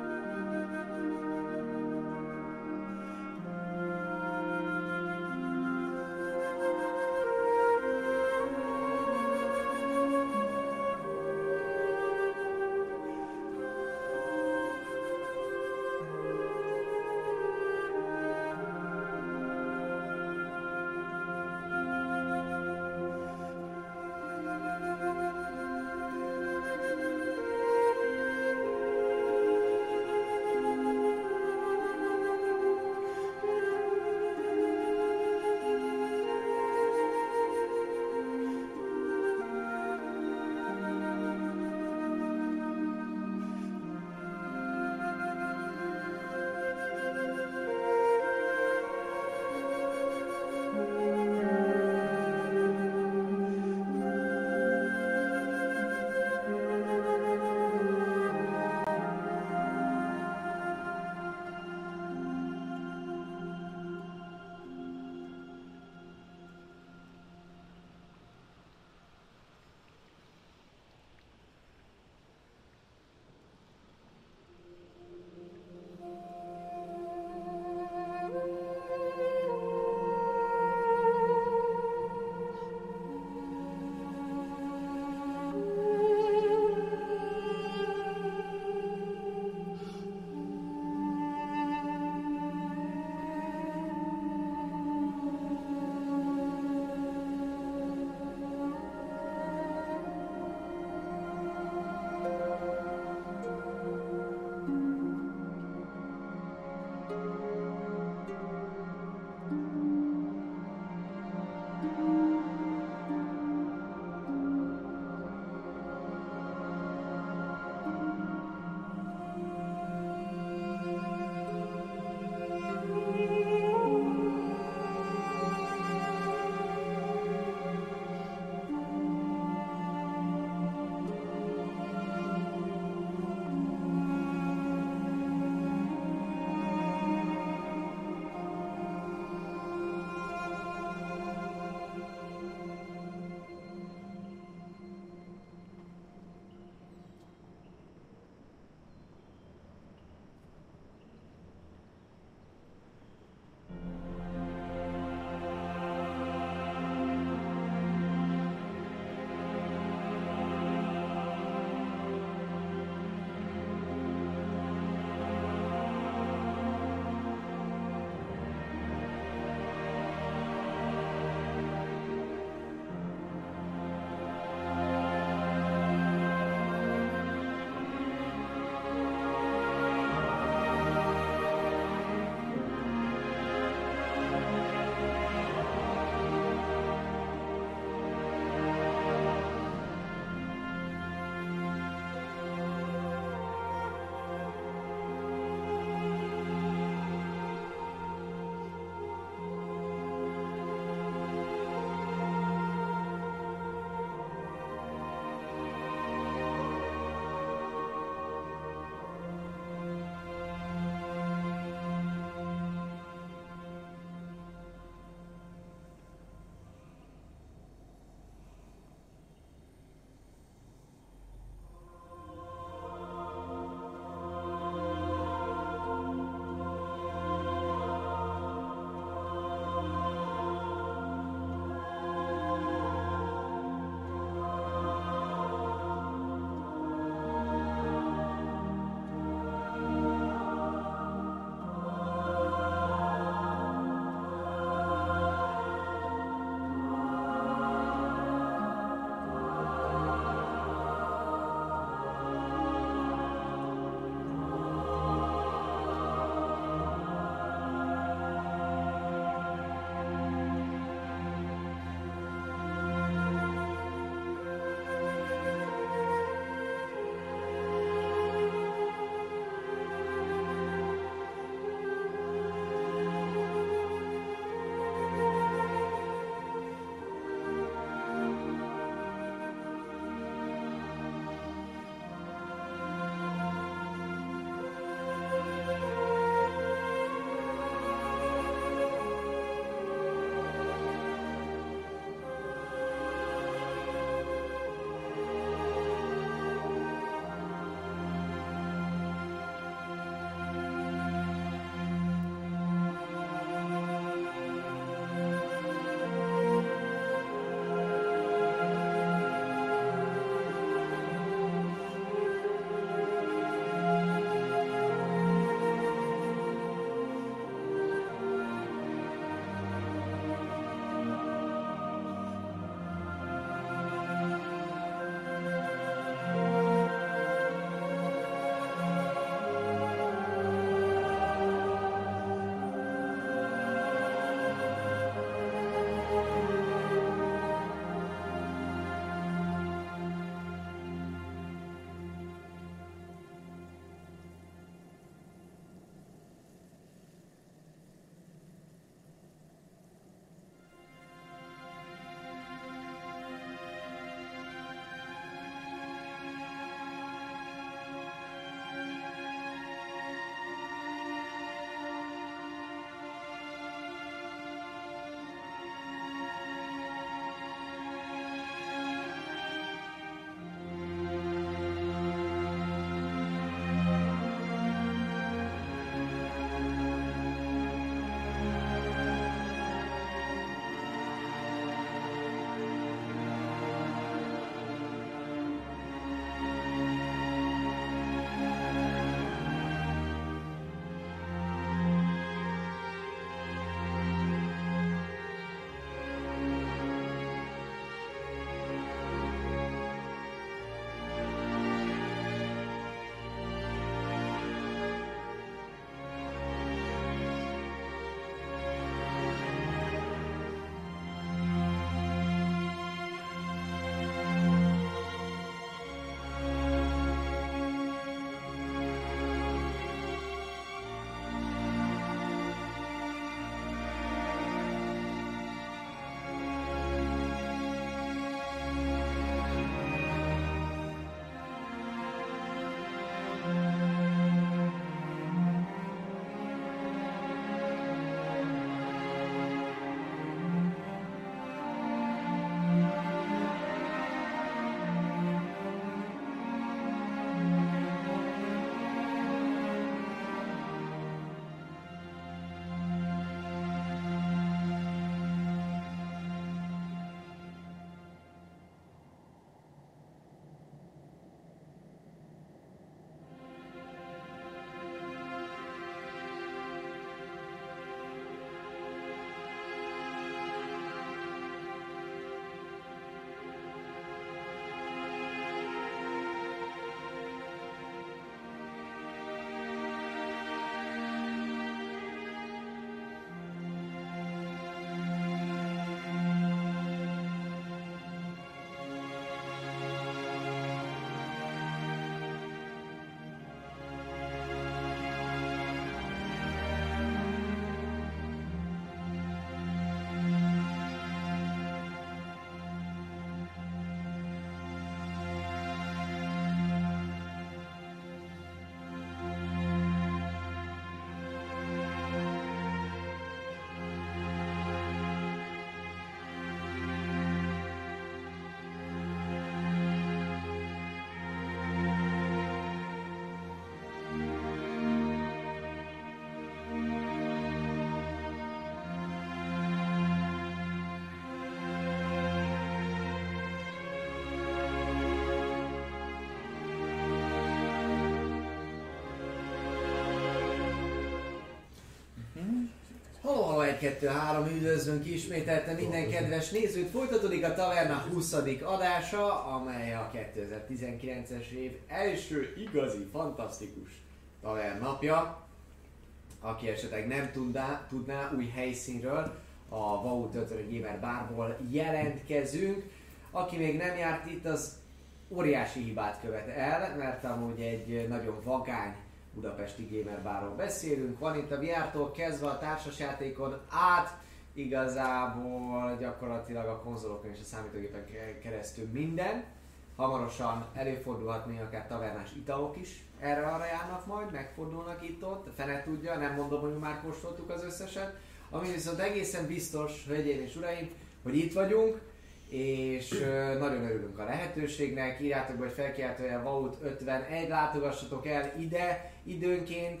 egy, kettő, három, üdvözlünk ismételten minden kedves nézőt. Folytatódik a Taverna huszadik adása, amely a kétezer-tizenkilences év első igazi, fantasztikus tavernapja. Aki esetleg nem tudná, tudná új helyszínről, a Vault ötven Gamer Barból jelentkezünk. Aki még nem járt itt, az óriási hibát követ el, mert amúgy egy nagyon vagány budapesti Gamer Barról beszélünk. Van itt a vé er-tól kezdve a társasjátékon át, igazából gyakorlatilag a konzolokon és a számítógépen keresztül minden. Hamarosan előfordulhat még akár tavernás italok is, erre-arra járnak majd, megfordulnak itt-ott, fene tudja, nem mondom, hogy már kóstoltuk az összeset. Ami viszont egészen biztos, hölgyeim és uraim, hogy itt vagyunk, és uh, nagyon örülünk a lehetőségnek. Írjátok be, hogy felkiáltója Vault ötvenegy, látogassatok el ide időnként,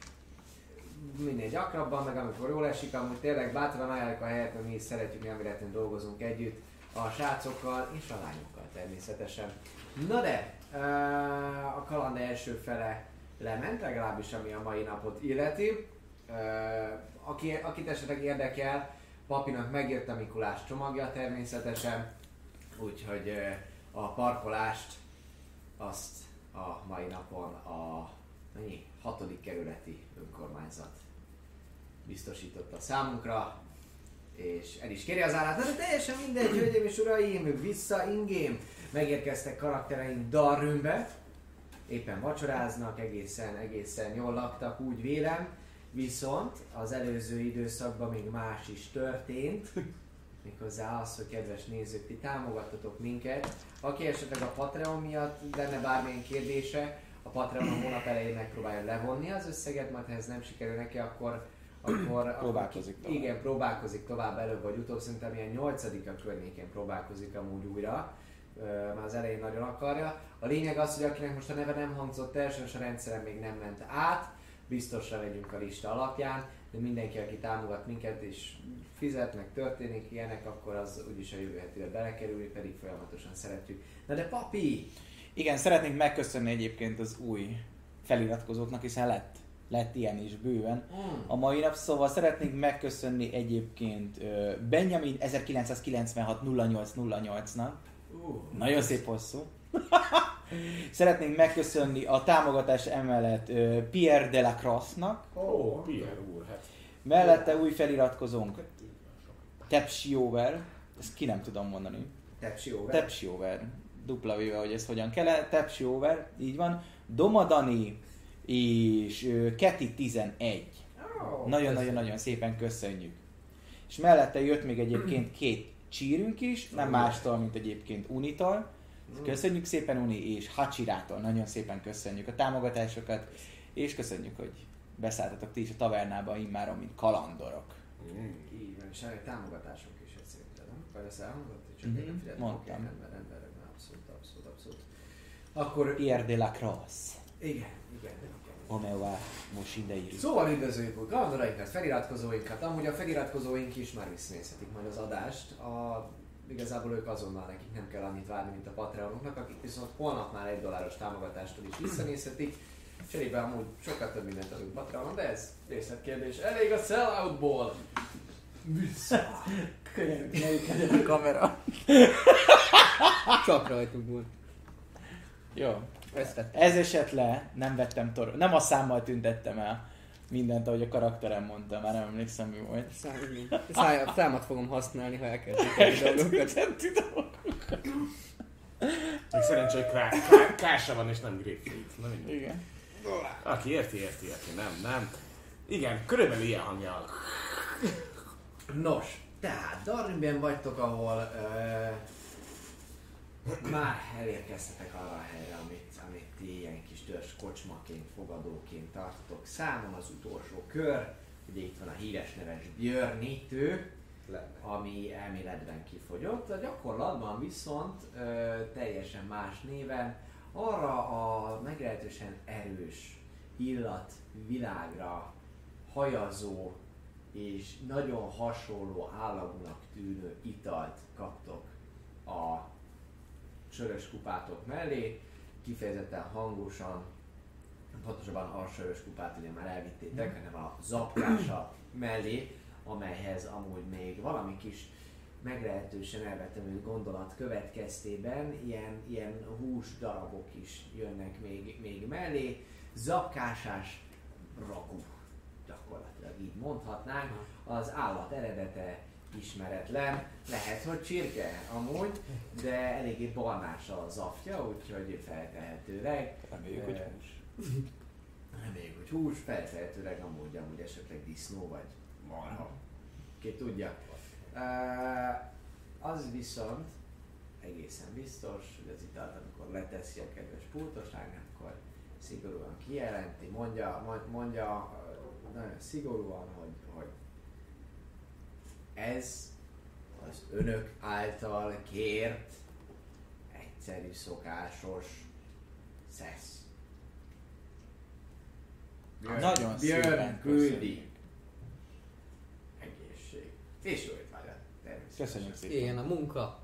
minél gyakrabban, meg amikor jól esik, amúgy tényleg bátran ajánljuk a helyet, mert mi is szeretjük, mi elméletlenül dolgozunk együtt a srácokkal és a lányokkal természetesen. Na de, uh, a kaland első fele lement, legalábbis ami a mai napot illeti. Uh, aki, akit esetleg érdekel, Papinak megjött a Mikulás csomagja természetesen, úgyhogy uh, a parkolást azt a mai napon a mennyi? hatodik kerületi önkormányzat biztosította számunkra, és el is kéri az árát. De teljesen mindegy, hölgyeim és uraim, vissza ingame. Megérkeztek karaktereink Darrumbe, éppen vacsoráznak, egészen, egészen jól laktak, úgy vélem. Viszont az előző időszakban még más is történt, méghozzá az, hogy kedves nézők, ti támogattatok minket. Aki esetleg a Patreon miatt lenne bármilyen kérdése, a Patreon a hónap elején megpróbálja levonni az összeget, majd ha ez nem sikerül neki, akkor akkor próbálkozik akkor, tovább. Igen, próbálkozik tovább előbb vagy utóbb, szerintem ilyen nyolcadika környékén próbálkozik amúgy újra. Már az elején nagyon akarja. A lényeg az, hogy akinek most a neve nem hangzott el, sajnos a rendszeren még nem ment át, biztosra vegyünk a lista alapján, de mindenki, aki támogat minket és fizet, meg történik ilyenek, akkor az úgyis a jövő hetére belekerül, pedig folyamatosan szeretjük. Na de Papi! Igen, szeretnénk megköszönni egyébként az új feliratkozóknak, hiszen lett, lett ilyen is bőven Mm. a mai nap, szóval szeretnénk megköszönni egyébként uh, Benjamin ezerkilencszázkilencvenhat nulla nyolc nulla nyolcnak, Uh. nagyon szép hosszú. Szeretnénk megköszönni a támogatás emellett uh, Pierre de la Crosse-nak, Ó, oh, Pierre úr, hát. mellette új feliratkozónk Tepsiover, ezt ki nem tudom mondani. Tepsiover. Tepsiover, dupla véve, hogy ez hogyan kell, Tepsiover, így van. Domadani és uh, Keti tizenegy. Oh, Nagyon-nagyon-nagyon szépen köszönjük. És mellette jött még egyébként két csírünk is, nem mástól, mint egyébként Unitól. Köszönjük szépen Uni, és Hachirától nagyon szépen köszönjük a támogatásokat, és köszönjük, hogy beszálltatok ti is a tavernába immáron, mint kalandorok. Mm. Így van, és elég támogatások is egy szépen, nem? Vagy ezt elhangzott? Csak Mhm, mm-hmm. figyeltem, mondtam. oké, rendben, rendben, rendben, abszolút, abszolút, abszolút. Akkor, Pierre de la Crosse, igen, igen, igen. Omeva most ideírjuk. Szóval üdvözöljük a kalandoraikat, feliratkozóinkat, amúgy a feliratkozóink is már visszanézhetik majd az adást. A, igazából ők azonnal, nekik nem kell annyit várni, mint a Patreonoknak, akik viszont holnap már egy dolláros támogatástól is visszanézhetik. Cserébe amúgy sokkal több mindent adunk Patreonon, de ez részletkérdés. Elég a selloutból! Vissza! Könyörgök, a kamera. Csak rajtunk volt. Jó. Ezt Ez esett le, nem vettem tor... Nem a számmal tüntettem el mindent, ahogy a karakterem mondta, már nem emlékszem mi volt. Szám, számat fogom használni, ha elkezdjük a dolgokat. Még szerencsé, hogy krá, krá, kása van és nem grapefruit. Na mindegy. Igen. Aki érti, érti, érti, nem, nem. Igen, körülbelül ilyen hangja van. Nos, tehát Darwinben vagytok, ahol uh, már elérkeztetek arra a helyre, amit, amit ti ilyen kis törzs kocsmaként, fogadóként tartotok számon, az utolsó kör. Ugye itt van a híres neves Björnítő, ami elméletben kifogyott, a gyakorlatban viszont ö, teljesen más néven arra a meglehetősen erős illatvilágra hajazó és nagyon hasonló állagúnak tűnő italt kaptok a sörös kupátok mellé, kifejezetten hangosan, pontosabban a sörös kupát ugye már elvittétek, hanem a zapkása mellé, amelyhez amúgy még valami kis meglehetősen elvetemült gondolat következtében ilyen, ilyen hús darabok is jönnek még, még mellé. Zapkásás raku, gyakorlatilag így mondhatnánk. Az állat eredete ismeretlen, lehet, hogy csirke amúgy, de eléggé barnás a zaftja, úgyhogy feltehetőleg. Reméljük, hogy hús. Reméljük, hogy hús, feltehetőleg amúgy, amúgy esetleg disznó vagy marha. Ki tudja. Uh, az viszont egészen biztos, hogy az italt, amikor leteszi a kedves pultoslány, akkor szigorúan kijelenti, mondja, mondja nagyon szigorúan, hogy, hogy ez az önök által kért egyszerű szokásos szesz. Björn, Nagyon Björn szépen küldi. köszönjük. Egészség. És jó étvágyat. Természetesen. Köszönjük szépen. Ilyen a munka.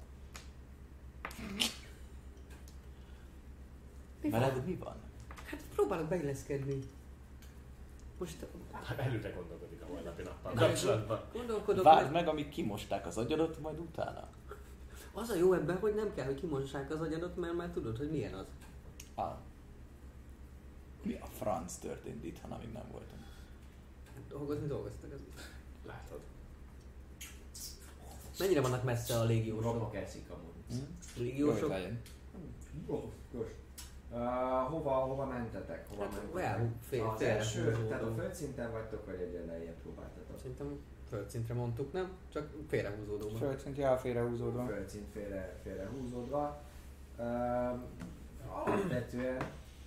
Mi van? Veled mi van? Hát próbálok beilleszkedni. Most Hát előre gondolkodik a holnapi nappal Nem, kapcsolatban. gondolkodok, Várd mert meg, amíg kimosták az agyadat, majd utána. az a jó ebben, hogy nem kell, hogy kimossák az agyadat, mert már tudod, hogy milyen az. Ah. Mi a franc történt itt, ha amíg nem voltunk? Dolgozni dolgoztak az. Látod. Mennyire vannak messze a légiósok? Romok eszik amúgy. Jó Légiósok? legyen. Jó, jó. Uh, hova, hova mentetek? Hova Hát, mentetek? olyan fél- Az félre első, húzódó. tehát a földszinten vagytok, vagy egyen lejjebb próbáltatok? Szerintem földszintre mondtuk, nem? Csak félrehúzódóban. Földszintje elfélrehúzódva. Földszint félre, félre húzódva. Uh, alapvetően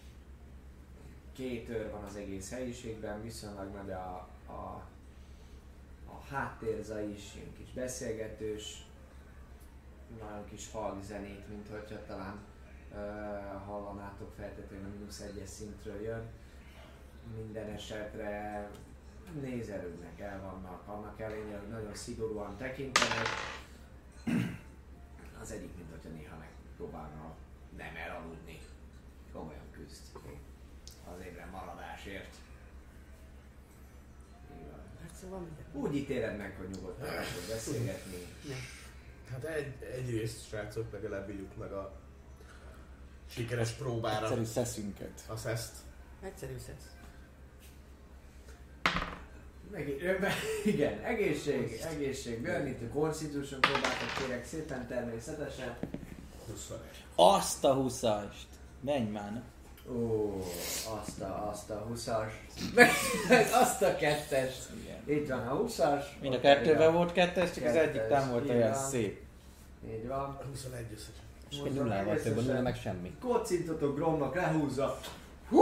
két őr van az egész helyiségben, viszonylag nagy a, a, a háttérzaj is, ilyen kis beszélgetős, nagyon kis halk zenét, mint hogyha talán uh, hallanátok, feltétlenül a mínusz egyes szintről jön. Minden esetre nézelődnek, el vannak, annak ellenére, hogy nagyon szigorúan tekintenek. Az egyik, mint hogyha néha megpróbálna nem elaludni. Komolyan küzd az ébren maradásért. Így van. Hát szóval minden. Úgy ítéled meg, hogy nyugodtan lehet beszélgetni. Hát egy, egyrészt, srácok, legalább írjuk meg a sikeres próbára Egyszerű szeszünket. a szeszt. Egyszerű szesz. Meg, igen, egészség, egészség, Björnítő Constitution próbáltak kérek szépen természetesen. huszonegy. Azt a huszast! Menj már, ne? Ó, azt a, azt a huszas, meg, meg azt a kettes. Igen. Itt van a huszas. Mind a ott kettőben pedig volt kettes, csak az egyik nem volt Így olyan van. szép. Így van. huszonegy összesen. És egy nullával több, a nulla meg semmi. Kocintotok Gromnak, lehúzza. Hú!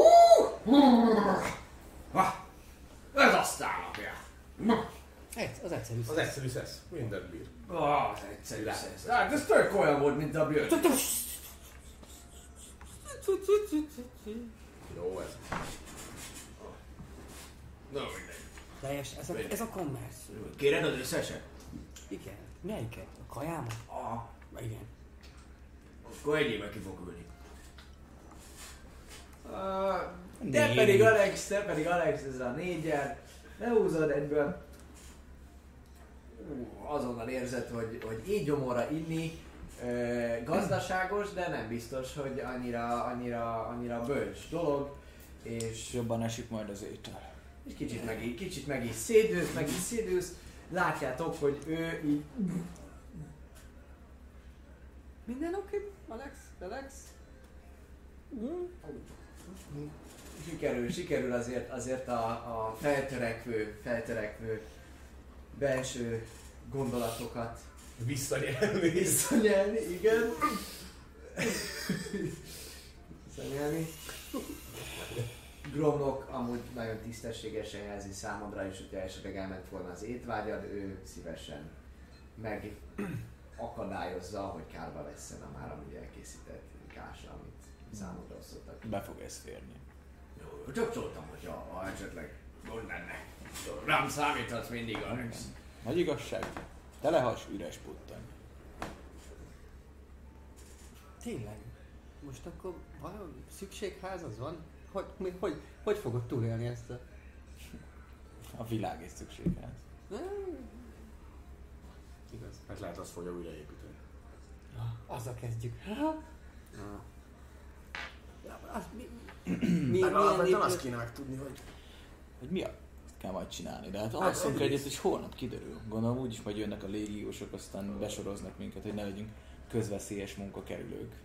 Ha! Ez azt állapja. Egy, az egyszerű Az szesz. egyszerű szesz. Minden bír. Ah, az egyszerű lesz. Hát ez tök olyan volt, mint a Björn. Jó ez. Na mindegy. Teljes, ez a, ez a commerce. Kéred az összeset? Igen. Melyiket? A kajámat? Ah, Igen. akkor egyébe ki fog ülni. Uh, te Négy. pedig Alex, te pedig Alex, ez a négyel. Lehúzod egyből. Uh, azonnal érzed, hogy, hogy így gyomorra inni uh, gazdaságos, de nem biztos, hogy annyira, annyira, annyira bölcs dolog. És Jobban esik majd az étel. És kicsit meg, így- kicsit meg is szédülsz, meg is szédülsz. Látjátok, hogy ő így... Minden oké? Okay? Alex? Alex? Sikerül, sikerül azért, azért a, a feltörekvő, feltörekvő belső gondolatokat Visszanyelni. visszanyelni, igen. Visszanyelni. Gromnok amúgy nagyon tisztességesen jelzi számodra, és hogyha esetleg elment volna az étvágyad, ő szívesen megakadályozza, hogy kárba vesszen a már amúgy elkészített kásra, amit számodra osztottak. Be fog ez férni. Jó, csak szóltam, hogy ha, ha esetleg gond lenne. Rám számíthatsz mindig, Alex. Nagy igazság. Telehas, üres puttany. Tényleg? Most akkor valami szükségház az van? Hogy, mi, hogy, hogy fogod túlélni ezt a... A világ is szükséghez. Igaz? Hát lehet azt fogja újraépíteni. Azzal kezdjük. Az mi... mi Meg alapvetően milyen azt kéne megtudni, hogy Hogy mi a kell majd csinálni, de hát alszunk egyet, és holnap kiderül. Gondolom úgyis majd jönnek a légiósok, aztán besoroznak minket, hogy ne legyünk közveszélyes munkakerülők.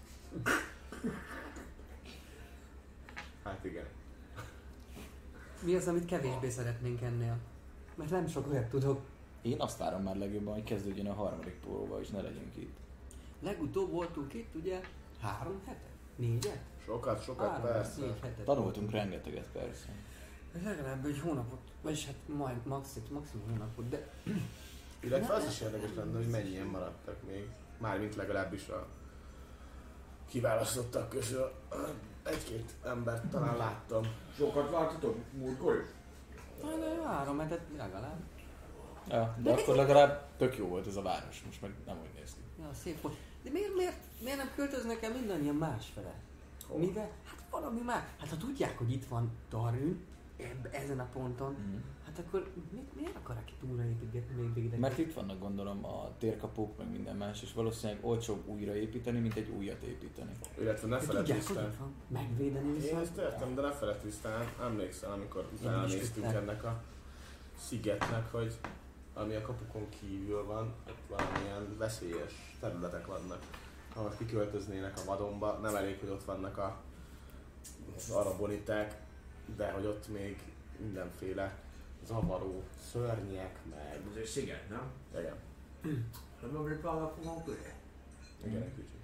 hát igen. Mi az, amit kevésbé szeretnénk ennél? Mert nem sok olyat tudok. Én azt várom már legjobban, hogy kezdődjön a harmadik próba, és ne legyünk itt. Legutóbb voltunk itt, ugye? Három hetet? Négyet? Sokat, sokat, Három, persze. négy hetet. Tanultunk rengeteget, persze. Legalább egy hónapot, vagyis hát majd maximum, maximum hónapot, de... Illetve az is érdekes lenne, hogy mennyien maradtak még. Mármint legalábbis a kiválasztottak közül. Egy-két embert talán láttam. Sokat vártatok múltkor is? Hát, de három hetet legalább. Ja, de akkor legalább tök jó volt ez a város, most meg nem úgy néz ki. Ja, szép volt. De miért, miért, miért nem költöznek el mindannyian másfele? Hol? Mivel? Hát valami más. Hát ha tudják, hogy itt van Darwin, ebb, ezen a ponton, Mm. hát akkor mit, miért akarják itt újraépítgetni még végig? Mert itt vannak gondolom a térkapuk, meg minden más, és valószínűleg olcsóbb újraépíteni, mint egy újat építeni. Illetve ne De feled tudják, hogy tisztán. itt van. Megvédeni Én viszont. ezt értem, de ne feled tisztán. Emlékszel, amikor utána is néztünk tudtam. ennek a szigetnek, hogy ami a kapukon kívül van, ott valamilyen veszélyes területek vannak. Ha most kiköltöznének a vadonba, nem elég, hogy ott vannak a az araboniták, de hogy ott még mindenféle zavaró szörnyek, meg... Ez egy sziget, nem? Igen, Nem ömlik valahol fogom köré? igen, egy kicsit.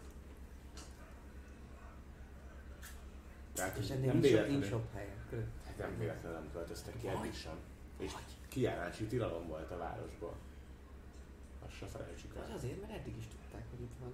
Tehát És nem ennél nincs, nincs véletlenül, jobb helyen. Körül. hát nem véletlenül nem költöztek ki Vagy. eddig sem. És kijárási tilalom volt a városból. Azt se felejtsük Az el. azért, mert eddig is tudták, hogy itt van.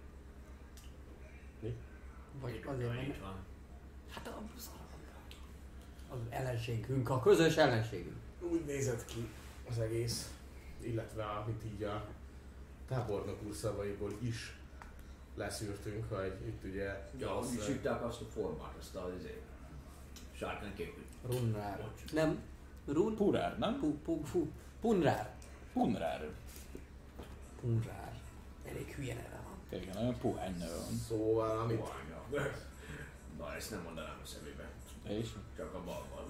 Mi? Vagy azért, mert... Itt van. Hát az, az ellenségünk, a közös ellenségünk. Úgy nézett ki az egész, illetve amit így a tábornok úr szavaiból is leszűrtünk, hogy itt ugye... Ja, az, úgy is írták azt a formát, azt az izé. Sárkányképű. Runrár. Nem. Run? Purár, nem? Pu, pu, pu. Punrár. Punrár. Punrár. Elég hülye neve van. Igen, olyan puhány neve van. Szóval, amit... Pohánya. Na, ezt nem mondanám a szemébe. De is? Csak a balban.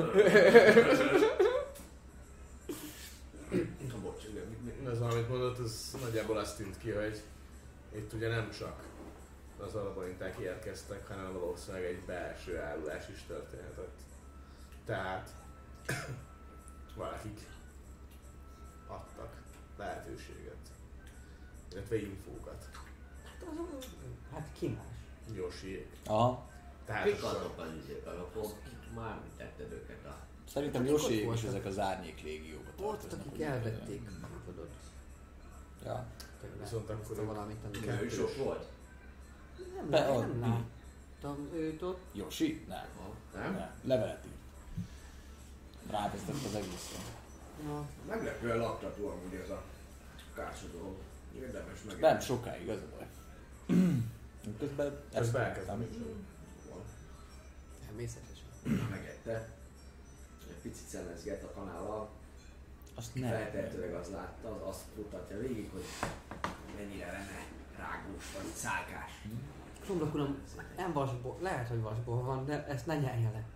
Bocs, igen, mit, mit? Az, amit mondott, az nagyjából azt tűnt ki, hogy itt ugye nem csak az alapaniták érkeztek, hanem valószínűleg egy belső árulás is történhetett. Tehát valakik adtak lehetőséget, illetve infókat. Hát az... Hát ki más? Josiék. Aha. Tehát Kik akkor azok az izék, akkor kik már mit tetted őket a... Szerintem Akik ott Josék is voltak. ezek az árnyék légióba Volt, tartoznak. akik úgy elvették tudom. a kampodot. Ja. Viszont akkor Viszont ők- valamit, amit... Kettős. Ő is ott volt? Nem, Be- nem, ott- nem láttam őt ott. Josi? Nem. Nem? Nem. Levelet írt. Rávezetett az egészre. Ja. Meglepően laktató amúgy ez a kászó dolog. Érdemes meg. Nem sokáig, az a baj. Közben ezt Közben elkezdtem. elkezdtem. Természetesen. Megette. Egy picit szemezget a kanállal. Azt nem. Feltehetőleg az látta, az azt mutatja végig, hogy mennyire lenne rágós vagy szálkás. Krumlok uram, nem vasból, lehet, hogy vasból van, de ezt ne nyelje le.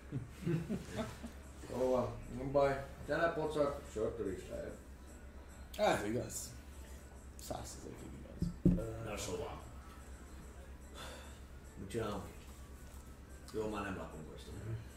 Jó van, nem baj. Telepocak, sörtől is lehet. Ez igaz. Százszerzékig igaz. Na szóval. Mit csinálunk? Jó, már nem lakunk köztünk.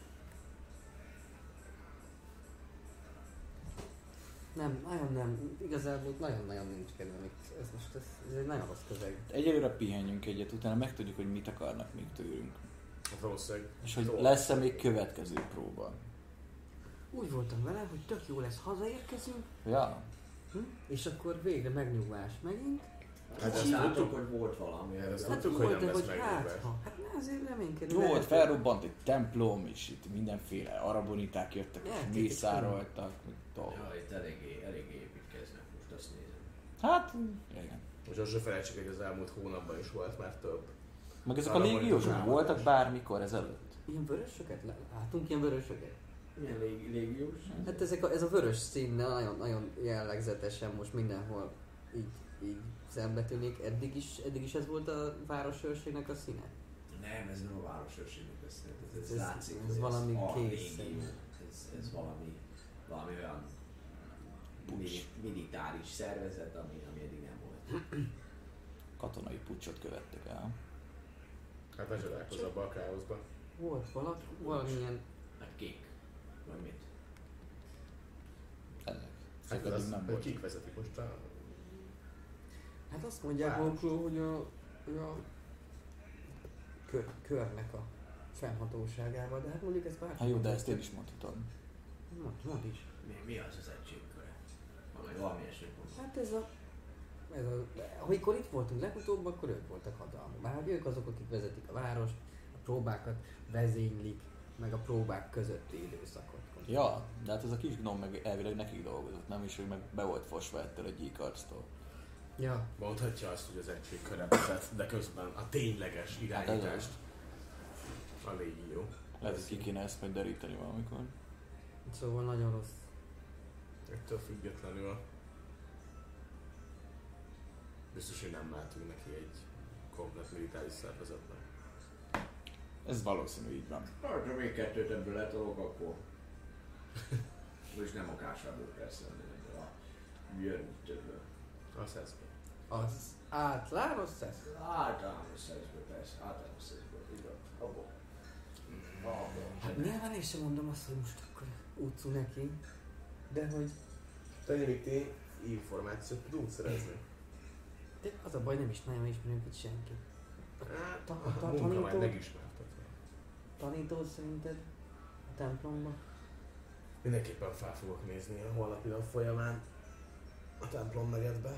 Nem, nagyon nem. Igazából nagyon-nagyon nincs kedvem itt. Ez most ez, ez egy nagyon rossz közeg. Egyelőre pihenjünk egyet, utána megtudjuk, hogy mit akarnak még tőlünk. Hát valószínűleg. És hogy Dolgok. lesz-e még következő próba. Úgy voltam vele, hogy tök jó lesz, hazaérkezünk, Ja. hm? és akkor végre megnyugvás megint. Hát Azt ezt láttuk, tudtuk, hogy volt valami. Hát ezt Hát tudtuk, volt, hogy nem de lesz hogy hát, megnyugvás. ha, hát ne azért reménykedünk. Jó, ott felrobbant egy templom, és itt mindenféle araboniták jöttek, és Lehet, mészároltak, mit dolgok. Ja, itt eléggé, eléggé építkeznek, most azt nézem. Hát, igen. Most azt se felejtsük, hogy az elmúlt hónapban is volt már több. Meg ezek a Araboniták légiósok támadás. voltak bármikor ezelőtt. Ilyen vörösöket? Látunk ilyen vörösöket? Milyen lég, légiós? Hát ezek a, ez a vörös színnel nagyon, nagyon jellegzetesen most mindenhol így, így szembetűnik. Eddig is, eddig is ez volt a városőrségnek a színe? Nem, ez nem a városőrségnek beszélt, ez, ez, Ez- látszik, ez hogy valami a készen. légió. Ez, ez valami, valami olyan mili, militáris szervezet, ami, ami eddig nem volt. Katonai puccsot követtek el. Hát ne csodálkozz abba a káoszba. Volt valaki, valamilyen... Hát kék. Vagy mit? Ezek. Hát Ezek eddig az, nem hogy volt. kik vezetik most a... Hát azt mondják Város. magukról, hogy a, hogy a kör, körnek a fennhatóságával, de hát mondjuk ez bárki. Hát jó, de ezt én is mondhatom. Mond, mond is. Mi, mi az az egységköre? Valami, valami eset mondom. Hát ez a... Ez a amikor itt voltunk legutóbb, akkor ők voltak hatalmuk. Már ők azok, akik vezetik a várost, a próbákat vezénylik, meg a próbák közötti időszakot. Ja, de hát ez a kis gnom meg elvileg nekik dolgozott, nem is, hogy meg be volt fosva ettől a gyíkarctól. Ja, Mondhatja azt, hogy az egység köre vezet, de közben a tényleges irányítást a légió. Lehet, hogy ki kéne ezt majd deríteni valamikor. szóval nagyon rossz. Ettől függetlenül biztos, hogy nem mehetünk neki egy komplet militáris szervezetnek. Ez valószínű így van. Hát, ha még kettőt ebből letolok, akkor... És nem a kásából persze, hanem ebből a jöntöből. A szeszbe. Az általános szesz. Általános szeszből persze, általános szeszből, igaz, abból. Abból. Hát nyilván én sem mondom azt, hogy most akkor utcú neki, de hogy... Tényleg ti információt tudunk szerezni. De az a baj, nem is nagyon ismerünk itt senki. Hát, Ta- a ta- munka majd tanító? megismertetve. Tanító szerinted a templomba? Mindenképpen fel fogok nézni a holnapi nap folyamán a templom negyedbe.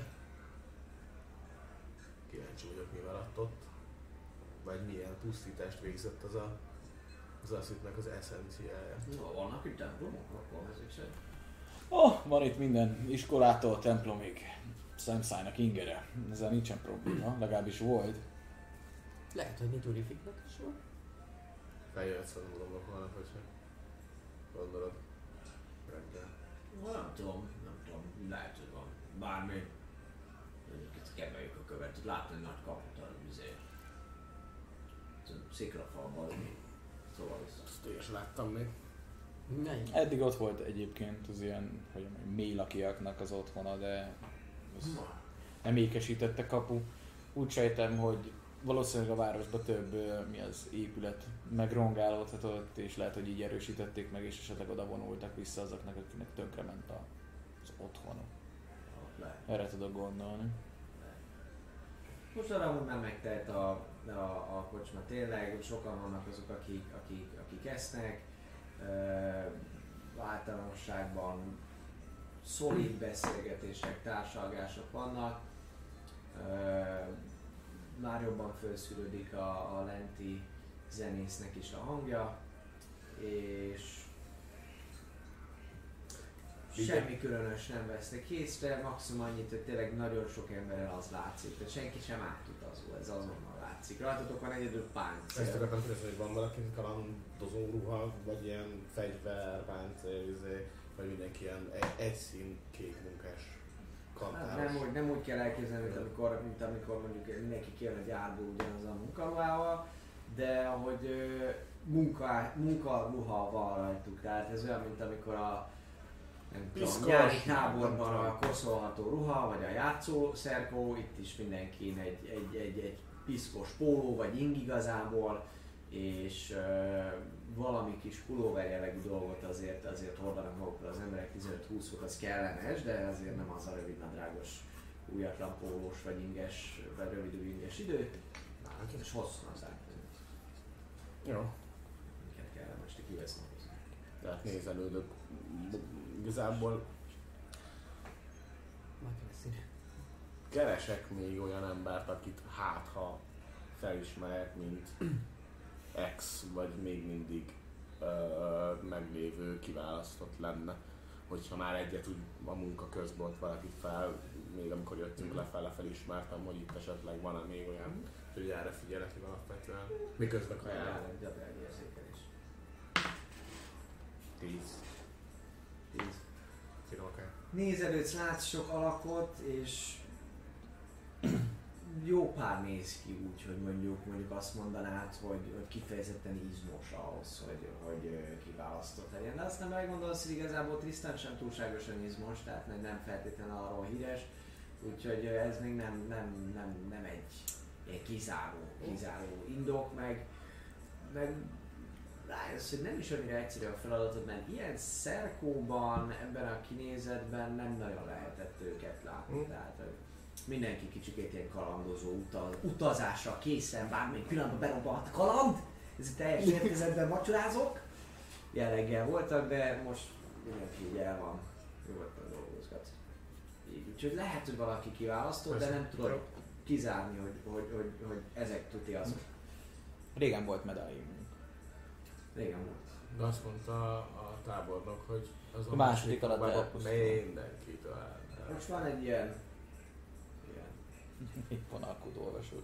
Kíváncsi vagyok, mi maradt ott. Vagy milyen pusztítást végzett az a az asszitnek az eszenciája. No, vannak itt templomok, akkor ezek szerint. Oh, van itt minden iskolától templomig. Szemszájnak ingere. Ezzel nincsen probléma, legalábbis volt. Lehet, hogy mi Gyurifiknak is van. Feljöhetsz a nullomnak holnap, hogyha gondolod. Reggel. Nem tudom, nem tudom, lehet, hogy van bármi. Itt kebeljük a követ, látni nagy kaput a vizé. Sziklafalban, mi? Szóval vissza. Ezt én is láttam még. Melyik? Eddig ott volt egyébként az ilyen, hogy mondjam, mélylakiaknak az otthona, de ez nem ékesített a kapu. Úgy sejtem, hogy valószínűleg a városban több ö, mi az épület megrongálódhatott, és lehet, hogy így erősítették meg, és esetleg oda vonultak vissza azoknak, akinek tönkrement a, az otthona. Lehet. Erre tudok gondolni. Most arra amúgy már megtelt a, a, a kocsma tényleg, sokan vannak azok, akik, akik, akik esznek, uh, általánosságban szolid beszélgetések, társalgások vannak, uh, már jobban felszűrődik a, a lenti zenésznek is a hangja, és semmi különös nem vesznek észre, maximum annyit, hogy tényleg nagyon sok emberrel az látszik, tehát senki sem átutazó, ez azonnal látszik. Rajtatok van egyedül Ezt páncél. akartam kérdezni, hogy van valaki kalandozó ruha, vagy ilyen fegyver, páncél, izé, vagy mindenki ilyen egy, egy szín kék munkás Hát kantáros. nem, úgy, nem úgy kell elképzelni, mint amikor, mint amikor mondjuk mindenki kijön a gyárból ugyanaz a munkaruhával, de ahogy ö, munka, munkaruha van rajtuk, tehát ez olyan, mint amikor a nem tudom, Piszkos, nyári nem táborban tudom. a koszolható ruha, vagy a játszószerkó, itt is mindenkin egy, egy, egy, egy piszkos póló, vagy ing igazából, és ö, valami kis pulóver jellegű dolgot azért, azért hordanak magukra az emberek, tizenöt-húsz fok az kellemes, de azért nem az a rövidnadrágos, újatlan pólós, vagy inges, vagy rövidű inges idő, és hosszú az átvezet. Jó. Minket kellemes, te kivesznek hozzá. Tehát nézelődök. Igazából Megveszi. keresek még olyan embert, akit hát ha felismerek, mint ex, vagy még mindig ö, meglévő kiválasztott lenne. Hogyha már egyet úgy a munka közben ott valakit fel, még amikor jöttünk lefele, felismertem, hogy itt esetleg van-e még olyan, hogy erre figyelek én alapvetően. Miközben kajálok. Kajálok, gyakrágy érzékelés. Tíz. Tíz. Kirolkál. Nézelődsz, látsz sok alakot, és jó pár néz ki úgy, hogy mondjuk, mondjuk azt mondanád, hogy, hogy kifejezetten izmos ahhoz, hogy, hogy ö, kiválasztott legyen. De azt nem elgondolsz, hogy igazából Tristan sem túlságosan izmos, tehát meg nem feltétlenül arról híres. Úgyhogy ö, ez még nem, nem, nem, nem egy ilyen kizáró, kizáró indok, meg, meg rájössz, hogy nem is annyira egyszerű a feladatod, mert ilyen szerkóban, ebben a kinézetben nem nagyon lehetett őket látni. Mm. Tehát, hogy mindenki kicsikét ilyen kalandozó utaz, utazásra készen, bármelyik pillanatban berobbanhat a kaland, ez egy teljes érkezetben vacsorázok. Jelleggel voltak, de most mindenki így el van, nyugodtan dolgozgat. Így, úgyhogy lehet, hogy valaki kiválasztott, de nem tudod kizárni, hogy, hogy, hogy, hogy ezek tuti azok. Régen volt medáljunk. Régen volt. De azt mondta a tábornok, hogy az A második alatt elpusztul. mindenki talál. Most van egy ilyen... ilyen. Itt van alkudó olvasós.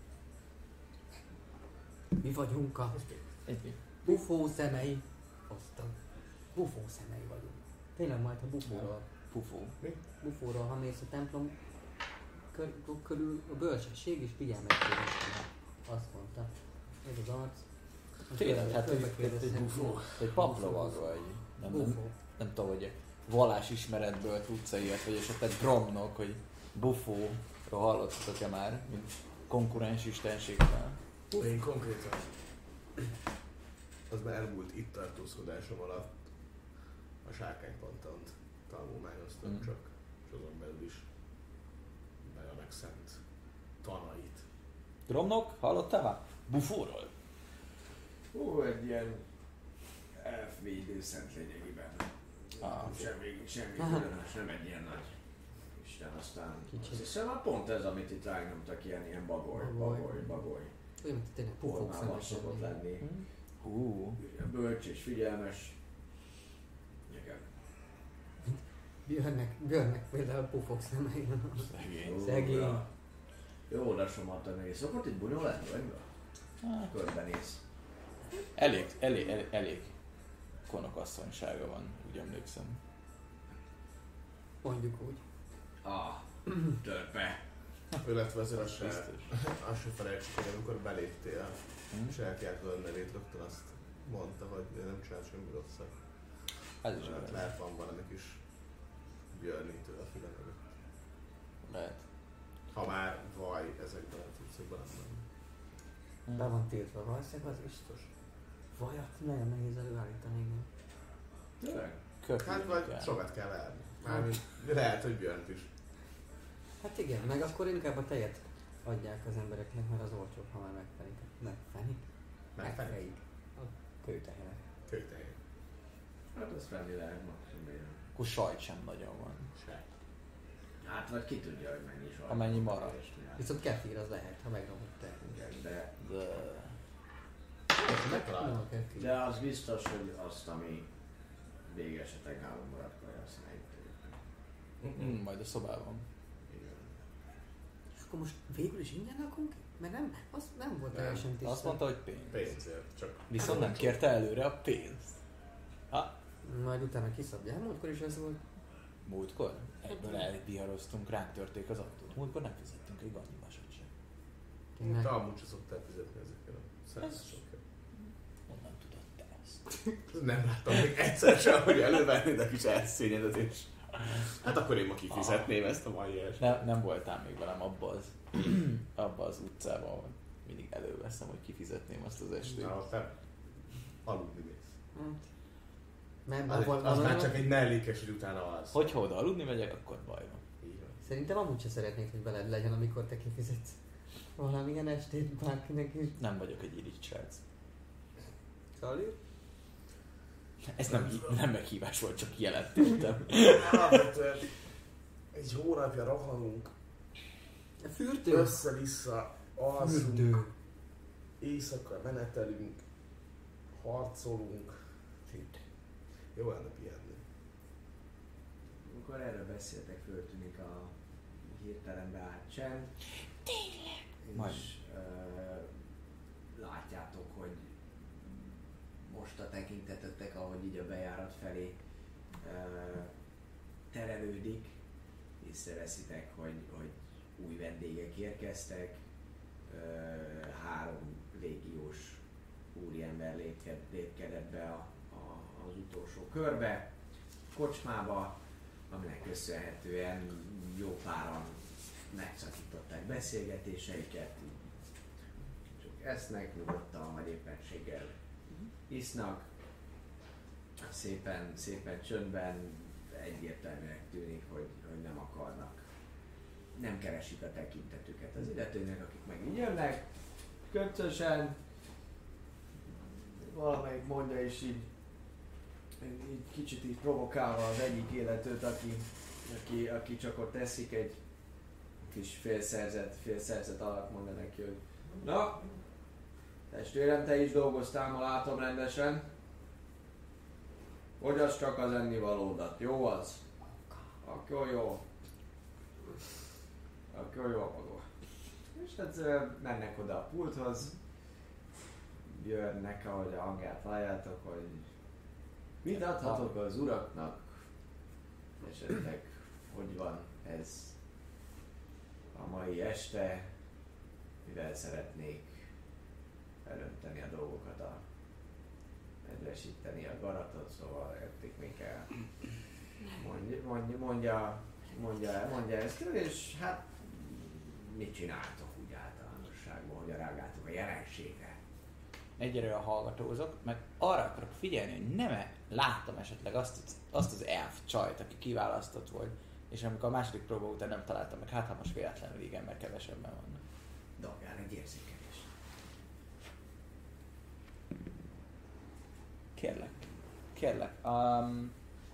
Mi vagyunk a Egy bufó szemei. Hoztam. Bufó szemei vagyunk. Tényleg majd a bufóról. pufó. Bufóról, ha mész a templom kör, körül a bölcsesség és figyelmesség. Azt mondta. Ez az arc. Tényleg, hát Fölbe egy, kérdeztem, egy bufó. mi? Egy paplovag vagy. Nem, nem, Bufó. nem tudom, hogy vallásismeretből tudsz ilyet, vagy esetleg Gromnok, hogy bufóról hallottatok-e már, mint konkurens istenségtel. Én konkrétan az már elmúlt itt tartózkodásom alatt a sárkánypantont tanulmányoztam Mm. csak, és azon belül is nagyon megszent tanait. Gromnok, hallottál már? Bufóról? Ó, egy ilyen elfvédő szent lényegében. Ah. Semmi, semmi Aha. különös, nem egy ilyen nagy Isten, aztán Kicsit. azt hiszem, hát pont ez, amit itt rányomtak, ilyen, ilyen bagoly, Bagoly. bagoly, bagoly. Olyan, mint tényleg pufók Formában szokott szemesen. lenni. Hú. Bölcs és figyelmes. Igen. Björnnek, Björnnek például pufók szemei. Szegény. Szegény. Jóra. Jó, oda sem adta neki. Szokott itt bunyó lenni, vagy mi? Hát, Körbenéz. elég, elég, elég, elég konokasszonysága van, úgy emlékszem. Mondjuk úgy. Ah, törpe. Illetve azért azt se, Biztos. azt se felejtsük, hogy amikor beléptél, Hm? és elkiáltod a nevét, rögtön azt mondta, hogy ő nem csinált semmi rosszat. Ez is Hát igaz. lehet van valami kis Björnitől a füle mögött. Lehet. Ha már vaj ezekben a cuccokban nem. Hm. Be van tiltva, valószínűleg az biztos. Vajat nagyon nehéz előállítani, igen. Tényleg? Köpjük Hát vagy kell. sokat kell verni. Mármint lehet, hogy Björnt is. Hát igen, meg akkor inkább a tejet adják az embereknek, mert az olcsóbb, ha már megfenik. Megfenik? Megfenik. Megfejik. A kőtehenek. Kőtehén. Hát az felni lehet maximum. igen. Akkor sajt sem nagyon van. Se. Hát vagy ki tudja, hogy mennyi sajt. Amennyi marad. Viszont kefir az lehet, ha megromlott te. Igen, de, De... Megtaláltam. Nem a kefir. de az biztos, hogy azt, ami végesetleg nálunk maradt kaja, azt ne itt. Mm, majd a szobában. Igen. És akkor most végül is ingyen lakunk? Mert nem, az nem volt Nem. teljesen tiszta. Azt mondta, hogy pénz. Pénzért, csak Viszont nem kérte előre a pénzt. Ha? Majd utána kiszabják. Múltkor is ez volt. Múltkor? Egyből elviharoztunk, ránk törték az autót. Múltkor nem fizettünk egy annyi vasat sem. Tényleg. te amúgy se szoktál fizetni ezekkel a szerzősokkel. Honnan tudod te ezt? Nem láttam még egyszer sem, hogy elővennéd a kis elszényedet, hát akkor én ma kifizetném ezt a mai est. Ne, nem voltál még velem abba az, abba az utcában, ahol mindig előveszem, hogy kifizetném azt az estét. Na, te aludni mész. Hát. Mert Az, van, az van, már van, csak egy mellékes, hogy utána alsz. Hogyha oda aludni megyek, akkor baj van. Így van. Szerintem amúgy se szeretnék, hogy veled legyen, amikor te kifizetsz valamilyen estét bárkinek is. Nem vagyok egy irigy srác. Szali? Ez nem, nem meghívás volt, csak jelentettem. Alapvetően egy hónapja rohanunk, A fürdő? össze-vissza alszunk, Fürdő. éjszaka menetelünk, harcolunk. Jó lenne pihenni. Amikor erről beszéltek, föltűnik a hirtelen beállt csend. Tényleg? És Majd. ö, látjátok, hogy most a tekintetetek, ahogy így a bejárat felé ö, terelődik. Észreveszitek, hogy, hogy új vendégek érkeztek, ö, három légiós úriember lépked, lépkedett be a, a, az utolsó körbe, kocsmába, aminek köszönhetően jó páran megszakították beszélgetéseiket, csak esznek nyugodtan, vagy éppenséggel isznak, szépen, szépen csöndben egyértelműen tűnik, hogy, hogy nem akarnak, nem keresik a tekintetüket az illetőnek, akik meg így jönnek, köpcösen, valamelyik mondja is így, így kicsit így provokálva az egyik életőt, aki, aki, aki csak ott teszik, egy kis félszerzett, félszerzett alak mondja neki, hogy na, testvérem, te is dolgoztál, ma látom rendesen. Fogyasd csak az ennivalódat, jó az? Akkor jó. Akkor jó maga. És hát mennek oda a pulthoz, jönnek, ahogy a hangját halljátok, hogy mit adhatok az uraknak, esetleg hogy van ez a mai este, mivel szeretnék elönteni a dolgokat, a nedvesíteni a garatot, szóval érték még kell. Mondja, mondja, mondja, mondja, mondja ezt, és hát mit csináltok úgy általánosságban, hogy reagáltok a jelenségre? Egyelőre hallgatózok, meg arra akarok figyelni, hogy nem láttam esetleg azt, azt az elf csajt, aki kiválasztott volt, és amikor a második próba után nem találtam meg, hát ha most véletlenül igen, mert kevesebben vannak. Dobjál egy érzékelést. Kérlek. Kérlek. Um,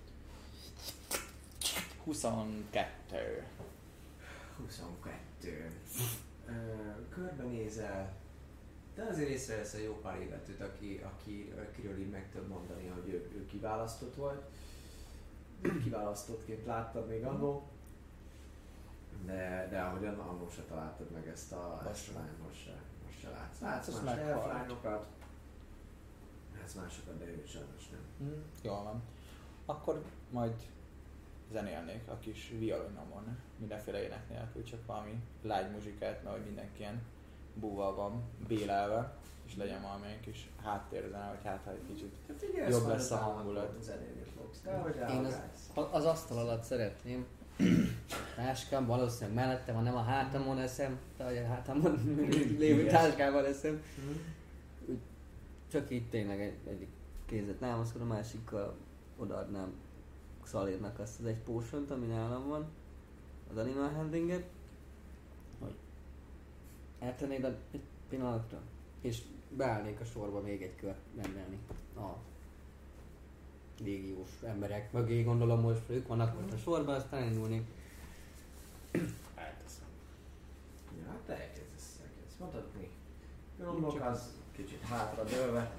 huszonkettő. huszonkettő. Ö, körbenézel, de azért észrevesz egy jó pár illetőt, aki, aki, akiről így meg tudod mondani, hogy ő, ő kiválasztott volt. Kiválasztottként láttad még annó, de, de ahogyan annó se találtad meg ezt a ezt lányt, most se, most se látsz. Látsz Ez más meghalt. elflányokat, látsz másokat, de ő sajnos nem. Mm, jól van. Akkor majd zenélnék a kis violinomon, mindenféle ének nélkül, csak valami lágy muzsikát, mert hogy mindenki ilyen búval van, bélelve, és legyen valamilyen kis háttérzene, vagy hát ha egy kicsit jobb lesz a hangulat. Zenélni fogsz. De hogy Én az, reagálsz? az asztal alatt szeretném. Táskám valószínűleg mellettem, ha nem a hátamon eszem, de a hátamon lévő táskával eszem. Úgy, csak így tényleg egy, egyik kézet námaszkod, a másikkal odaadnám Xalérnak azt az egy potiont, ami nálam van, az Animal Handlinget, hogy eltennéd a- egy pillanatra, és beállnék a sorba még egy kört rendelni a légiós emberek mögé, gondolom most ők vannak ott a sorban, aztán indulnék. Elteszem. Ja, hát elkezdesz, elkezdesz mutatni. Gondolok, az kicsit hátra dőlve.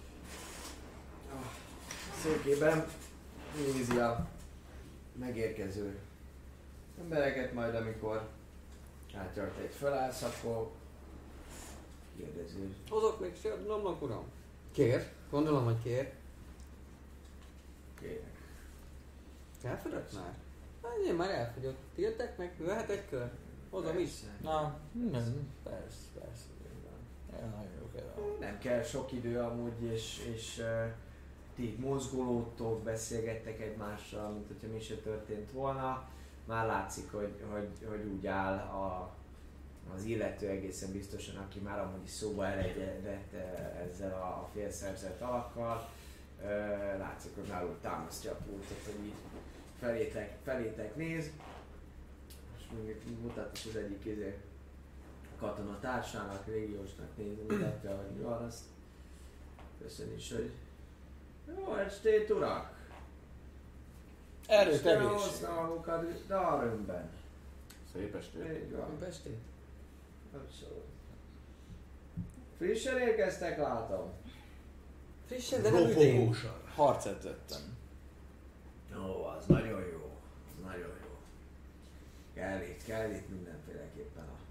A székében nézi a megérkező embereket, majd amikor látja, hogy te itt felállsz, akkor kérdező. Hozok még sört, nomlok uram? Kér, gondolom, hogy kér. Kérek. Elfogyott már? Hát én már elfogyott. Tiltek meg, jöhet egy kör? Hozom is. Persze. Na, nem, persze, persze. Ja, nagyon jó kell. Nem kell sok idő amúgy, és, és uh, ti mozgolódtok, beszélgettek egymással, mint hogyha mi se történt volna. Már látszik, hogy, hogy, hogy úgy áll a, az illető egészen biztosan, aki már amúgy is szóba elegyedett ezzel a, a félszerzett alakkal. Uh, látszik, hogy már úgy támasztja a pultot, hogy így felétek, felétek néz. És még mutatsz az egyik izé, katonatársának, régiósnak nézni, illetve, hogy mi van, azt köszön is, hogy jó estét, urak! Erőt, Isten egészség. hozta magukat Darwinben. Szép estét. Így van. Pestét? Abszolút. Frissen érkeztek, látom. Frissen, de nem üdén. Harcedzettem. Ó, az nagyon jó. Az nagyon jó. Kell itt, kell itt mindenféleképpen a,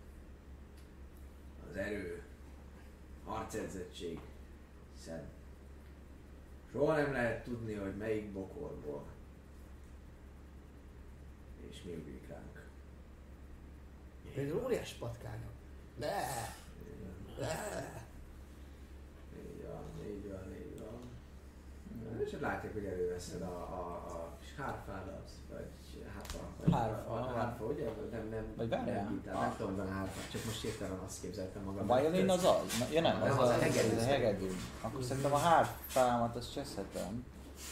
az erő, harcedzettség, hiszen Soha nem lehet tudni, hogy melyik bokorból. És mi ugrik ránk. Például óriás patkányok. De, de. Így van, így van, így van. És látják, hogy előveszed a, a, a kis hárfádat, vagy hárfa, vagy Hárfa, a hárfa, ugye? Nem, nem, Vagy várjál? nem, gitár, nem tudom, van a hárfa, csak most hirtelen azt képzeltem magam. A violin az az? Na, ja nem, az, Nem, az az a a hegedű. hegedű. A hegedű. Akkor szerintem a hárfámat azt cseszhetem.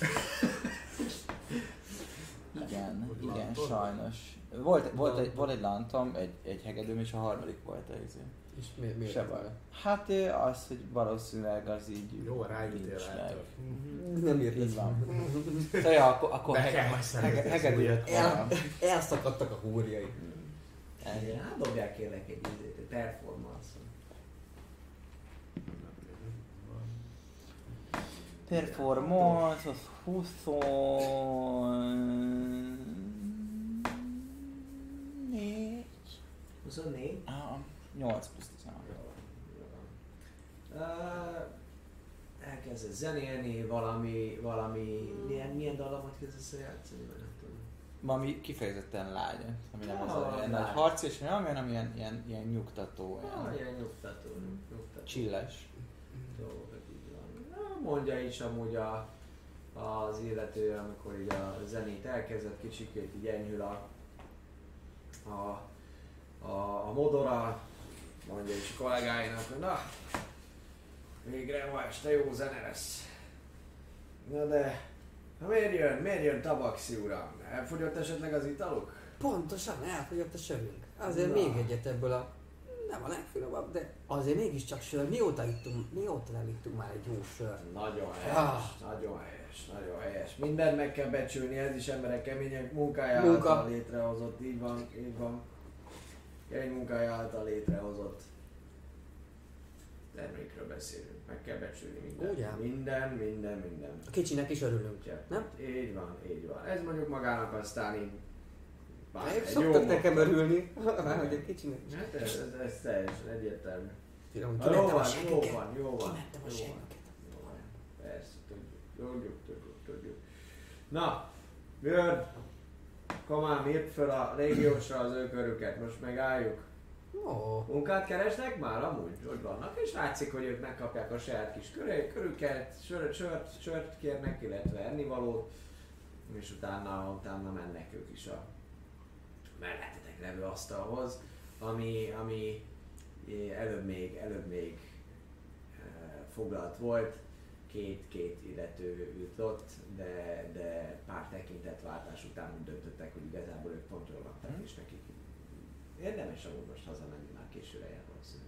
Igen, igen, sajnos. Volt, volt, egy, volt egy lantom, egy, egy hegedűm, és a harmadik volt a izé. És mi, mi Se baj. Hát ö, az, hogy valószínűleg az így Jó, rájutél nincs rá. meg. Nem érted. Így van. Szóval ja, akkor, akkor De kell majd hege- hegedűt. El, elszakadtak a húrjai. Igen, hát dobják kérlek egy időt, egy performance-on. Performance, az huszonnégy. huszonnégy? Ah, nyolc plusz tizenhat. Uh, elkezdesz zenélni, valami, valami, milyen, milyen dallamot kezdesz el játszani, vagy nem tudom. Valami kifejezetten lágy, ami nem az Ah, a ilyen lágy. nagy harc, és nem, hanem ilyen, ilyen, ilyen nyugtató, Ah, ilyen ilyen nyugtató, nyugtató. csilles. dolgok, így van. Na, mondja is amúgy a, az illető, amikor így a zenét elkezdett, kicsikét így enyhül a, a, a, a modora, mondja is a kollégáinak, hogy na, végre ma este jó zene lesz. Na de, ha miért jön, miért jön Tabaxi uram? Elfogyott esetleg az italuk? Pontosan, elfogyott a sörünk. Azért Na. még egyet ebből a... Nem a legfinomabb, de azért mégiscsak sör. Mióta ittunk, mióta nem ittunk már egy jó sör? Nagyon helyes, Ah. nagyon helyes, nagyon helyes. Mindent meg kell becsülni, ez is emberek kemények munkája Munka. által létrehozott, így van, így van. Kemény munkája által létrehozott termékről beszélünk, meg kell becsülni mindent. Ugye? Minden, minden, minden. A kicsinek is örülünk, Úgyhogy, nem? Így van, így van. Ez mondjuk magának aztán így... bár Ők egy szoktak jó nekem motto. örülni, hogy egy kicsinek is. Hát ez, ez, ez teljesen egyértelmű. Finom, Na, jó kimentem a van, jó segget. van, jó van. Kimentem a jó van. segget. Jó van. Persze, tudjuk, tudjuk, tudjuk, tudjuk. Na, Björn, komám, írd fel a régiósra az ő körüket, most megálljuk. Ó, Munkát keresnek már amúgy, hogy vannak, és látszik, hogy ők megkapják a saját kis köré, körüket, sört, sört, sört kérnek, illetve ennivalót, és utána, utána mennek ők is a mellettetek levő asztalhoz, ami, ami előbb még, előbb még eh, foglalt volt, két-két illető ült ott, de, de pár tekintetváltás után úgy döntöttek, hogy igazából ők pont jól laktak, és nekik érdemes amúgy most hazamenni, már későre jár valószínűleg.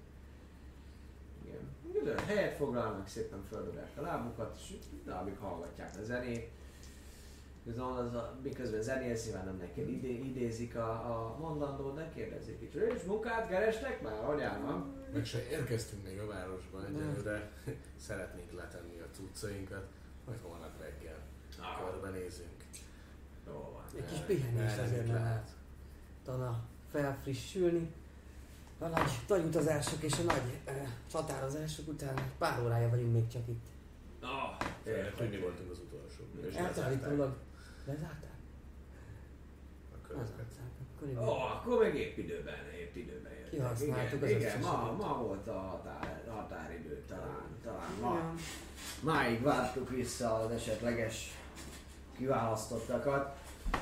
Igen. Ugyan helyet foglalnak, szépen földobják a lábukat, és de amíg hallgatják a zenét, Viszont az a, miközben zenélsz, nyilván nem neked idé, idézik a, a mondandót, de kérdezik is, és munkát kerestek már? Hogyan van? Meg se érkeztünk még a városba, egyelőre szeretnénk letenni a cuccainkat, majd holnap reggel Ah. körbenézünk. Jó van. egy kis pihenés Erre azért mit nem lehet? lehet. Tana felfrissülni. A nagy, nagy utazások és a nagy eh, csatározások után pár órája vagyunk még csak itt. Na, Félnek, hogy mi voltunk az utolsók. És Eltállítólag lezárták? a köröket. Lezárták. Akkor Ó, igen. oh, akkor meg épp időben, épp időben jöttek. Kihasználtuk Igen, az igen, összes ma, időt. ma volt a határ, határidő, talán, talán ma. Ja. Máig vártuk vissza az esetleges kiválasztottakat.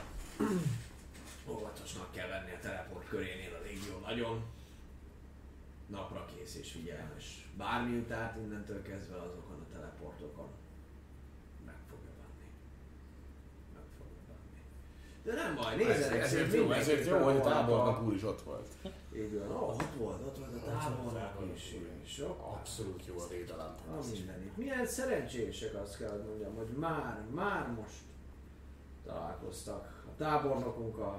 Óvatosnak kell lenni a teleport körénél, a légió nagyon napra kész és figyelmes. Bármi jut át innentől kezdve azokon a teleportokon, meg fogja venni. Meg fogja venni. De nem baj, nézzenek Ezért szép, jó, ezért jó, hogy a mindenképpen tábornap úr is ott volt. Így van, ó, ott volt, ott volt a tábornok is. Sok. Abszolút jó a védelem. A mindenit. Milyen szerencsések, azt kell, hogy mondjam, hogy már, már most találkoztak a tábornokunkkal.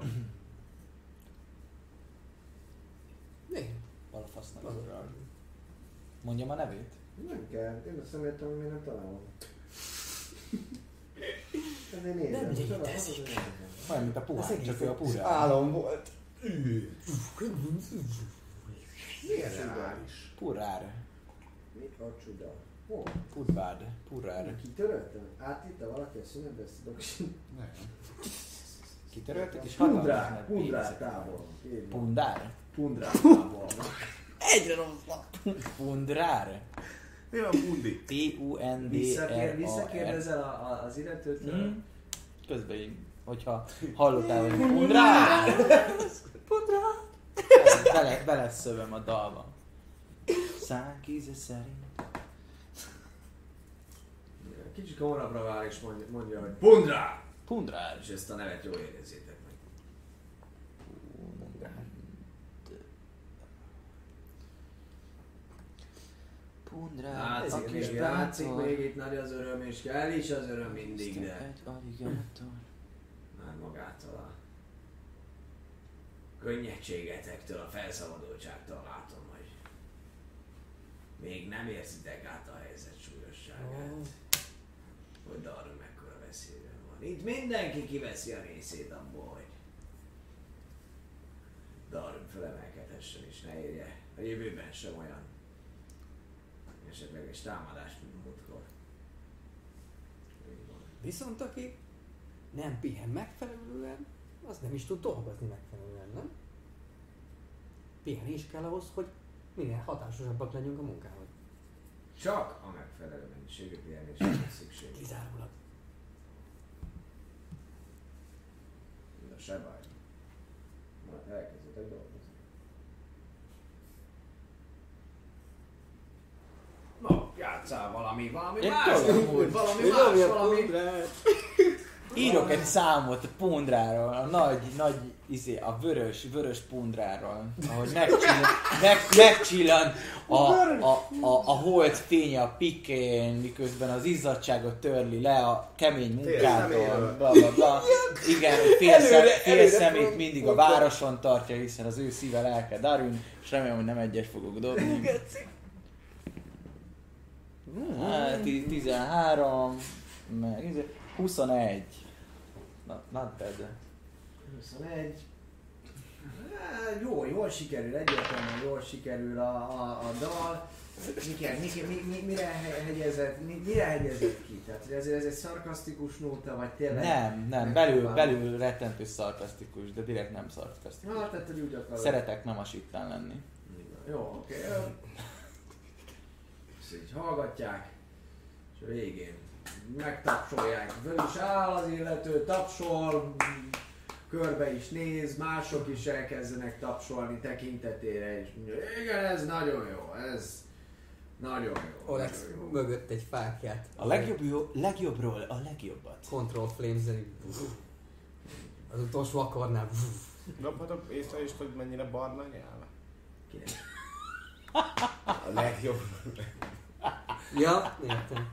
Igen. Val a fasznak az urral. Mondjam a nevét? Nem kell, én azt nem értem, hogy miért nem találom. Ezért nézem. Nem találom, létezik. azért nézem. Olyan, mint a Az puhár, egész csak ő a puhár. álom volt. Mi a csuda? Reális. Purár. Mi a csuda? Hol? Purvád. Purrár. Kitöröltem? Átítta valaki a szünetbe ezt a doksin? Nem. Kitöröltek és Pundrár, hatalmas Pundrár tábor. Pundár? Pundrár tábor. Egyre rosszabb. Pundrár? Mi van Pundi? P U N D Visszakér, R A visszakérdezel a, a, az illetőtől? R. Közben így, hogyha hallottál, hogy Pundrár? Pundrár? Bele, bele szövöm a dalba. Szánkíze szerint. Kicsit komolyabbra vár és mondja, mondja hogy Pundrár! Pundrár. És ezt a nevet jól érezzétek meg. Pundrár. Látszik, a kis még, látszik bátor. még itt nagy az öröm, és kell is az öröm mindig, de Egy aligátor. már magától a könnyedségetektől, a felszabadultságtól látom, hogy még nem érzitek át a helyzet súlyosságát. Oh. Hogy arra mekkora veszélyben van. Itt mindenki kiveszi a részét abból, hogy Darwin fölemelkedhessen és ne érje a jövőben sem olyan esetleges támadást, mint múltkor. Így van. Viszont aki nem pihen megfelelően, az nem is tud dolgozni megfelelően, nem? Pihenés kell ahhoz, hogy minél hatásosabbak legyünk a munkával. Csak a megfelelő mennyiségű pihenésre van szükség. Kizárólag. De se baj. Majd elkezdhetek dolgozni. Na, játsszál valami, valami Én más, tudom, valami más, valami... Írok egy számot a Pundráról, a nagy, nagy, izé, a vörös, vörös Pundráról, ahogy megcsillan, meg, megcsillan a, a, a, a hold fénye a pikén, miközben az izzadságot törli le a kemény munkától, bla bla bla. Igen, hogy fél, szem, fél szemét mindig a városon tartja, hiszen az ő szíve lelke Darwin, és remélem, hogy nem egyet fogok dobni. Hát, tizenhárom, meg huszonegy. Not, not bad. huszonegy. Hát, jó, jól sikerül, egyértelműen jól sikerül a, a, a dal. Miker, mi, mi, mi, mire hegyezett, mi, mire hegyezett ki? Tehát ez, ez egy szarkasztikus nóta, vagy tényleg? Nem, nem, belül, belül rettentő szarkasztikus, de direkt nem szarkasztikus. Na, tehát hogy úgy akarod. Szeretek nem a sittán lenni. Jó, oké. Okay. Ezt így hallgatják, és a végén megtapsolják. Föl is áll az illető, tapsol, körbe is néz, mások is elkezdenek tapsolni tekintetére, és mondja, igen, ez nagyon jó, ez nagyon jó. Olex nagyon jó. mögött egy fákját. A legjobb, jó, legjobbról a legjobbat. Control Flames-en. Az utolsó akkornál. Dobhatok észre is, hogy mennyire barna a nyelve? Kinek? A legjobb. Ja, értem.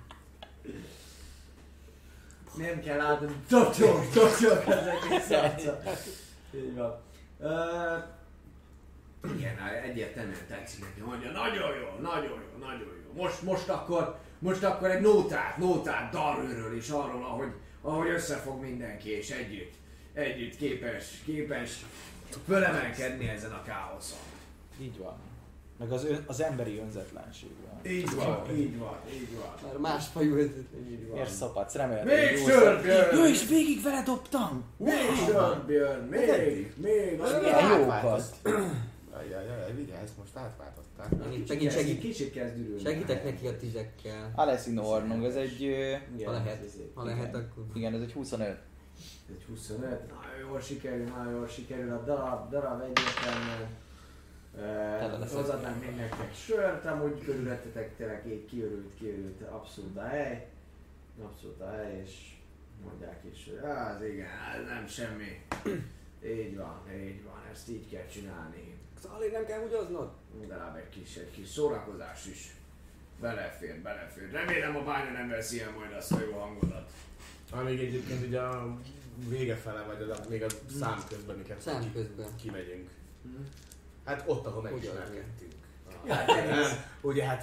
Nem kell látni, totyog, totyog az egész arca. Így van. Uh, igen, egyértelműen tetszik neki, mondja, nagyon jó, nagyon jó, nagyon jó. Most, most akkor, most akkor egy nótát, nótát Darwinről is arról, ahogy, ahogy összefog mindenki és együtt, együtt képes, képes fölemelkedni ezen a káoszon. Így van. Meg az, ön, az emberi önzetlenségben. Így van, így van, így van. Már másfajú ötlet. Így van. Miért szapadsz? Remélem, Még jó Sörbjörn! Jó, és végig vele dobtam! Még Sörbjörn, még, még. Milyen jókat! Ajjajjaj, vigyázz, most átváltották. Segít, Kicsit, segít, kicsit kezd ürülni. segítek neki a tizekkel. Alessin Ornung, ez egy... ö, Ha lehet, ha lehet, akkor... Igen, ez egy huszonöt. Ez egy huszonöt, nagyon jól sikerül, nagyon jól sikerül a darab, darab egyértelműen. lesz Hozadnánk még nektek sört, amúgy körülöttetek tényleg így kiörült, kiörült, abszolút a hely. Abszolút a hely, és mondják is, hogy az igen, ez nem semmi. Így van, így van, ezt így kell csinálni. Szóval nem kell húgyoznod? Legalább egy kis, egy kis szórakozás is belefér, belefér. Remélem a bánya nem veszi el majd azt a jó hangodat. Amíg egyébként ugye a vége fele, vagy az, még a szám közben, amiket Szám közben. kimegyünk. Hát ott, ahol megismerkedtünk. Ja, Nem, ugye hát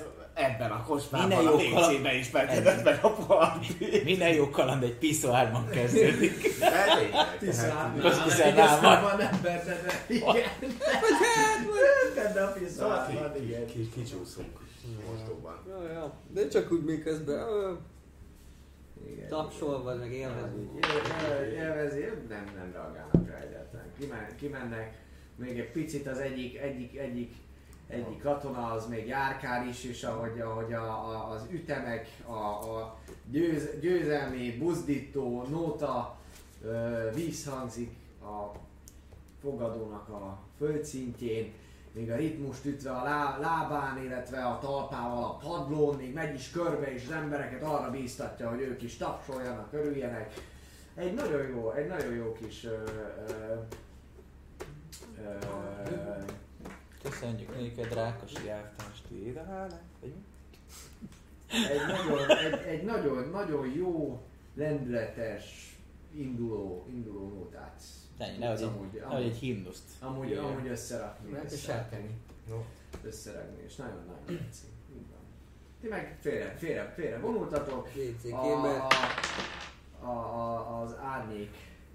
ebben a kocsmában Minden a jó vé kaland- cébe ismerkedett meg a parti. Minden jó kaland egy piszoárban kezdődik. Tisztán. Kuszkuszánál van ember, de de igen. Tedd a piszolában, igen. Kicsúszunk mostóban. Ja, ja. De csak úgy miközben ö, Igen. tapsolva, meg élvezni. Élvezi, nem, nem reagálnak rá egyáltalán. Kimen, kimennek, még egy picit az egyik, egyik, egyik, egyik katona az még járkál is, és ahogy, ahogy a, a, az ütemek, a, a győz, győzelmi, buzdító nóta ö, vízhangzik a fogadónak a földszintjén, még a ritmust ütve a lá, lábán, illetve a talpával a padlón, még megy is körbe, és az embereket arra bíztatja, hogy ők is tapsoljanak, örüljenek. Egy nagyon jó, egy nagyon jó kis ö, ö, ö, Köszönjük néked, Rákosi elvtárs, tiéd a hálát. egy nagyon, egy, egy nagyon, nagyon jó, lendületes, induló, induló nótát. Ennyi, nehogy amúgy, egy, nehogy egy himnuszt. amúgy, Igen. amúgy összerakni, Lehet is összerakni, elkenni. No. összerakni, és nagyon-nagyon tetszik. Így van. Ti meg félre, félre, félre vonultatok. vé cé A, kémbe. a, a, a, az árnyék,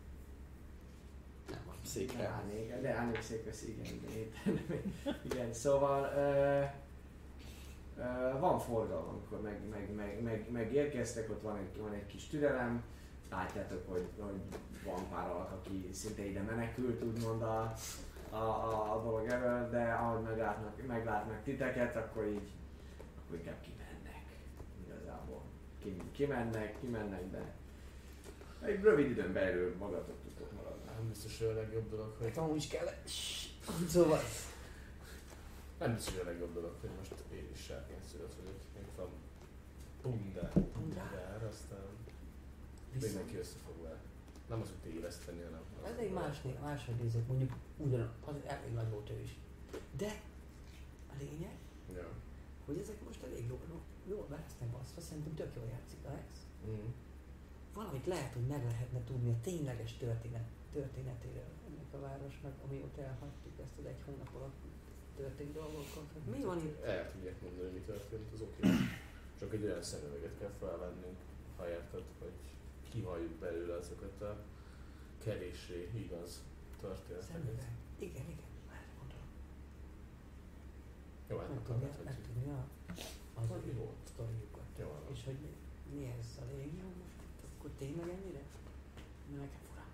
Székre. árnyék, de árnyék szék veszi, igen, igen, igen, igen, szóval ö, ö, van forgalom, amikor meg, meg, meg, meg, megérkeztek, ott van egy, van egy kis türelem, látjátok, hogy, hogy van pár alak, aki szinte ide menekült, úgymond a, a, a, a dolog elől, de ahogy meglátnak, meglátnak titeket, akkor így, akkor inkább kimennek, igazából. Ki, kimennek, kimennek, de egy rövid időn belül magatok tudtok maradni. Nem biztos, hogy a legjobb dolog, hogy... Amúgy is kell. Szóval. Nem biztos, hogy a legjobb dolog, hogy most én is sárkányszülött vagyok. Még van Pundár. Pundár, aztán mindenki összefog vele. Nem az, hogy téveszteni, hanem... Ez egy más, máshogy nézek, mondjuk ugyan, az elég nagy volt ő is. De a lényeg, Ja. hogy ezek most elég jól, jól lesznek baszva, szerintem tök jól játszik Alex. Mm. Valamit lehet, hogy meg lehetne tudni a tényleges történet, történetéről ennek a városnak, amióta elhagytuk ezt az egy hónap alatt történt dolgokat. Mi van itt? El tudják mondani, mi történt, az oké. Csak egy olyan szemüveget kell felvennünk, ha érted, hogy kihalljuk belőle azokat a kevéssé igaz történeteket. Szemüveg. Igen, igen, már gondolom. Jó, hát Megtudni, akkor megtudni a, az Hogy mi volt? sztoriukat. Jó, van. És hogy mi, mi ez a légió most? Akkor tényleg ennyire? Mert nekem fura.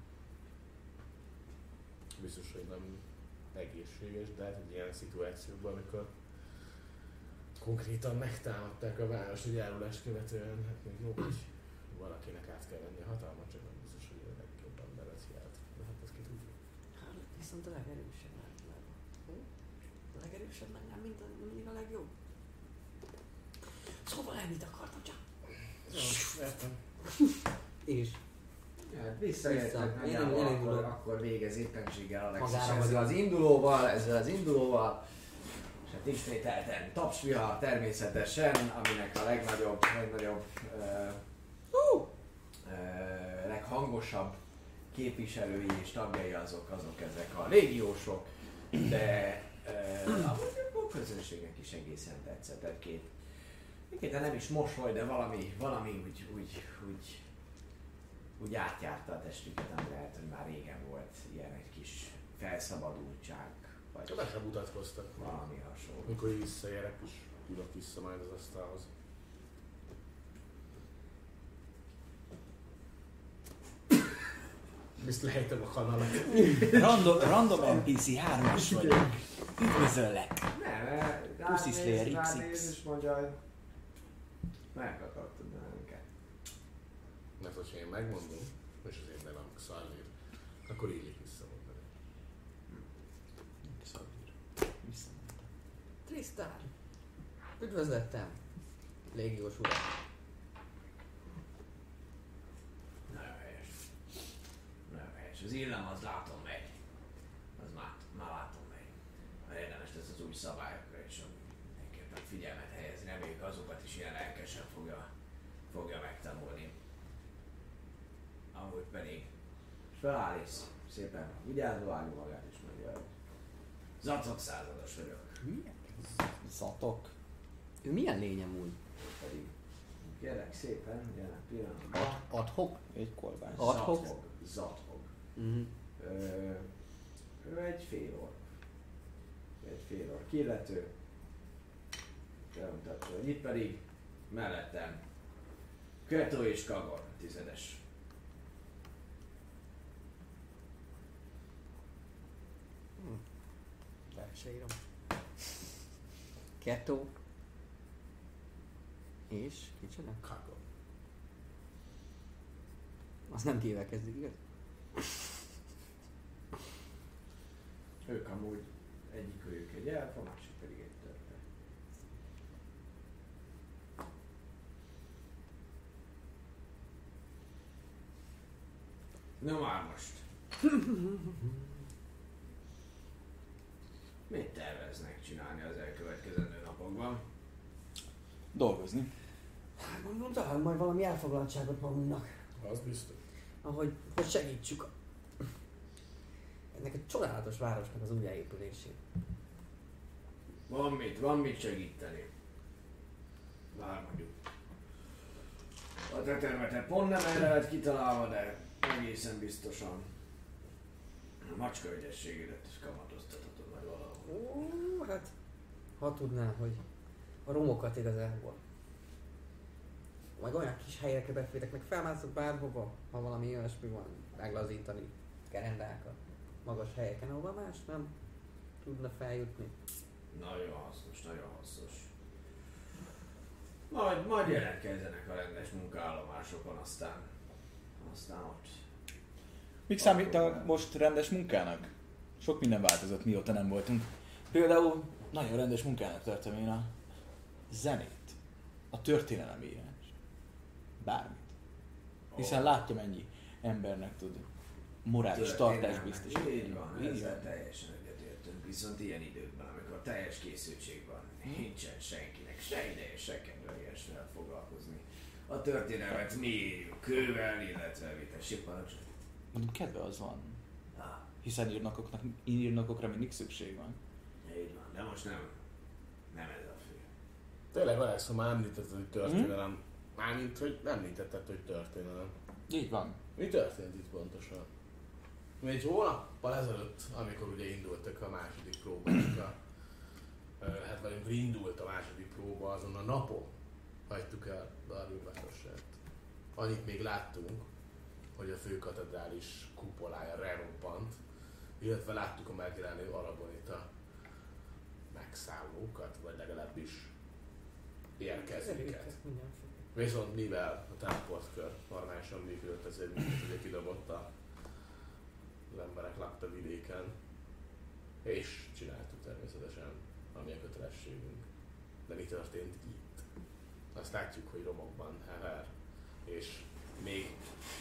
Biztos, hogy nem egészséges, de hát egy ilyen szituációban, amikor konkrétan megtámadták a város egy árulást követően, hát még jó, hogy valakinek át kell venni a hatalmat, csak nem biztos, hogy a legjobb ember lesz járt. De hát ezt ki tudja. Hát viszont a legerősebb nem. A legerősebb meg nem mind a, mindig a legjobb. Szóval ennyit akartam csak. Jó, értem. És Hát visszaértek, Vissza. nagyjából Én- én akkor, indulok. akkor végez éppenséggel Alexis Magára ezzel vagyok. az indulóval, ezzel az indulóval. És hát ismételten tapsvihar természetesen, aminek a legnagyobb, legnagyobb, uh, uh, leghangosabb képviselői és tagjai azok, azok ezek a légiósok, de uh, a közönségnek is egészen tetszett egy-két. Egyébként nem is mosoly, de valami, valami úgy, úgy, úgy, úgy átjárta a testüket, ami lehet, hogy már régen volt ilyen egy kis felszabadultság, vagy Be sem mutatkoztak. valami hasonló. Amikor így visszaérek, és ülök vissza majd az asztalhoz. Ezt lejtem a kanalat. Random, random en pé cé hármas vagyok. Üdvözöllek. Nem, mert Pussy Slayer ránéz, iksz ránéz, iksz. és mondja, hogy meg akartad bennünket. Mert hogyha én megmondom, és az én nevem Xalir, akkor illik visszamondani. Tristan! Üdvözlettem! Légiós uram! Nagyon helyes. Nagyon helyes. Az illam az látom meg. Az már, már látom meg. Már érdemes lesz az új szabályokra is mindenképpen figyelmet helyezni. Reméljük azokat is ilyen lelkesen fogja, fogja megtanulni. Amúgy pedig feláll és szépen vigyázva állja magát és mondja, hogy zacok százados vagyok. Zatok. Ő milyen lény amúgy? Pedig kérlek szépen, jelen pillanatban. Ad- Adhok? Egy kolbász. Adhok? Zathog. Zathog. Mhm. Ö, ő egy fél ork. Egy fél ork illető. Bemutatja, hogy itt pedig mellettem Keto és Kagor, tizedes. Be se írom. Keto. És kicsoda? Kakó. Az nem kével kezdik, igaz? Ők amúgy egyik őjük egy elf, a másik pedig egy törpe. Na már most. Mit terveznek csinálni az elkövetkezendő napokban? Dolgozni. Hát mondom, talán majd valami elfoglaltságot magunknak. Az biztos. Ahogy hogy segítsük a... ennek a csodálatos városnak az újjáépülését. Van mit, van mit segíteni. Bár mondjuk. A te termetet pont nem erre lett kitalálva, de egészen biztosan a macska ügyességedet is kamatoztathatod majd valahol. Ó, hát... ha tudná, hogy a romokat igazából. Meg olyan kis helyekre befértek, meg felmászok bárhova, ha valami olyasmi van, meglazítani kerendákat magas helyeken, ahova más nem tudna feljutni. Nagyon hasznos, nagyon hasznos. Majd, majd jelentkezzenek a rendes munkaállomásokon, aztán, aztán ott. Mik számít a most rendes munkának? Sok minden változott, mióta nem voltunk. Például nagyon rendes munkának tartom én a zenét, a történelemírás, bármit. Hiszen látja, mennyi embernek tud morális tartást biztosítani. Így van, Így ezzel van. teljesen egyetértünk, viszont ilyen időkben, amikor teljes készültség van, nincsen senkinek se ideje, se kedve ilyesmivel foglalkozni. A történelmet mi írjuk kővel, illetve vitessék parancsot. Mondom, kedve az van. Ah, Hiszen írnokoknak, írnokokra mindig szükség van. így van, de most nem, nem ez a fő. Tényleg Alex, ha már említetted, hogy történelem. Hmm? Mármint, hogy nem említetted, hogy történelem. Így van. Mi történt itt pontosan? Egy hónappal ezelőtt, amikor ugye indultak a második próbák, a, hát vagy amikor indult a második próba, azon a napon hagytuk el Darwin városát. Annyit még láttunk, hogy a főkatedrális kupolája rerobbant, illetve láttuk a megjelenő aragonita megszállókat, vagy legalábbis érkezőket. Viszont mivel a teleportkör normálisan működött, ezért mindent ugye kidobott a az emberek lakta vidéken, és csináltuk természetesen, ami a kötelességünk. De mi történt itt? Azt látjuk, hogy romokban hever, és még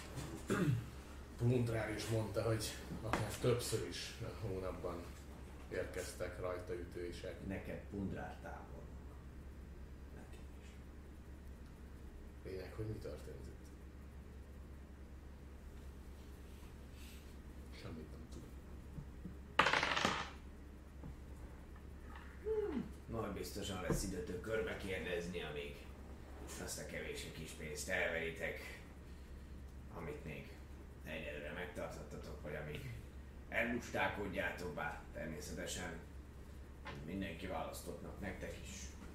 Pundrár is mondta, hogy akár többször is a hónapban érkeztek rajtaütések. Neked Pundrár tábornok. Neked is. Lényeg, hogy mi történt itt? Semmit nem tudom. Majd biztosan lesz időtök körbe kérdezni, amíg azt a kevés kis pénzt elveritek, amit még egyelőre megtartottatok, vagy amíg ellustákodjátok, bár természetesen mindenki választottnak nektek is.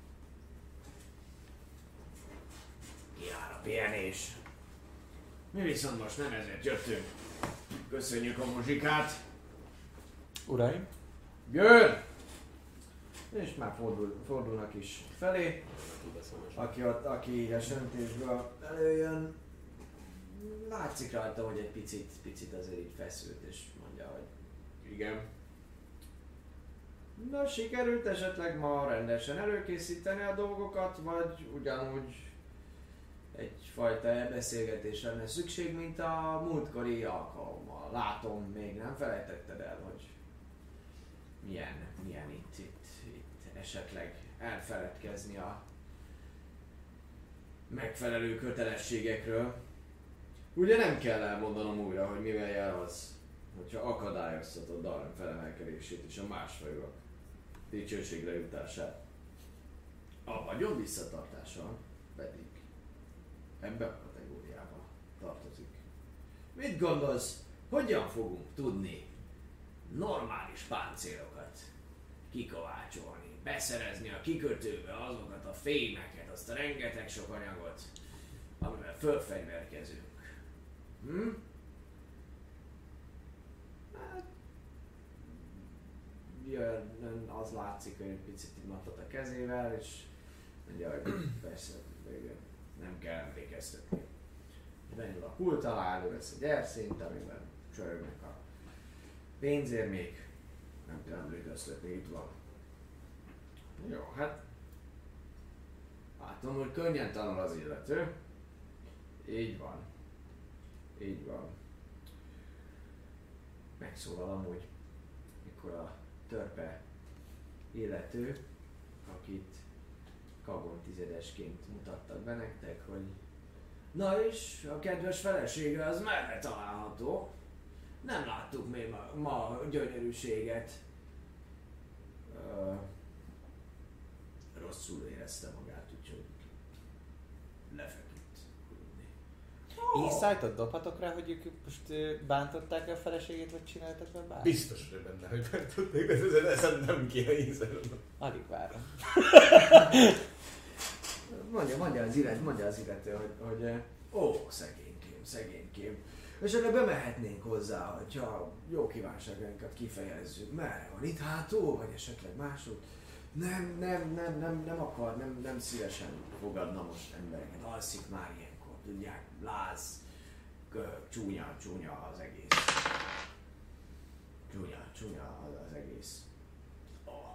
Jár a pihenés. Mi viszont most nem ezért jöttünk. Köszönjük a muzsikát. Uraim, Győr! És már fordul, fordulnak is felé. Aki, ott, aki így a söntésből előjön, látszik rajta, hogy egy picit, picit azért így feszült, és mondja, hogy igen. Na, sikerült esetleg ma rendesen előkészíteni a dolgokat, vagy ugyanúgy egyfajta beszélgetés lenne szükség, mint a múltkori alkalommal. Látom, még nem felejtetted el, hogy milyen, milyen itt, itt, itt esetleg elfeledkezni a megfelelő kötelességekről. Ugye nem kell elmondanom újra, hogy mivel jár az, hogyha akadályoztatod Darren felemelkedését és a másfajúak dicsőségre jutását. Abba vagyon visszatartása pedig ebbe a kategóriába tartozik. Mit gondolsz, hogyan fogunk tudni normális páncélokat kikovácsolni, beszerezni a kikötőbe azokat a fémeket, azt a rengeteg sok anyagot, amivel fölfegyverkezünk? Hm? Hát, jön, az látszik, hogy egy picit mattat a kezével, és mondja, hogy persze, nem kell emlékeztetni. Benyúl a pult alá, elővesz egy erszényt, amiben csörögnek a pénzérmék, nem kell emlékeztetni, itt van. Jó, hát látom, hogy könnyen tanul az illető. Így van. Így van. Megszólal amúgy, mikor a törpe illető, akit Kagon tizedesként mutattak be nektek, hogy na és a kedves felesége az merre található? Nem láttuk még ma, ma gyönyörűséget. Uh, rosszul érezte magát, úgyhogy lefeküdt aludni. Oh. Insight-ot dobhatok rá, hogy ők most ö, bántották a feleségét, vagy csináltak vele bármit? Biztos, hogy benne, hogy bántották, de ezen, ezen nem kéne insight-ot. Alig várom. Mondja, mondja az illető, mondja az illető, hogy, hogy ó, szegénykém, szegénykém. És akkor bemehetnénk hozzá, hogyha jó kívánságainkat kifejezzük. Merre van? Itt hátul? Vagy esetleg máshogy? Nem, nem, nem, nem, nem akar, nem, nem szívesen fogadna most embereket. Alszik már ilyenkor, tudják, láz, köhög, csúnya, csúnya az egész. Csúnya, csúnya az, az egész. Oh.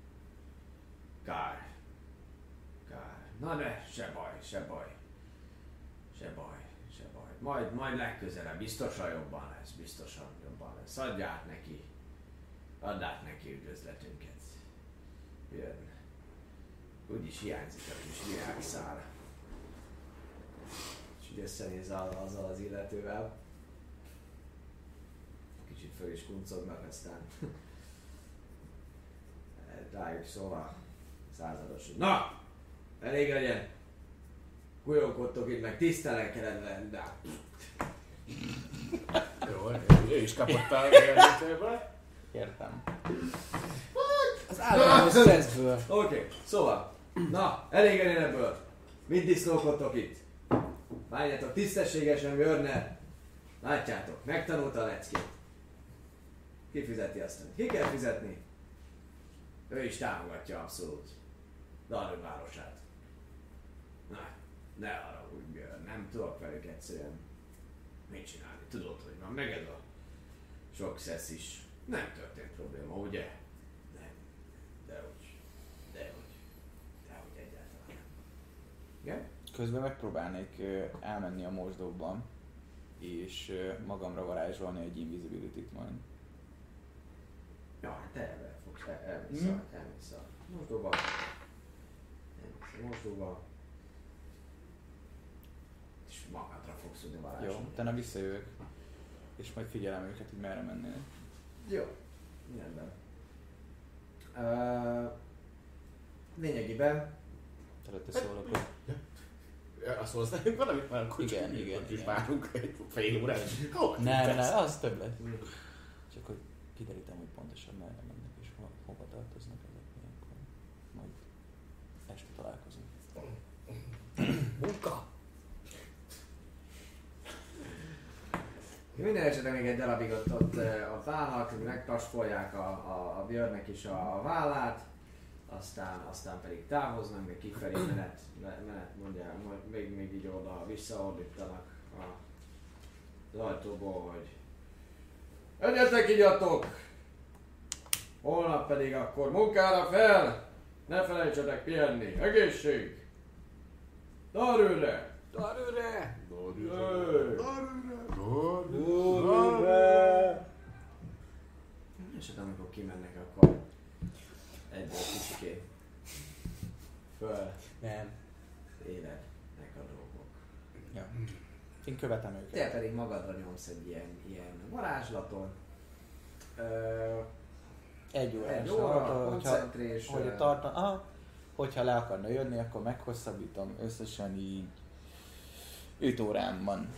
Kár. Kár. Na de, se baj, se baj. Se baj, se baj. Majd, majd legközelebb biztosan jobban lesz, biztosan jobban lesz. Adj át neki. Add át neki üdvözletünket. Jön. Úgyis hiányzik a kis virágszál. És így összenéz azzal az illetővel. Kicsit föl is kuncognak, aztán rájuk szóval százados. Na! Elég legyen! Kujókodtok itt, meg tisztelenkedve, de... Jó, ő is kapott a jelentőből. Értem. Az általános stresszből. Oké, okay, szóval, na, elég legyen ebből. Mit disznókodtok itt? Bánjátok tisztességesen, Wörner. Látjátok, megtanulta a leckét. Ki fizeti azt? Ki kell fizetni? Ő is támogatja abszolút Darwin városát. Na, ne arra úgy, Björn, nem tudok velük egyszerűen mit csinálni. Tudod, hogy van meg ez a sok szesz is. Nem történt probléma, ugye? Nem. Dehogy. Dehogy. Dehogy egyáltalán nem. Igen? Közben megpróbálnék ö, elmenni a mosdóban, és ö, magamra varázsolni egy invisibility-t majd. Ja, hát elve fogsz, el, elmész Mm. a, elmész a mosdóba. Elmész a mosdóba. És magadra fogsz tudni varázsolni. Jó, utána visszajövök, és majd figyelem őket, hogy merre mennének. Jó. Mindenben. Uh, lényegében Előtte szólok, hogy Azt mondsz nekünk valamit már, akkor Igen, csak igen, ott is igen. várunk egy fél órát. Hova nem, tűntesz? nem, az több lesz. Csak hogy kiderítem, hogy pontosan merre mennek és ho- hova tartoznak ezek ilyenkor. Majd este találkozunk. Munka! minden esetben még egy darabig ott, ott, eh, ott állnak, megtaspolják a, a, a Björnnek is a, a vállát, aztán, aztán pedig távoznak, még kifelé menet, menet mondják, majd még, még így oda visszaordítanak a, az ajtóból, hogy egyetek igyatok! Holnap pedig akkor munkára fel! Ne felejtsetek pihenni! Egészség! Darőre! Darőre! És amikor kimennek, akkor egy kicsikét föl Nem. élednek a dolgok. Ja. Én követem őket. Te pedig magadra nyomsz egy ilyen, ilyen varázslatot. Ö, Egy órás. egy óra, hogyha, concentration. hogy a tartan... Aha. hogyha le akarna jönni, akkor meghosszabbítom, összesen így öt órám van.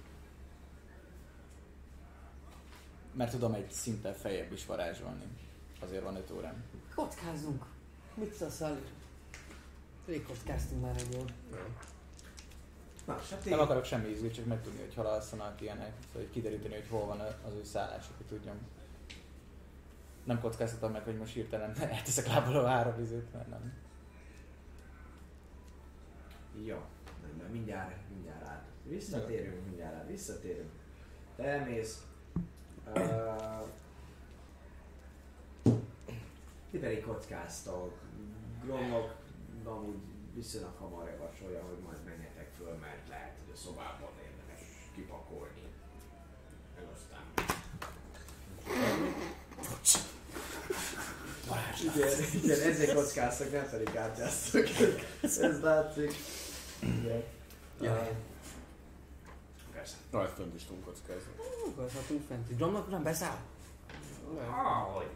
Mert tudom egy szinten feljebb is varázsolni. Azért van öt órám. Kockázzunk! Mit szólsz, Szali? Rég kockáztunk már egy jól. Na, hát Nem akarok semmi ízét, csak megtudni, hogy hol alszanak ilyenek. Szóval hogy kideríteni, hogy hol van az ő szállásuk, hogy tudjam. Nem kockáztatom meg, hogy most hirtelen elteszek lábbal a három ízét, mert nem. Jó, nem, nem, mindjárt, mindjárt át. Visszatérünk, mindjárt át, visszatérünk. Te elmész. Uh, ti pedig kockáztok. Gromlok amúgy viszonylag hamar javasolja, hogy majd menjetek föl, mert lehet, hogy a szobában érdemes kipakolni. Meg aztán... Igen, igen, ezért kockáztak, nem pedig kártyáztak. Ez látszik. Igen. Jaj. Persze. Majd fönt is tudunk kockázni. Ugorhatunk fent. Dromnak nem beszáll? Ahogy.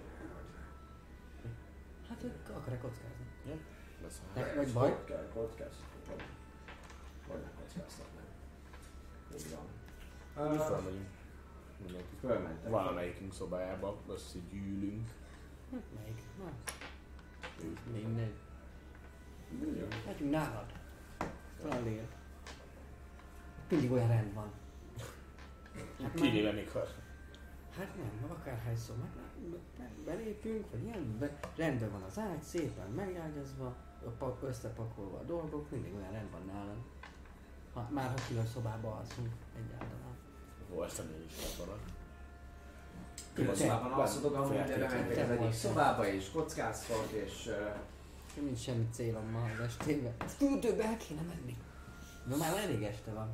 Hát ők akarják kockázni. Beszáll. Nek vagy baj? Kell kockáztatni. Vagy nem kockáztatni. Így van. Mi Uh, felmegyünk. Mindenki. Fölmentek. Valamelyikünk szobájába összegyűlünk. Melyik? Na. Mindegy. Megyünk nálad. Felél. Mindig olyan rend van. Hát már- Kivéve mikor. Hát nem, akárhányszor meg, meg belépünk, vagy ilyen, be, rendben van az ágy, szépen megágyazva, pa- összepakolva a dolgok, mindig olyan rend van nálam. Ha, már ha külön szobába alszunk egyáltalán. Voltam én is abban. Külön szobában alszotok, amúgy de Feltétlenül. bementek az egyik szobába és kockáztok, és... Uh, Nincs semmi célom ma az estébe. Ezt fürdőbe el kéne menni. De már elég este van.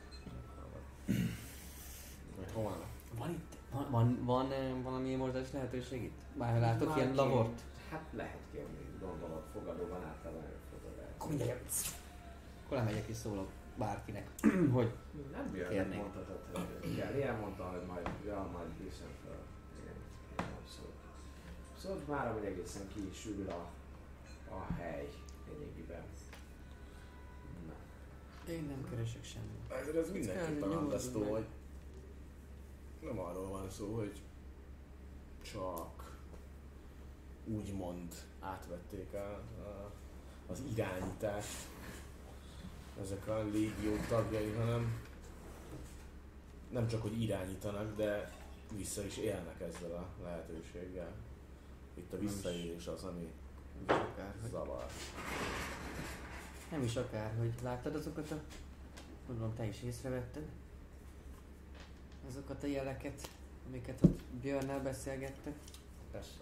Hol van? Van itt? Van, van, van eh, valami émorzás lehetőség itt? Már látok már ilyen ki- lavort? Hát lehet kérni, gondolod, fogadóban általában előfordul. Akkor mindjárt. Akkor lemegyek és szólok bárkinek, hogy Nem bírnak, Kérnék. mondhatod, hogy igen, ilyen mondta, hogy majd, ja, majd viszem fel. Igen, igen, szóval. Szóval már hogy egészen ki is ül a, a hely lényegében. Na. én nem keresek semmit. Ezért ez mindenképpen nyugodjunk andasztó, meg. hogy nem arról van szó, hogy csak úgymond átvették a, a, az irányítást ezek a légió tagjai, hanem nem csak, hogy irányítanak, de vissza is élnek ezzel a lehetőséggel. Itt a visszaélés az, ami Akár, hogy zavar. nem is akár, hogy láttad azokat a... Gondolom te is észrevetted. Azokat a jeleket, amiket ott Björnnel beszélgettek. Persze.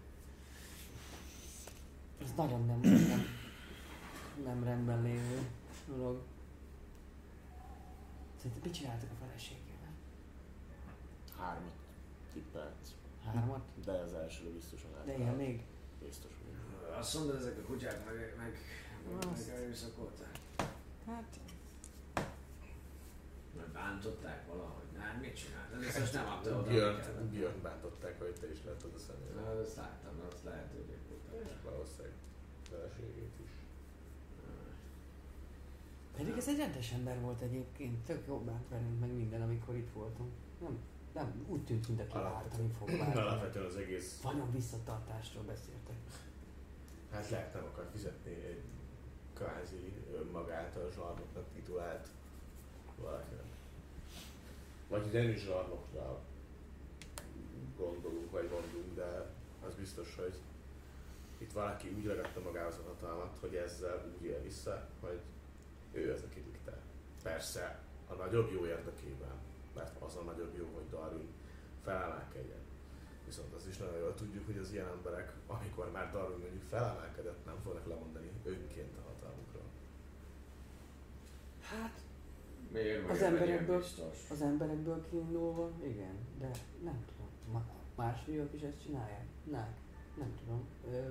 Ez nagyon nem, nem, nem rendben lévő dolog. Szerintem mit csináltak a feleségével? Hármat tippelhetsz. Hármat? De az elsőre biztosan De át. ilyen még? Biztos, hogy Azt mondod, ezek a kutyák meg, meg, Azt. meg erőszakolták? Hát... Vagy bántották valahogy? Nem, mit csinált? Ez biztos nem adta oda. Björn, amit kellett. Björn bántották, hogy te is láttad a személyre. Na, azt láttam, azt lehet, hogy És valószínűleg feleségét is. Pedig ez egy rendes ember volt egyébként, tök jó bánt velünk, meg minden, amikor itt voltunk. Nem, nem úgy tűnt, mint aki váltani fog bármi. Alapvetően az egész, Vagyon visszatartásról beszéltek. hát lehet nem akar fizetni egy kvázi önmagát a zsarnoknak titulált valakinek. Vagy nem is zsarnokra gondolunk, vagy mondunk, de az biztos, hogy itt valaki úgy ragadta magához a hatalmat, hogy ezzel úgy él vissza, hogy ő az, aki diktál. Persze a nagyobb jó érdekében, mert az a nagyobb jó, hogy Darwin felemelkedjen. Viszont azt is nagyon jól tudjuk, hogy az ilyen emberek, amikor már Darwin mondjuk felemelkedett, nem fognak lemondani önként a hatalmukról. Hát, Miért Az vagy emberekből- ilyen biztos? az emberekből kiindulva, igen, de nem tudom. Ma- más fiúk is ezt csinálják? Nem, nem tudom. Ö...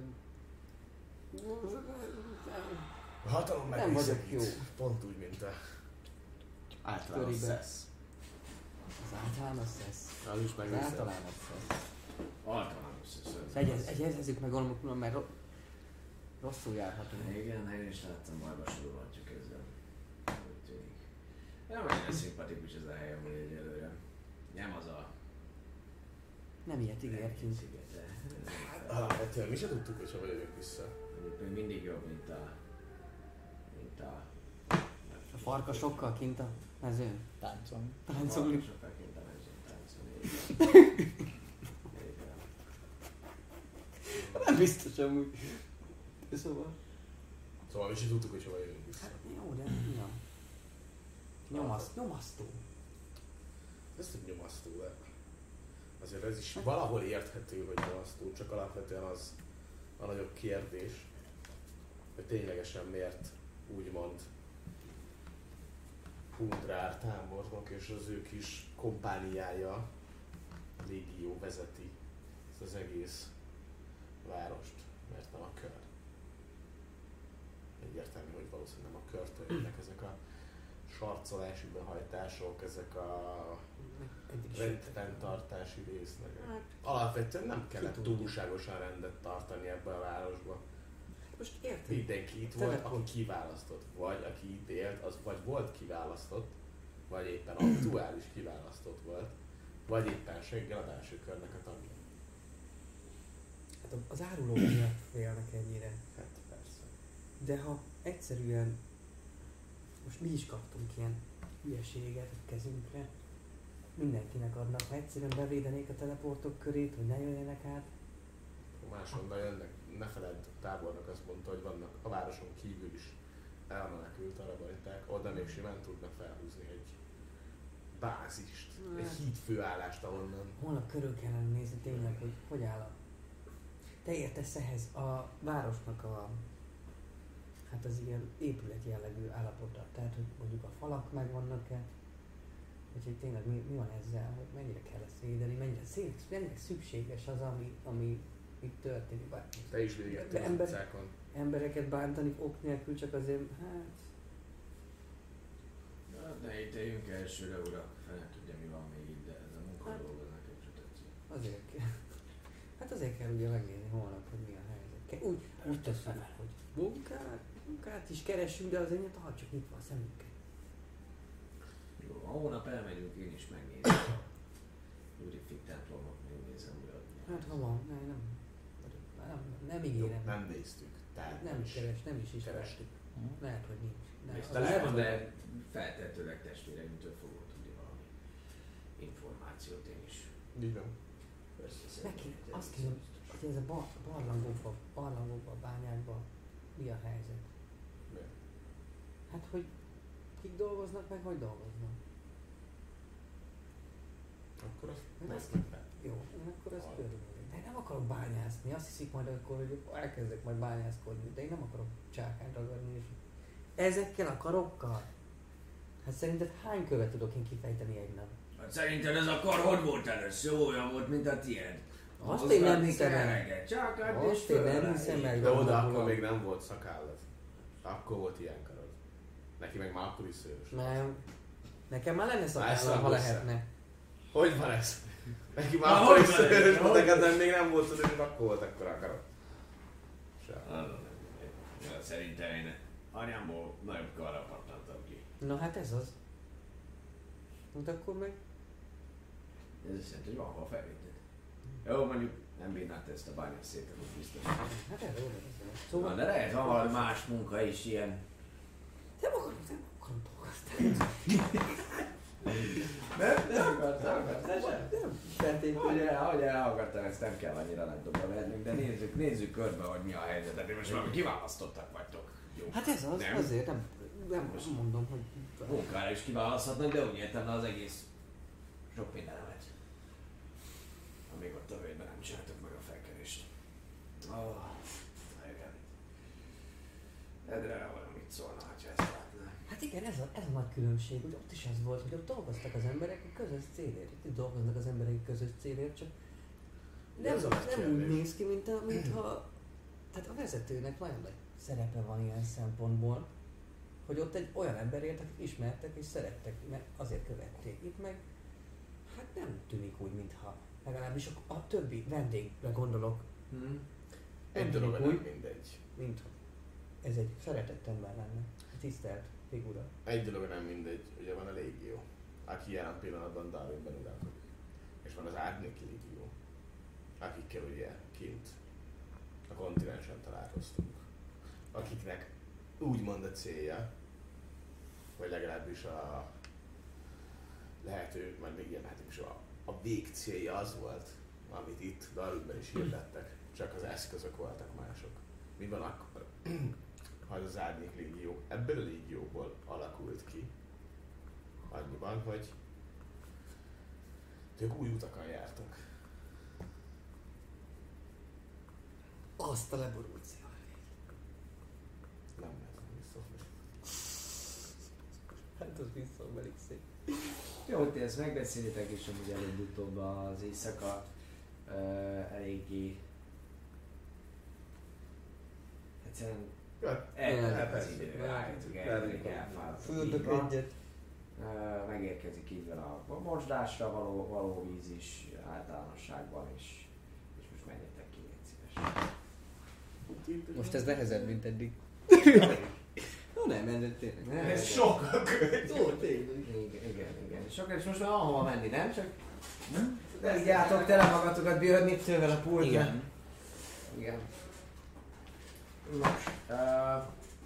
A hatalom Nem megviszont, vagyok jó. pont úgy, mint a általános Köriben. szesz. Az általános szesz. Az is Az megviszont. általános szesz. Általános szeszed. Egyez, egyezzük meg valamikor, mert ro- Rosszul járhatunk. Igen, én is láttam, majd besorolhatjuk ezzel. Úgy tűnik. Nem annyira szimpatikus ez a hely amúgy egyelőre. Nem az a... Nem ilyet ígértünk. szigete. Hát alapvetően mi se tudtuk, hogy hova jövünk vissza. Mondjuk még mindig jobb, mint a... mint a... A farkasokkal kint a mezőn. Táncolni. Táncolni. Sokkal kint a mezőn táncolni. Nem biztos amúgy. Szóval... Szóval mi se tudtuk, hogy hova jövünk vissza. Hát jó, de ja. Nyomaszt, nyomasztó. Ez nem nyomasztó, de azért ez is valahol érthető, hogy nyomasztó, csak alapvetően az a nagyobb kérdés, hogy ténylegesen miért úgymond Hundrár tábornok és az ő kis kompániája, a légió vezeti ezt az egész várost, mert nem a kör. Egyértelmű, hogy valószínűleg nem a körtől jönnek ezek a sarcolási behajtások, ezek a rendfenntartási részlegek. Hát, Alapvetően nem kellett ki tudja. túlságosan rendet tartani ebbe a városba. most érted? Mindenki itt volt, aki kiválasztott. Vagy aki itt élt, az vagy volt kiválasztott, vagy éppen aktuális kiválasztott volt, vagy éppen seggel a belső körnek a tagja. Hát az árulók miatt félnek ennyire. Hát persze. De ha egyszerűen most mi is kaptunk ilyen hülyeséget a kezünkre, mindenkinek adnak, ha egyszerűen bevédenék a teleportok körét, hogy ne jöjjenek át. Ha máshonnan jönnek, ne feledd, a tábornok azt mondta, hogy vannak a városon kívül is elmenekült arabajták, oda még simán tudnak felhúzni egy bázist, egy hídfőállást ahonnan. Holnap körül kellene nézni tényleg, hogy hogy áll a... Te értesz ehhez a városnak a... hát az ilyen épület jellegű állapota. Tehát, hogy mondjuk a falak megvannak-e, úgyhogy tényleg mi, mi van ezzel, hogy mennyire kell ezt védeni, mennyire, szé- mennyire szükséges az, ami, ami itt történik. Bár Te is végettél az ember- utcákon. embereket bántani ok nélkül csak azért, hát... Hát ne ítéljünk elsőre, urak. Fel tudja, mi van még itt, de ez a munka Hát- dolgoznak, egy se tetszik. Azért kell. Hát azért kell ugye megnézni holnap, hogy mi a helyzet. Ke- úgy, úgy teszünk, hogy munkát, munkát is keresünk, de azért tartsuk nyitva a szemünket. Jó, ha hónap elmegyünk, én is megnézem. Ludwig templomot megnézem, urak. Hát ha van, ne, nem, nem, nem, nem ígérem. Nem néztük. Tehát Nem is keres, nem is ismertük. kerestük. Lehet, hogy nincs. Ne, Ezt az lehet, lehet, de feltehetőleg testvéreinktől fogok tudni valami információt én is. Így van. Meg kéne, azt kéne, hogy ez a bar, barlangokba, barlangokba, bányákba mi a helyzet? Miért? Hát, hogy kik dolgoznak, meg hogy dolgoznak. Akkor azt Meg meg azt- meg fel. Jó, én akkor ezt Hallom. körülbelül. De én nem akarok bányászni, azt hiszik majd akkor, hogy elkezdek majd bányászkodni, de én nem akarok csákányt ragadni. És ezekkel a karokkal? Hát szerinted hány követ tudok én kifejteni egy nap? Hát szerinted ez a kar hogy volt először? Olyan volt, mint a tiéd. Azt én nem Mozgatni hiszem el. kell, csak át és Azt én nem fölrá. hiszem el. De oda Gondolom. akkor még nem volt szakállad. Akkor volt ilyen karod. Neki meg már akkor is szőrös. Nem. Nekem már lenne Már szakállam, ezt ha össze. lehetne. Hogy van ez? Neki Na, már akkor is hogy van ez? szőrös Na, volt, hogy van? de még nem volt szőrös, akkor volt akkor a karod. Sem. Ja, szerintem én anyámból nagyobb karra pattantam ki. Na hát ez az. Hát akkor meg... Ez azt jelenti, hogy van hova felvétel. Jó, mondjuk nem bírnád ezt a bányász szépen, úgy biztos. Hát erre oda beszélek. Na, Szóval... de lehet, van valami más munka is ilyen. Nem akarom, nem akarom dolgozni. Nem? Nem akartam, akartam. Nem feltétlenül. Hogy, el, hogy elhallgattam, ezt nem kell annyira nagy dobra vennünk, de nézzük, nézzük körbe, hogy mi a helyzet. Hát most valami kiválasztottak vagytok. Jó. Hát ez az, Nem? azért nem, nem mondom, hogy... Munkára is kiválaszthatnak, de úgy értem, az egész sok mindenemet. Amíg ott a völgyben nem csináltak meg a felkerést. Oh, igen. Edre valamit szólna, ha ezt látná. Hát igen, ez a, ez a nagy különbség, hogy ott is az volt, hogy ott dolgoztak az emberek a közös célért. Itt dolgoznak az emberek a közös célért, csak nem, Ez a nagy nem úgy kérdés. néz ki, mint a, mintha... Tehát a vezetőnek nagyon nagy szerepe van ilyen szempontból, hogy ott egy olyan emberért, akik ismertek és szerettek, mert azért követték. Itt meg, hát nem tűnik úgy, mintha legalábbis a, a többi vendégre gondolok. Hmm. Egy Nem dolog tűnik nem úgy, mindegy. mint Ez egy szeretett ember lenne. Tisztelt figura. Egy dolog nem mindegy, ugye van a légió, aki jelen pillanatban Darwinben uralkodik. És van az Árnyék légió, akikkel ugye kint a kontinensen találkoztunk. Akiknek úgymond a célja, vagy legalábbis a lehető, majd még ilyen hát is a, a vég célja az volt, amit itt Darwinben is hirdettek, csak az eszközök voltak mások. Mi van akkor, ha az Árnyék légió ebből a légióból alakult ki, annyiban, hogy ők új utakon jártak. Azt a leborult szél. Nem lehet visszafogni. Hát az visszamelik szép. Jó, hogy ezt megbeszélitek, és amúgy előbb-utóbb az éjszaka uh, eléggé egyszerűen Ja, eltelik az persze. idő, rájöttük, Eltelik. eltelik, elfáradtunk. Földök Így van. egyet. Uh, megérkezik így van a mosdásra való, való víz is általánosságban, és, és most menjetek ki, légy szíves. Most ez nehezebb, mint eddig. No nem, ez tényleg. Nem, Ez sokkal könnyű. Ó, tényleg. Igen, igen, igen. Sokkal, és most már ahova menni, nem? Csak legijátok tele magatokat Björnittővel a pultra. Igen. Igen. Nos, uh,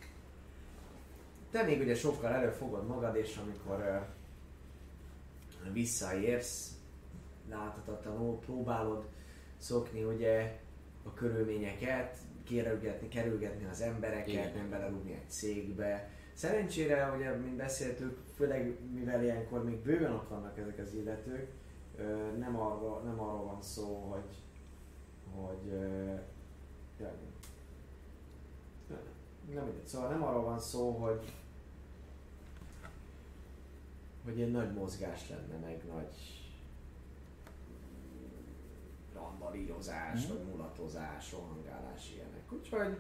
te még ugye sokkal előbb fogod magad, és amikor uh, visszaérsz, láthatatlanul próbálod szokni ugye a körülményeket, kerülgetni, kerülgetni az embereket, Igen. nem belerúgni egy cégbe. Szerencsére, ugye, mint beszéltük, főleg mivel ilyenkor még bőven ott vannak ezek az illetők, uh, nem, arról, nem arról van szó, hogy, hogy uh, jaj, nem mindegy. Szóval nem arról van szó, hogy hogy ilyen nagy mozgás lenne, meg nagy randalírozás, Mhm. vagy mulatozás, rohangálás, ilyenek. Úgyhogy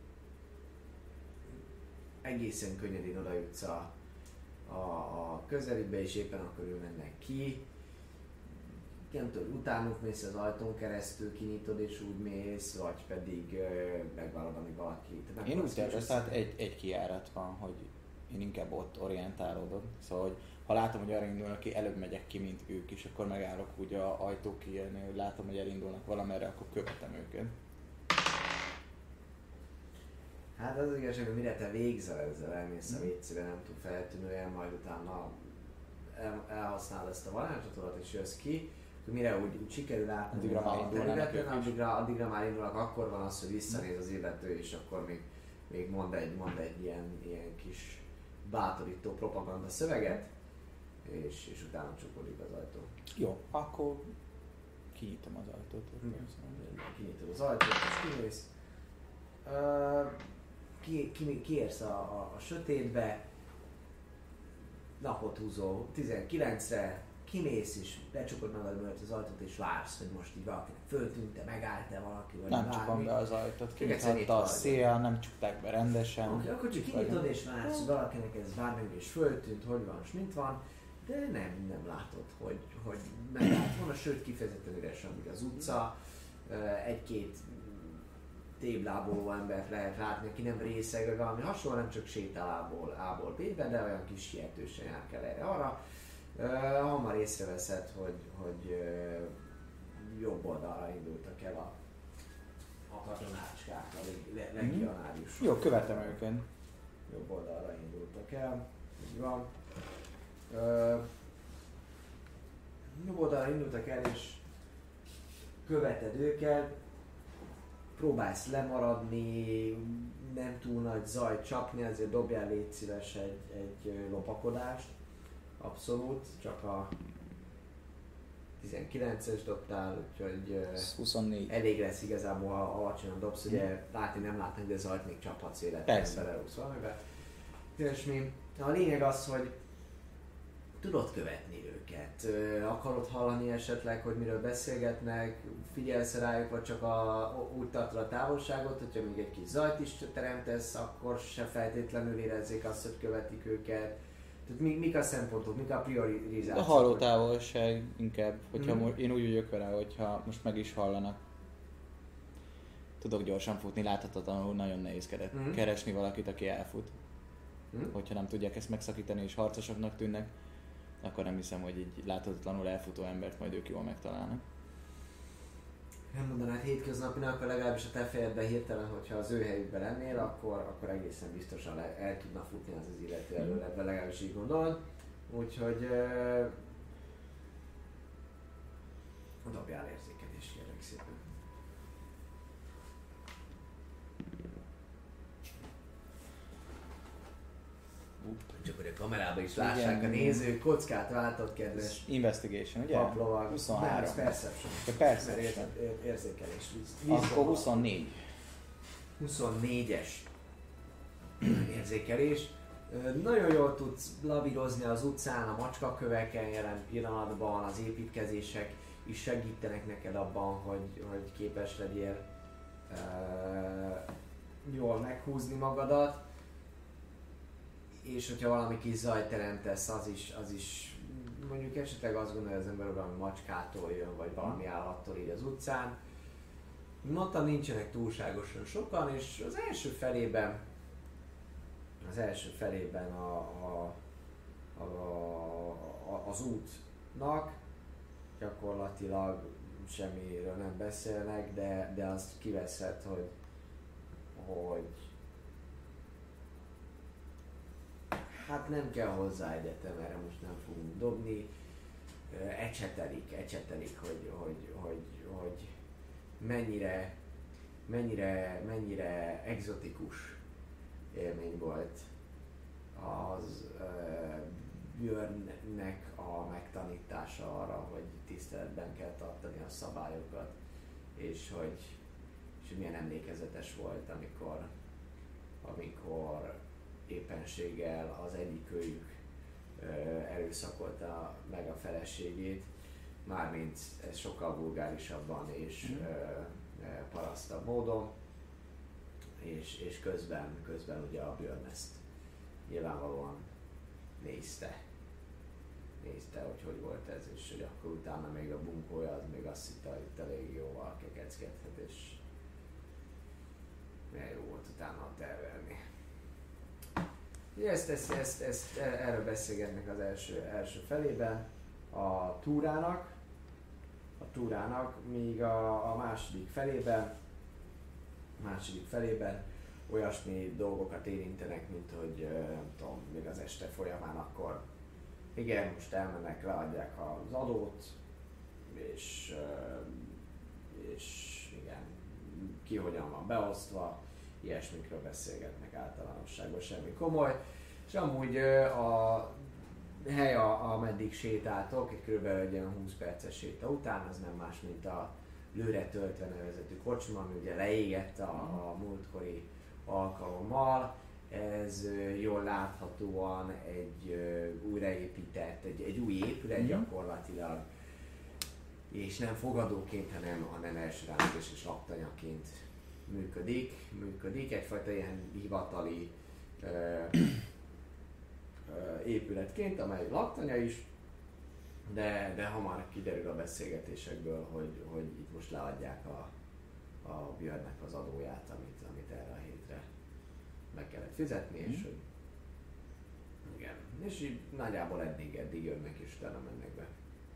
egészen könnyedén oda jutsz a, a, a közelükbe, és éppen akkor ő mennek ki. Nem tudom, utánuk mész az ajtón keresztül, kinyitod és úgy mész, vagy pedig uh, megvárod, amíg valaki... nem Én úgy tudsz terveztem, kicsit- hát egy, egy kijárat van, hogy én inkább ott orientálódok. Szóval, hogy ha látom, hogy arra indulnak ki, előbb megyek ki, mint ők, és akkor megállok úgy a ajtó kijönni, hogy látom, hogy elindulnak valamerre, akkor követem őket. Hát az az igazság, hogy mire te végzel ezzel, elmész a vécére, nem túl feltűnően, majd utána el, elhasználod ezt a varázslatodat és jössz ki, akkor mire úgy, úgy sikerül átmenni Addigra már a indulnának területen, ők is. addigra, addigra már indulnak, akkor van az, hogy visszanéz az illető, és akkor még, még mond egy, mond egy ilyen, ilyen kis bátorító propaganda szöveget, és, és utána csukódik az ajtó. Jó, akkor kinyitom az ajtót. Igen. Kinyitod az ajtót, és kimész. Uh, ki, ki, kiérsz a, a, a sötétbe, napot húzó tizenkilencre, kimész és becsukod magad mögött az ajtót és vársz, hogy most így valakinek föltűnt-e, megállt-e valaki, vagy Nem csukom bármi. be az ajtót, Csak egyszerűen itt kinyithatta a vagy. szél, nem csukták be rendesen. Oké, akkor csak kinyitod és vársz, hogy valakinek ez bármilyen is föltűnt, hogy van, és mint van, de nem, nem látod, hogy, hogy megállt volna, sőt kifejezetten üres, amíg az utca, egy-két tébláboló embert lehet látni, aki nem részeg, vagy valami hasonló, nem csak sétál A-ból, A-ból B-be, de olyan kis sietősen jár kell erre-arra. Uh, hamar észreveszed, hogy, hogy uh, jobb oldalra indultak el a, a katonácskák, a leg- le- legionáriusok. Jó, követem őket. Jobb oldalra indultak el, így van. Uh, jobb oldalra indultak el, és követed őket, próbálsz lemaradni, nem túl nagy zajt csapni, azért dobjál légy szíves egy, egy lopakodást. Abszolút, csak a tizenkilences dobtál, úgyhogy Ez huszonnégy. elég lesz igazából, ha alacsonyan dobsz, ugye látni nem látni, de zajt még csaphatsz életben, Persze. belerúgsz valamibe. És mi? A lényeg az, hogy tudod követni őket, Ö, akarod hallani esetleg, hogy miről beszélgetnek, figyelsz rájuk, vagy csak a, úgy tartod a távolságot, hogyha még egy kis zajt is teremtesz, akkor se feltétlenül érezzék azt, hogy követik őket. Tehát mi, mik a szempontok, mik a priorizációk? A hallótávolság inkább, hogyha Mhm. mo- én úgy vagyok vele, hogyha most meg is hallanak. tudok gyorsan futni, láthatatlanul nagyon nehéz kere- Mhm. keresni valakit, aki elfut. Mhm. Hogyha nem tudják ezt megszakítani és harcosoknak tűnnek, akkor nem hiszem, hogy egy láthatatlanul elfutó embert majd ők jól megtalálnak. Nem mondanád hétköznapinak, akkor legalábbis a te fejedben hirtelen, hogyha az ő helyükben lennél, akkor, akkor egészen biztosan le, el tudna futni az az illető előle, de legalábbis így gondolod. Úgyhogy uh, dobjál érzékelést, kérlek szépen. Csak hogy a kamerában is lássák Igen. a nézők, kockát váltott, kedves Investigation, ugye? paplovag. huszonhárom. Nem, ez Perception. Ja, persze. Mert ér- ér- érzékelés. Akkor huszonnégy. huszonnégyes érzékelés. Ö, Nagyon jól tudsz lavírozni az utcán, a macskaköveken jelen pillanatban, az építkezések is segítenek neked abban, hogy, hogy képes legyél ö, jól meghúzni magadat. És hogyha valami kis zajt teremtesz, az is, az is mondjuk esetleg azt gondolja az ember, hogy valami macskától jön, vagy valami állattól így az utcán. Mondtam, nincsenek túlságosan sokan, és az első felében, az első felében a, a, a, a, az útnak gyakorlatilag semmiről nem beszélnek, de, de azt kiveszed, hogy, hogy hát nem kell hozzá egyetem, erre most nem fogunk dobni. Ö, Ecsetelik, ecsetelik, hogy, hogy, hogy, hogy mennyire, mennyire, mennyire egzotikus élmény volt az uh, Björnnek a megtanítása arra, hogy tiszteletben kell tartani a szabályokat, és hogy, és hogy milyen emlékezetes volt, amikor, amikor éppenséggel az egyik őjük uh, erőszakolta meg a feleségét, mármint ez sokkal vulgárisabban és mm. uh, parasztabb módon, és, és közben, közben ugye a Björn ezt nyilvánvalóan nézte. Nézte, hogy hogy volt ez, és hogy akkor utána még a bunkója az még azt hitte, hogy itt elég jóval kekeckedhet, és milyen jó volt utána tervelni. Ugye ezt, ezt, ezt, ezt, erről beszélgetnek az első, első felében a túrának, a túrának, míg a, a második felében, második felében olyasmi dolgokat érintenek, mint hogy nem tudom, még az este folyamán akkor igen, most elmennek, leadják az adót, és, és igen, ki hogyan van beosztva, ilyesmikről beszélgetnek általánosságban, semmi komoly. És amúgy a hely, ameddig sétáltok, egy kb. Egy ilyen húsz perces séta után, az nem más, mint a Lőre töltve nevezetű kocsma, ami ugye leégett a, a múltkori alkalommal. Ez jól láthatóan egy újraépített, egy, egy új épület mm-hmm. gyakorlatilag, és nem fogadóként, hanem, hanem elsőrendezés és laktanyaként működik. működik. Egyfajta ilyen hivatali ö, ö, épületként, amely laktanya is, de, de hamar kiderül a beszélgetésekből, hogy, hogy itt most leadják a, a Björnnek az adóját, amit, amit erre a hétre meg kellett fizetni, mm. és hogy igen, és így nagyjából eddig, eddig jönnek és utána mennek be.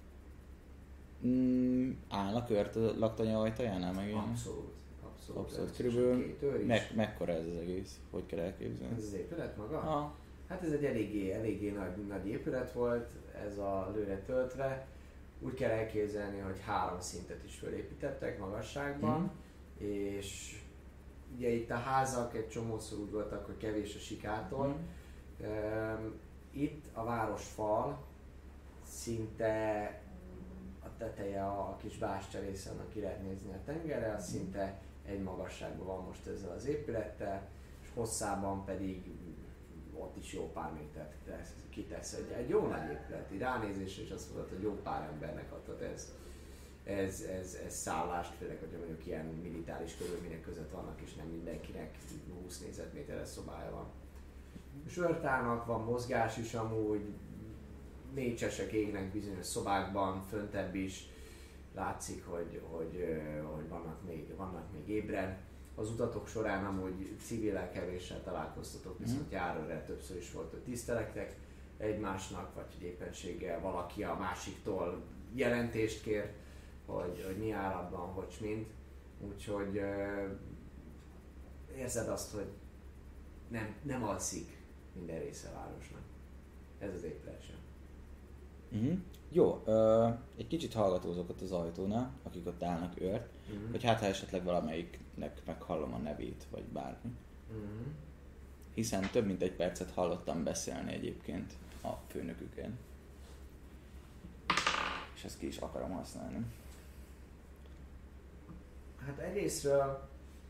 Mm, állnak kört a laktanya ajtajánál meg ilyen? Abszolút, abszolút. Abszolút. Körülbelül me- mekkora ez az egész? Hogy kell elképzelni? Ez az épület maga? Ha. Hát ez egy eléggé, eléggé nagy, nagy épület volt, ez a Lőre töltve. Úgy kell elképzelni, hogy három szintet is fölépítettek magasságban, mm. és ugye itt a házak egy csomószor úgy voltak, hogy kevés a sikától. Mm. Itt a városfal szinte a teteje a kis bástya része, annak ki lehet nézni a tengerre, az szinte egy magasságban van most ezzel az épülettel, és hosszában pedig ott is jó pár métert kitesz egy, egy jó nagy épület, így ránézésre is azt mondod, hogy jó pár embernek adhat ez, ez, ez, ez szállást, főleg, hogyha mondjuk ilyen militáris körülmények között vannak, és nem mindenkinek húsz négyzetméteres szobája van. Sörtárnak van mozgás is amúgy, mécsesek égnek bizonyos szobákban, föntebb is látszik, hogy, hogy, hogy vannak, még, vannak még ébren. az utatok során amúgy civil kevéssel találkoztatok, viszont járőrrel többször is volt, hogy tisztelektek egymásnak, vagy hogy éppenséggel valaki a másiktól jelentést kér, hogy, hogy mi állatban, hogy mind. Úgyhogy euh, érzed azt, hogy nem, nem alszik minden része a városnak. Ez az épület sem. Uh-huh. Jó, ö, egy kicsit hallgatózok ott az ajtónál, akik ott állnak őrt, uh-huh. hogy hát ha esetleg valamelyiknek meghallom a nevét, vagy bármi. Uh-huh. Hiszen több mint egy percet hallottam beszélni egyébként a főnökükön. És ezt ki is akarom használni. Hát egyrésztről,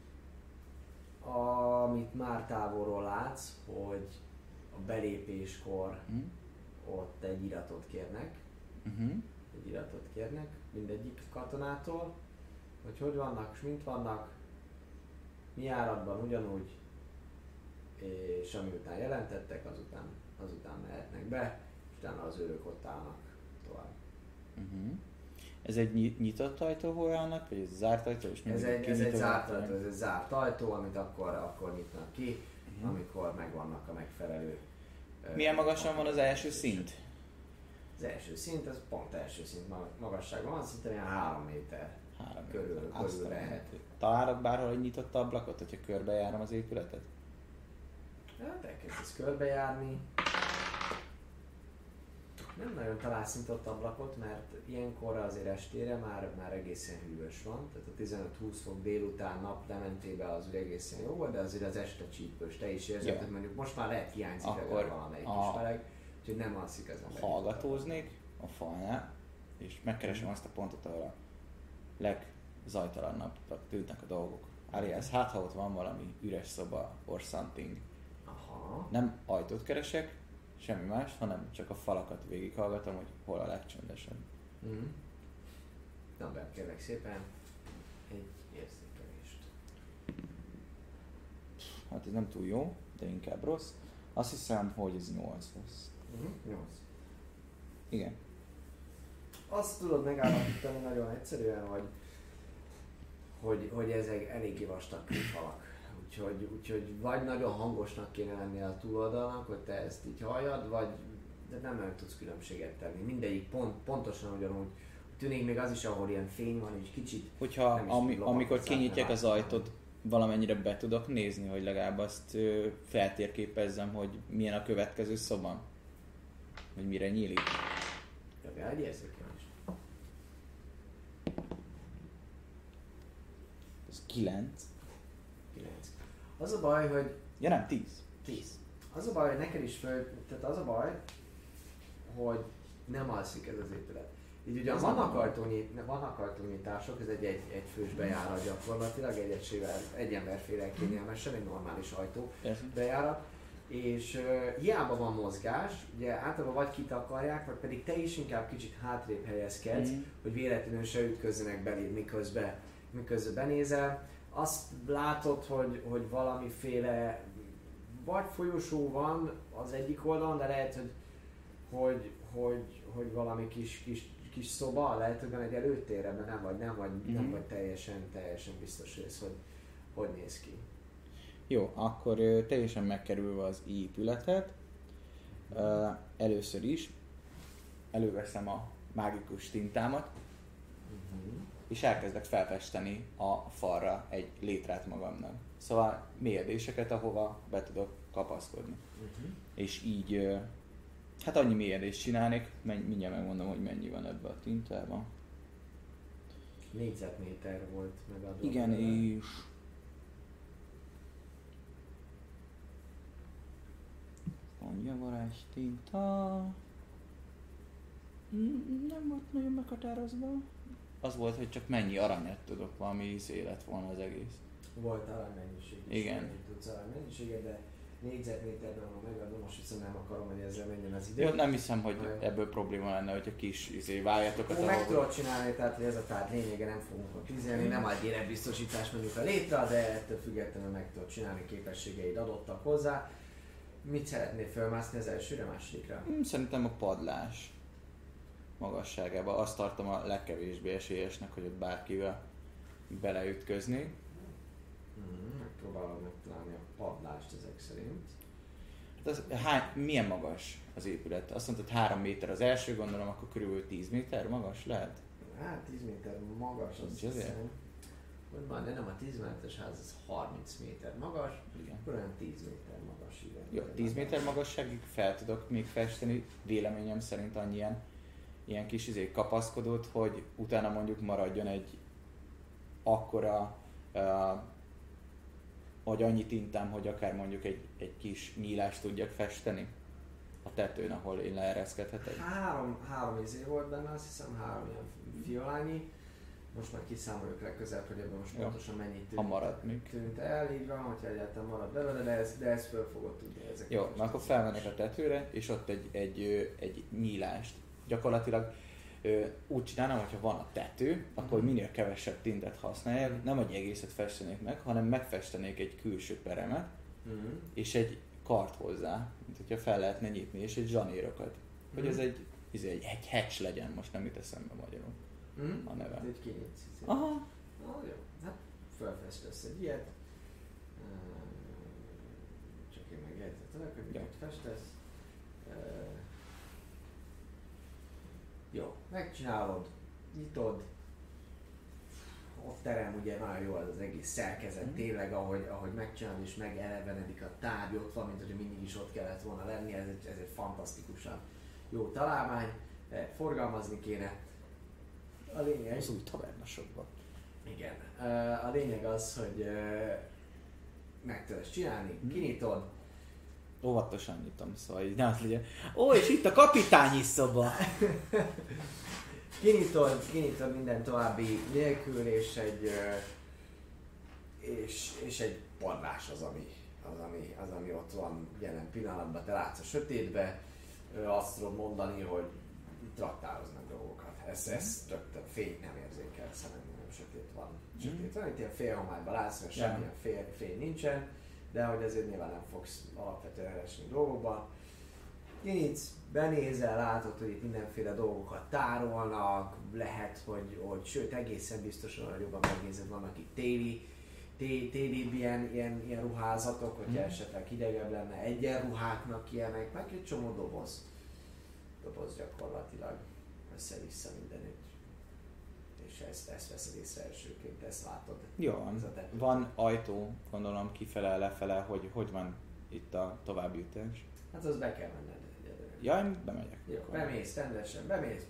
amit már távolról látsz, hogy a belépéskor uh-huh. ott egy iratot kérnek. Uh-huh. Egy iratot kérnek mindegyik katonától, hogy hogy vannak, és mint vannak, mi áradban ugyanúgy, és ami után jelentettek, azután, azután mehetnek be, és utána az őrök ott állnak tovább. Uh-huh. Ez egy nyitott ajtó volnának, vagy ez zárt ajtó? És ez egy, ez egy zárt ajtó, ez egy zárt ajtó, amit akkor, akkor nyitnak ki, uh-huh. amikor megvannak a megfelelő... Milyen magasan van az első szint? Az első szint, az pont első szint magasságban van, szinte ilyen három méter három körül, körül lehet. Találok bárhol egy nyitott ablakot, hogyha körbejárom az épületet? Hát elkezdesz körbejárni. Nem nagyon találsz nyitott ablakot, mert ilyenkorra azért estére már, már egészen hűvös van. Tehát a tizenöt-húsz fok délután nap lementébe az ugye egészen jó volt, de azért az este csípős. Te is érzed, hogy mondjuk most már lehet hiányzik legalább valamelyik a... is meleg, úgyhogy nem alszik az ember. Hallgatóznék a falnál, és megkeresem azt a pontot, ahol a legzajtalanabb tűnnek a dolgok. Alias, hát ha ott van valami üres szoba or something. Aha. Nem ajtót keresek, semmi más, hanem csak a falakat végighallgatom, hogy hol a legcsöndesebb. Mm. Na be, kérlek szépen egy érzékelést. Hát ez nem túl jó, de inkább rossz. Azt hiszem, hogy ez nyolc lesz. Uh-huh. nyolc. Igen. Azt tudod megállapítani nagyon egyszerűen, hogy, hogy, hogy ezek eléggé vastag falak. Úgyhogy, úgyhogy vagy nagyon hangosnak kéne lennie a túloldalnak, hogy te ezt így halljad, vagy de nem nagyon tudsz különbséget tenni. Mindegyik pont, pontosan ugyanúgy tűnik, még az is, ahol ilyen fény van, és kicsit... Hogyha ami, amikor kinyitják az ajtót, valamennyire be tudok nézni, hogy legalább azt ö, feltérképezzem, hogy milyen a következő szoba? Hogy mire nyílik? Legalább egy érzékelés. Ez kilenc. kilenc. Az a baj, hogy... Ja nem, tíz. tíz. Az a baj, hogy neked is föl... Tehát az a baj, hogy nem alszik ez az épület. Így ugyan vannak, ajtónyi, vannak ajtónyitások, ez egy, egy, egy fős bejárat gyakorlatilag, egy egysével, egy emberféle kényelmesen, egy normális ajtó bejárat. És uh, hiába van mozgás, ugye általában vagy kitakarják, vagy pedig te is inkább kicsit hátrébb helyezkedsz, mm. hogy véletlenül se ütközzenek beléd, miközben, miközben benézel. Azt látod, hogy, hogy valamiféle vagy folyosó van az egyik oldalon, de lehet, hogy, hogy, hogy, hogy valami kis, kis, kis szoba, lehet, hogy van egy előtér, ebben nem vagy, nem vagy, mm. nem vagy teljesen, teljesen biztos, hogy ez hogy, hogy néz ki. Jó, akkor ö, teljesen megkerülve az épületet, ö, először is előveszem a mágikus tintámat, uh-huh. és elkezdek felfesteni a falra egy létrát magamnak. Szóval mélyedéseket, ahova be tudok kapaszkodni. Uh-huh. És így, ö, hát annyi mélyedést csinálnék, mindjárt megmondom, hogy mennyi van ebbe a tintában. Négyzetméter volt megadva. Igen, és... Mondja varázstinta... Nem volt nagyon meghatározva. Az volt, hogy csak mennyi aranyat tudok, valami izé lett volna az egész. Volt aranymennyiség is. Igen. Nem tudsz aranymennyiséget, de négyzetméterben van megadva, most viszont nem akarom, hogy ezzel menjen az idő. Jó, nem hiszem, hogy ebből probléma lenne, hogyha kis izé válljatokat... Ó, meg tudod csinálni, tehát hogy ez a tárgy lényege, nem fogunk ott üzenni, nem ad életbiztosítás mondjuk a létre, de ettől függetlenül meg tudod csinálni, képességeid adottak hozzá. Mit szeretnél felmászni az elsőre, másodikra? Szerintem a padlás magasságában. Azt tartom a legkevésbé esélyesnek, hogy ott bárkivel beleütközni. Hmm, megpróbálom megtalálni a padlást ezek szerint. Hát az, hány, milyen magas az épület? Azt mondtad három méter az első, gondolom, akkor körülbelül tíz méter magas lehet? Hát tíz méter magas, azt Nincs azért? hiszem. Hogy van, de nem a tíz méteres ház, az harminc méter magas, Igen. akkor olyan tíz méter magas, igen. Jó, tíz méter magasságig fel tudok még festeni, véleményem szerint annyi ilyen, ilyen kis izé kapaszkodót, hogy utána mondjuk maradjon egy akkora, uh, vagy annyi tintám, hogy akár mondjuk egy, egy kis nyílást tudjak festeni a tetőn, ahol én leereszkedhetek. Három, három izé volt benne, azt hiszem három ilyen fiolányi. Most már kiszámoljuk legközelebb, hogy ebben most Jó. pontosan mennyit Ha marad még. tűnt el, így van, hogyha egyáltalán marad belőle, de ezt, de ezt föl fogod tudni ezeket. Jó, mert akkor felmennek a tetőre, és ott egy, egy, ö, egy nyílást. Gyakorlatilag ö, úgy csinálom, hogyha van a tető, akkor minél kevesebb tintet használják, nem egy egészet festenék meg, hanem megfestenék egy külső peremet, Mm-hmm. és egy kart hozzá, mint hogyha fel lehetne nyitni, és egy zsanérokat. Hogy Mhm. ez egy, ez egy, egy hatch legyen, most nem jut eszembe magyarul Mm-hmm. a neve. Egy kinyitsz. izé. Aha, Ah, jó, hát felfestesz egy ilyet. Uh, Csak én megjegyzetelek, hogy miket festesz. Uh, Jó, megcsinálod, nyitod. Ott terem ugye nagyon jó az, az egész szerkezet, Mhm. tényleg ahogy, ahogy megcsinálod és megelevenedik a tárgy, ott van, mint hogy mindig is ott kellett volna lenni, ez egy, ez egy fantasztikusan jó találmány, de forgalmazni kéne. A lényeg... az új tavernasokban. Igen. Ö, A lényeg az, hogy ö, meg tudod ezt csinálni, kinyitod, Óvatosan nyitom, szóval így ne az legyen. Ó, és itt a kapitányi szoba! kinyitod, kinyitod minden további nélkül, és egy, ö, és, és egy padlás az, ami, az, ami, az, ami ott van jelen pillanatban. Te látsz a sötétbe, ö, azt tudod mondani, hogy itt raktároznak dolgokat. Ez, ez rögtön fény nem érzékel, szerintem nem sötét van. Sötét van, itt ilyen félhomályban látsz, mert Ja. semmilyen fél, fény nincsen, de hogy azért nyilván nem fogsz alapvetően elesni dolgokban. Kinyitsz, benézel, látod, hogy itt mindenféle dolgokat tárolnak, lehet, hogy, hogy sőt egészen biztosan, hogy jobban megnézed, vannak itt téli, té, télibb ilyen, ilyen, ilyen ruházatok, hogyha esetleg hidegebb lenne, egyenruháknak ilyenek, meg egy csomó doboz. Doboz gyakorlatilag össze-vissza mindenütt. És ezt, ezt veszed észre elsőként, ezt látod. Jó, van. Ez a tető. Van ajtó, gondolom kifele, lefele, hogy hogy van itt a továbbjutás. Hát az be kell menned egyelőre. Ja, én bemegyek. Jó, Akkor. bemész, rendesen, bemész.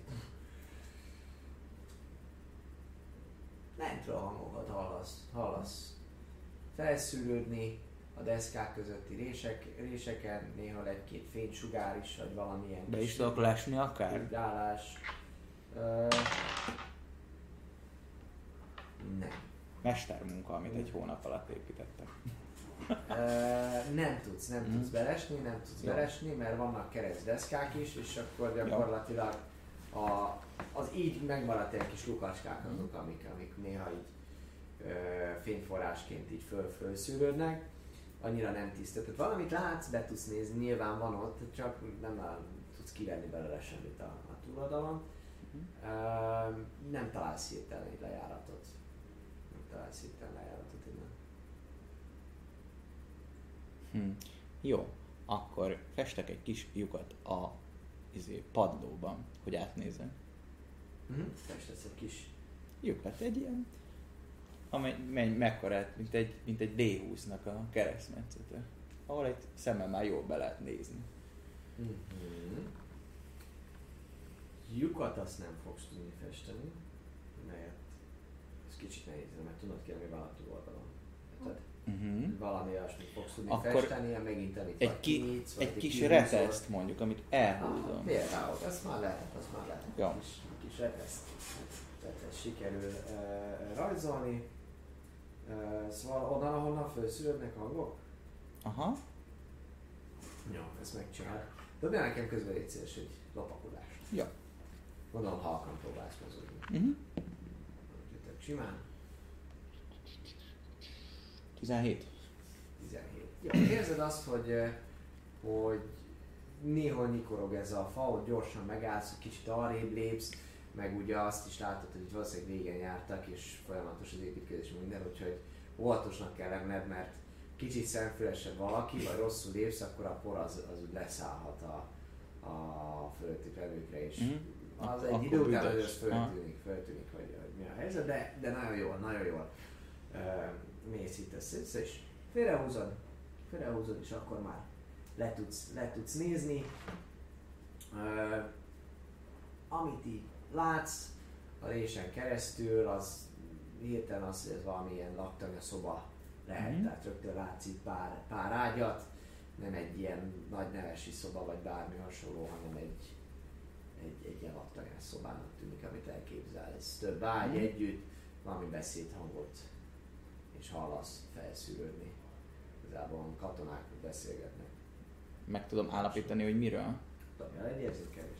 Lentről hangokat hallasz, hallasz felszűrődni a deszkák közötti rések, réseken, néha egy-két fénysugár is, vagy valamilyen Be is tudok lesni akár? vibrálás. Ö... Nem. Mestermunka, amit egy hónap alatt építettek. Ö, nem tudsz, nem Mhm. tudsz belesni, nem tudsz Jó. belesni, mert vannak keresztdeszkák is, és akkor gyakorlatilag a, az így megmaradt ilyen kis lukacskák azok, amik, amik néha így ö, fényforrásként így föl, fölszűrődnek. Annyira nem tiszta. Tehát valamit látsz, be tudsz nézni, nyilván van ott, csak nem, nem tudsz kivenni belőle semmit a, a túloldalon. Ö, nem találsz hirtelen egy lejáratot. Nem találsz hirtelen lejáratot innen. Hm. Jó, akkor festek egy kis lyukat a izé, padlóban, hogy átnézem. Uh-huh. Festesz egy kis... Lyukat, egy ilyen, amely menj, mekkora, mint egy, mint egy dé húsznak a keresztmetszete, ahol egy szemmel már jól be lehet nézni. Uh-huh. Lyukat azt nem fogsz tudni festeni, mert ez kicsit nehéz, mert tudod kérni valami túloldalon. Tehát Uh-huh. valami olyasmit fogsz tudni Akkor festeni, megint amit Egy, vagy ki, kinyitsz, vagy egy ki kis kihúzod. reteszt mondjuk, amit Ah, elhúzom. például, ezt már lehet, azt már lehet. Jó. Kis, kis reteszt, reteszt sikerül uh, rajzolni. Uh, szóval onnan, ahonnan felszűrődnek hangok. Aha. Jó, ezt megcsinálod. Dobjál nekem közben egy szíves egy lopakodást. Jó. Gondolom halkan próbálsz mozogni. Uh-huh. Jöttek simán. tizenhét. tizenhét. Jó, érzed azt, hogy, eh, hogy néhol nyikorog ez a fa, hogy gyorsan megállsz, hogy kicsit arrébb lépsz, meg ugye azt is látod, hogy itt valószínűleg régen jártak, és folyamatos az építkezés minden, úgyhogy óvatosnak kell lenned, mert kicsit szemfülesebb valaki, vagy rosszul lépsz, akkor a por az, az úgy leszállhat a, a fölötti felőkre is. Mm. Az Ak- egy idő akkor után büdös. az föltűnik, föltűnik, hogy, hogy mi a helyzet, de, de nagyon jól, nagyon jól uh, mész itt össze, és félrehúzod, félrehúzod, és akkor már le tudsz, le tudsz nézni. Uh, amit így látsz a résen keresztül, az hirtelen az, hogy ez valamilyen laktanya szoba lehet, Mhm. tehát rögtön látsz itt pár, pár ágyat, nem egy ilyen nagy nevesi szoba vagy bármi hasonló, hanem egy, egy, egy ilyen laktanyás szobának tűnik, amit elképzelsz. Több ágy Mhm. együtt, valami beszédhangot és hallasz felszűrődni. Igazából katonák beszélgetnek. Meg tudom állapítani, hogy miről? Dobjál egy érzékelést.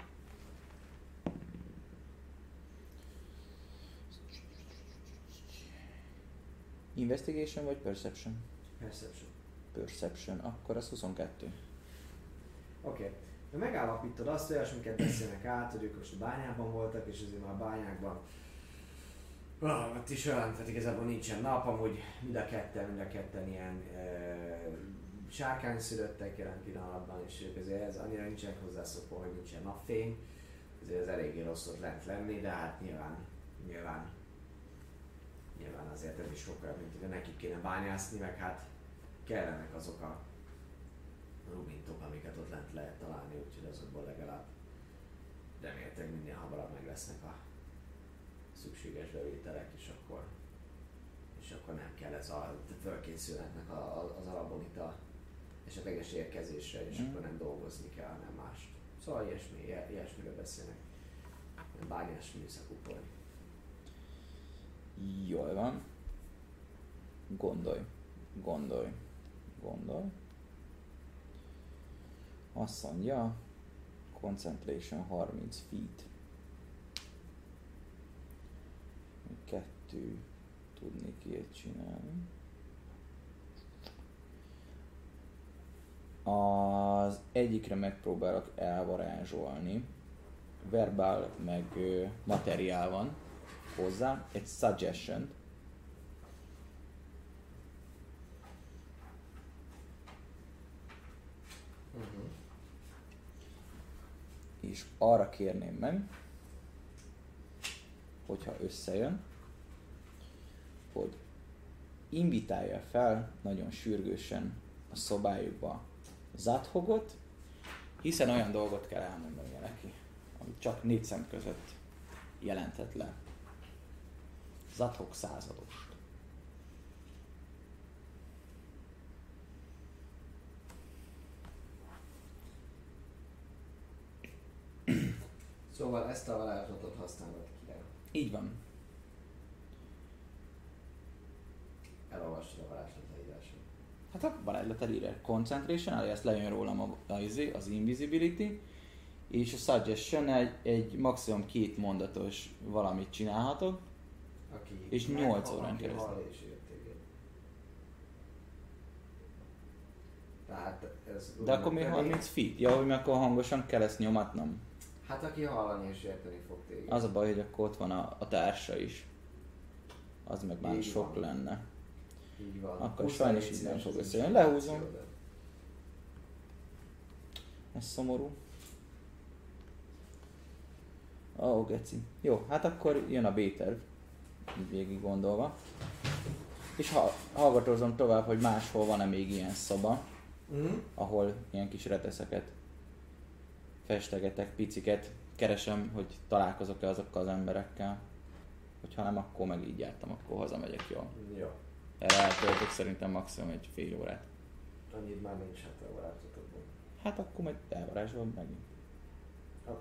Investigation vagy Perception? Perception. Perception, akkor az huszonkettő. Oké. Okay. De megállapítod azt, hogy olyasmiket beszélnek át, hogy ők most a bányában voltak, és azért már a bányákban ah, ott is olyan, tehát igazából nincsen nap, amúgy mind a ketten, mind a ketten ilyen e, sárkányszülöttek jelen pillanatban, és ők azért ez annyira nincsenek hozzászokva, hogy nincsen napfény, azért ez eléggé rossz ott lent lenni, de hát nyilván, nyilván, nyilván azért ez is sokkal, mint hogy nekik kéne bányászni, meg hát kellenek azok a rumintok, amiket ott lent lehet találni, úgyhogy azokból legalább remélhetőleg minél hamarabb meg lesznek a szükséges bevételek, és akkor, és akkor nem kell ez a, fölkészülhetnek a, a, az arabonita esetleges érkezésre, és Mm. akkor nem dolgozni kell, hanem mást. Szóval ilyesmi, ilyesmiről beszélnek. Bányás műszakukról. Jól van. Gondolj. Gondolj. Gondolj. Azt mondja, concentration harminc feet. Kettő tudnék ilyet csinálni. Az egyikre megpróbálok elvarázsolni. Verbál meg ö, materiál van hozzá, egy suggestion. Uh-huh. És arra kérném meg, hogyha összejön, hogy invitálja fel nagyon sürgősen a szobájukba Zadhogot, hiszen olyan dolgot kell elmondani neki, amit csak négy szem között jelenthet le. Zadhog századost. Szóval ezt a varázslatot használod ki el. Így van. Elolvastad a varázslat leírását. Hát a varázslat elírja concentration, alias lejön rólam a, a, az invisibility, és a suggestion egy, egy maximum két mondatos valamit csinálhatok, Aki és meghal, nyolc órán aki keresztül. hall és ért téged. Tehát ez... De akkor még harminc feet? Ja, hogy meg akkor hangosan kell ezt nyomatnom. Hát aki hallani és érteni fog téged. Az a baj, hogy akkor ott van a, a társa is. Az meg már Így sok van. lenne. Így van. Akkor Húsz sajnos négy így nem szíves fog az összejönni. információ, Lehúzom. de- Ez szomorú. Ó, oh, geci. Jó, hát akkor jön a B-terv. Így végig gondolva. És ha hallgatózom tovább, hogy máshol van-e még ilyen szoba, Mhm. ahol ilyen kis reteszeket festegetek, piciket. Keresem, hogy találkozok-e azokkal az emberekkel. Hogyha nem, akkor meg így jártam, akkor hazamegyek jól. Jó. Erre eltöltök szerintem maximum egy fél órát. Annyit már nincs hát a varázslatokban. Hát akkor majd elvarázsolom megint. Oké.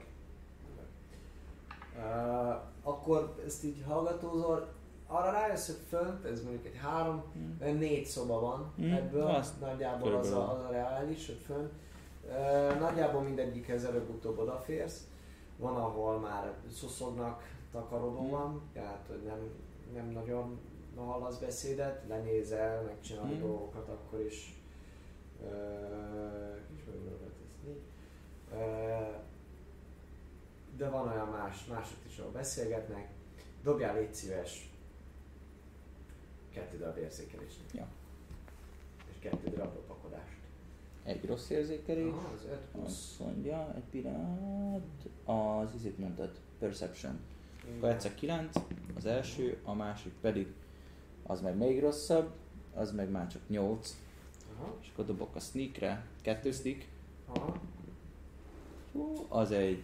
Uh, akkor ezt így hallgatózol, arra rájössz, hogy fönt, ez mondjuk egy három, Hmm. négy szoba van Hmm, ebből, azt nagyjából az körülbelül. a, az a reális, hogy fönt. Uh, nagyjából mindegyikhez előbb-utóbb odaférsz. Van, ahol már szuszognak, takarodó Hmm. van, tehát hogy nem, nem nagyon hallasz beszédet, lenézel, megcsinálod Hmm. dolgokat, akkor is uh, kis megmondod, ez négy. Uh, de van olyan más, mások is, ahol beszélgetnek. Dobjál légy szíves Kettő darab érzékelést. Ja. És kettő darab lopakodást. Egy rossz érzékelés. Aha, az öt plusz. Azt mondja, egy pillanat. Az izit mondtad, Perception. Akkor egyszer kilenc, az első, a másik pedig az meg még rosszabb, az meg már csak nyolc. Aha. És akkor dobok a sneakre, kettő sneak. Aha. Hú, az egy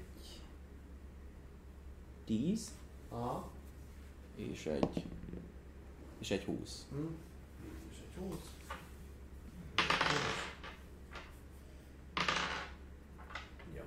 tíz, Aha. és egy, és egy húsz. Hm. És egy húsz. Jó.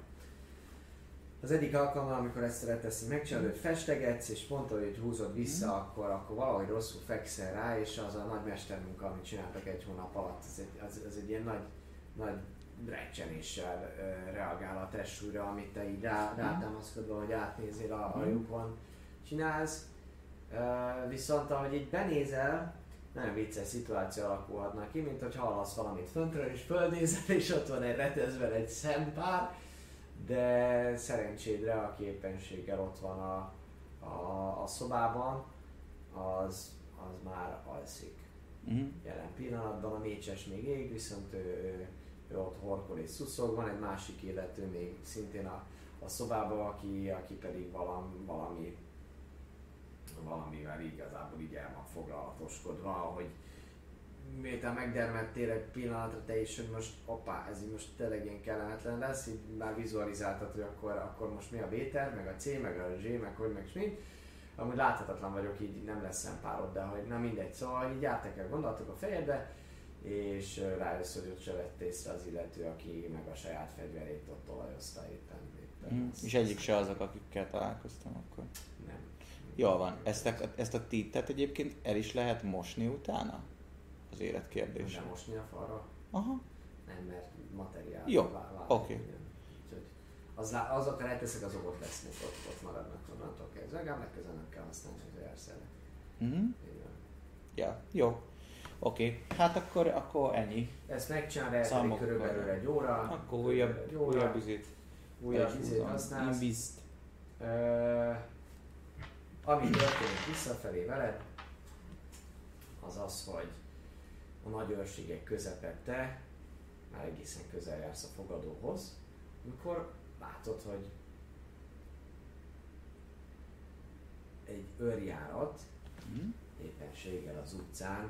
Az egyik alkalommal, amikor ezt szeretesz, hogy megcsinálod, hogy festegetsz, és pont ahogy húzod vissza, mm. akkor, akkor valahogy rosszul fekszel rá, és az a nagy mestermunka, amit csináltak egy hónap alatt, az egy, az, az egy ilyen nagy, nagy recsenéssel uh, reagál a testsúlyra, amit te így rá, rátámaszkodva, hogy átnézél a, a lyukon csinálsz. Uh, viszont ahogy így benézel, nagyon vicces szituáció alakulhatna ki, mint hogy hallasz valamit föntről, és földnézel, és ott van egy retezben egy szempár, de szerencsédre, aki éppenséggel ott van a, a, a szobában, az, az már alszik. Uh-huh. Jelen pillanatban a mécses még ég, viszont ő, ő, ő ott horkol és szuszog. Van egy másik illető még szintén a, a szobában, aki, aki pedig valami, valami valamivel igazából így el van foglalatoskodva, hogy miután megdermedtél egy pillanatra te is, hogy most hoppá, ez így most tényleg ilyen kellemetlen lesz, így már vizualizáltad, hogy akkor, akkor most mi a B-terv, meg a C, meg a Z, meg hogy, meg mi. Amúgy láthatatlan vagyok, így nem lesz szempárod, de hogy nem mindegy, szóval így jártak el gondolatok a fejedbe, és rájössz, hogy ott se vett észre az illető, aki meg a saját fegyverét ott olajozta éppen. éppen Mm. És egyik se azok, akikkel találkoztam akkor. Nem. Jól van, ezt a, ezt a títet egyébként el is lehet mosni utána? Az életkérdése. Nem mosni a falra? Aha. Nem, mert materiál. Jó, vá- vá- oké. igen. Úgyhogy az, lá- azok, ha leteszek, azok ott lesznek, ott, ott maradnak onnantól kezdve. Legalább legközelebb nem kell használni, hogy elszernek. Uh-huh. Ja, jó. Oké, hát akkor, akkor ennyi. Ezt megcsinálva, eltelik Számok körülbelül van. egy óra. Akkor újabb, egy óra, újabb izét. újabb izét használsz. Inviszt. Ö, ami történik visszafelé veled, az az, hogy a nagy őrségek közepette, már egészen közel jársz a fogadóhoz, amikor látod, hogy egy őrjárat Mm. éppenséggel az utcán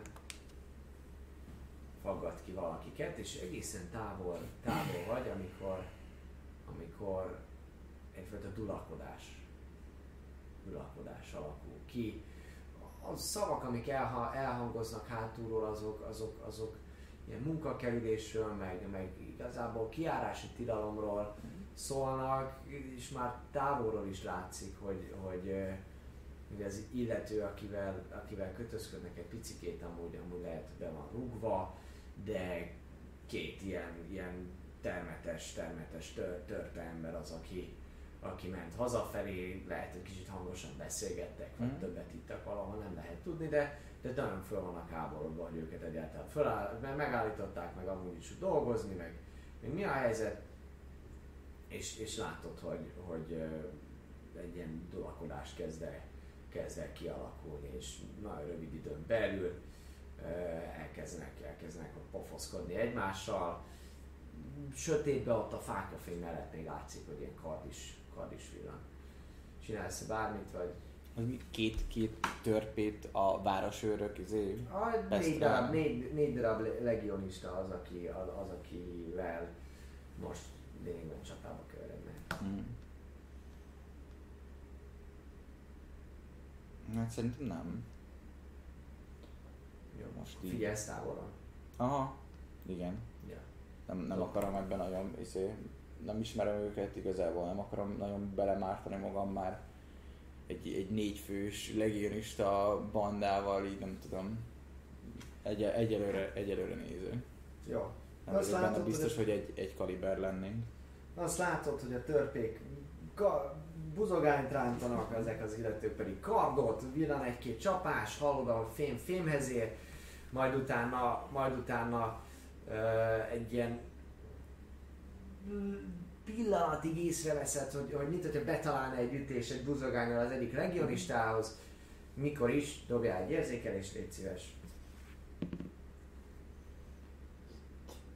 faggat ki valakiket, és egészen távol, távol vagy, amikor, amikor egyfajta dulakodás, dulakodás alakul ki. A szavak, amik elha, elhangoznak hátulról, azok, azok, azok ilyen munkakerülésről, meg, meg igazából kijárási tilalomról szólnak, és már távolról is látszik, hogy, hogy, hogy az illető, akivel, akivel kötözködnek egy picikét, amúgy, amúgy lehet, hogy be van rúgva, de két ilyen, ilyen termetes, termetes tör, törpe ember az, aki, aki ment hazafelé, lehet, hogy kicsit hangosan beszélgettek, vagy mm. többet ittak valahol, nem lehet tudni, de, de nagyon föl vannak háborodva, hogy őket egyáltalán föláll, megállították meg amúgy is dolgozni, meg, meg mi a helyzet, és, és látod, hogy, hogy egy ilyen dulakodás kezd el, kezd el kialakulni, és nagyon rövid időn belül elkezdenek, elkezdenek pofoszkodni egymással. Sötétben ott a fákjafény mellett még látszik, hogy ilyen kard is, kard is villan. Csinálsz bármit, vagy? Az mi? Két, két törpét a városőrök izé? A négy, darab, négy, négy darab legionista az, aki, az, az akivel most lényegben csatába keverednek. Hmm. Hát szerintem nem. Jó, Most így. figyelsz távolra. Aha, igen. Ja. Nem, nem akarom ebben nagyon, izé, nem ismerem őket igazából, nem akarom nagyon belemártani magam már egy, egy négyfős legionista bandával, így nem tudom, egy, egyelőre, egyelőre néző. Jó. Nem vagyok benne biztos, hogy egy, egy kaliber lennénk. Azt látod, hogy a törpék ka- buzogányt rántanak, ezek az illetők pedig kardot, villan egy-két csapás, hallod, ahogy fém fémhez ér, majd utána, majd utána uh, egy ilyen pillanatig észreveszed, hogy, hogy mint hogyha betalálna egy ütés egy buzogánnyal az egyik legionistához, mikor is, dobjál egy érzékelést, légy szíves.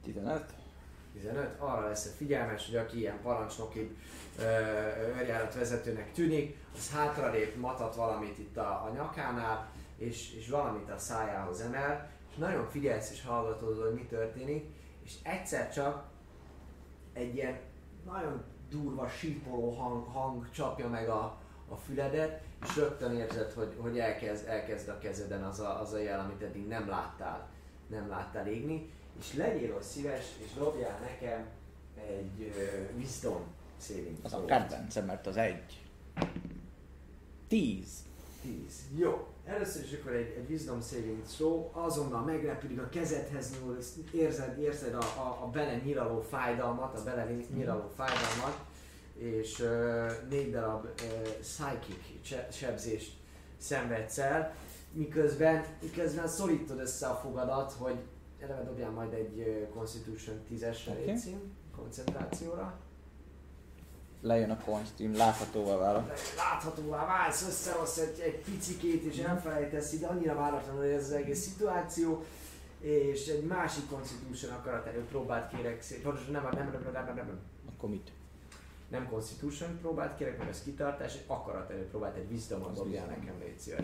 tizenöt. tizenöt. Arra lesz figyelmes, hogy aki ilyen parancsnoki őrjáratvezetőnek tűnik, az hátralép, matat valamit itt a, a nyakánál, és, és valamit a szájához emel, és nagyon figyelsz és hallgatod, hogy mi történik, és egyszer csak egy ilyen nagyon durva, sípoló hang, hang csapja meg a, a füledet, és rögtön érzed, hogy, hogy elkezd, elkezd a kezeden az a, az a jel, amit eddig nem láttál, nem láttál égni, és legyél olyan szíves, és dobjál nekem egy uh, wisdom saving Az a throw-t. kedvencem, mert az egy. Tíz. tíz. Jó. Először is akkor egy, egy wisdom saving throw, azonnal megrepülik a kezedhez nyúl, érzed, érzed a, a, a bele nyiraló fájdalmat, a bele nyiraló fájdalmat, és uh, négy darab uh, psychic se- sebzést szenvedsz el, miközben, miközben szorítod össze a fogadat, hogy eleve dobjál majd egy uh, Constitution tízesre Oké. okay. létszín, koncentrációra. Lejön a konysztím, láthatóvá válok. Láthatóvá válsz, összehozsz egy, egy picikét és elfelejtesz, ide annyira váratlanul ez az egész szituáció, és egy másik Constitution akaraterőt próbált kérek szép, pontosan nem, nem, nem, nem, nem, nem, Akkor mit? nem Constitution próbált kérek, meg ez kitartás, egy akaraterőt próbált, egy Wisdom-ot Az dobjál wisdom. nekem, légy szíves.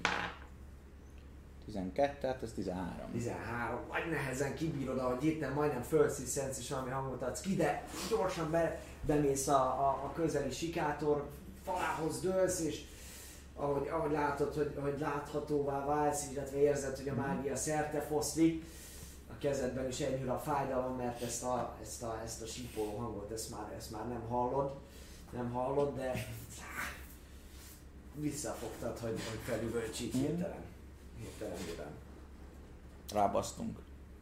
tizenkettő, hát ez tizenhárom. tizenhárom, vagy nehezen kibírod, ahogy éppen majdnem fölsziszensz és valami hangot adsz ki, de gyorsan be, bemész a, a, a közeli sikátor falához dőlsz, és ahogy, ahogy látod, hogy, hogy láthatóvá válsz, illetve érzed, hogy a mágia szerte foszlik, a kezedben is enyhül a fájdalom, mert ezt a, ezt a, ezt a sípoló hangot, ezt már, ezt már nem hallod, nem hallod, de visszafogtad, hogy, hogy felüvöltsít hirtelen. Hirtelenében. Rábasztunk.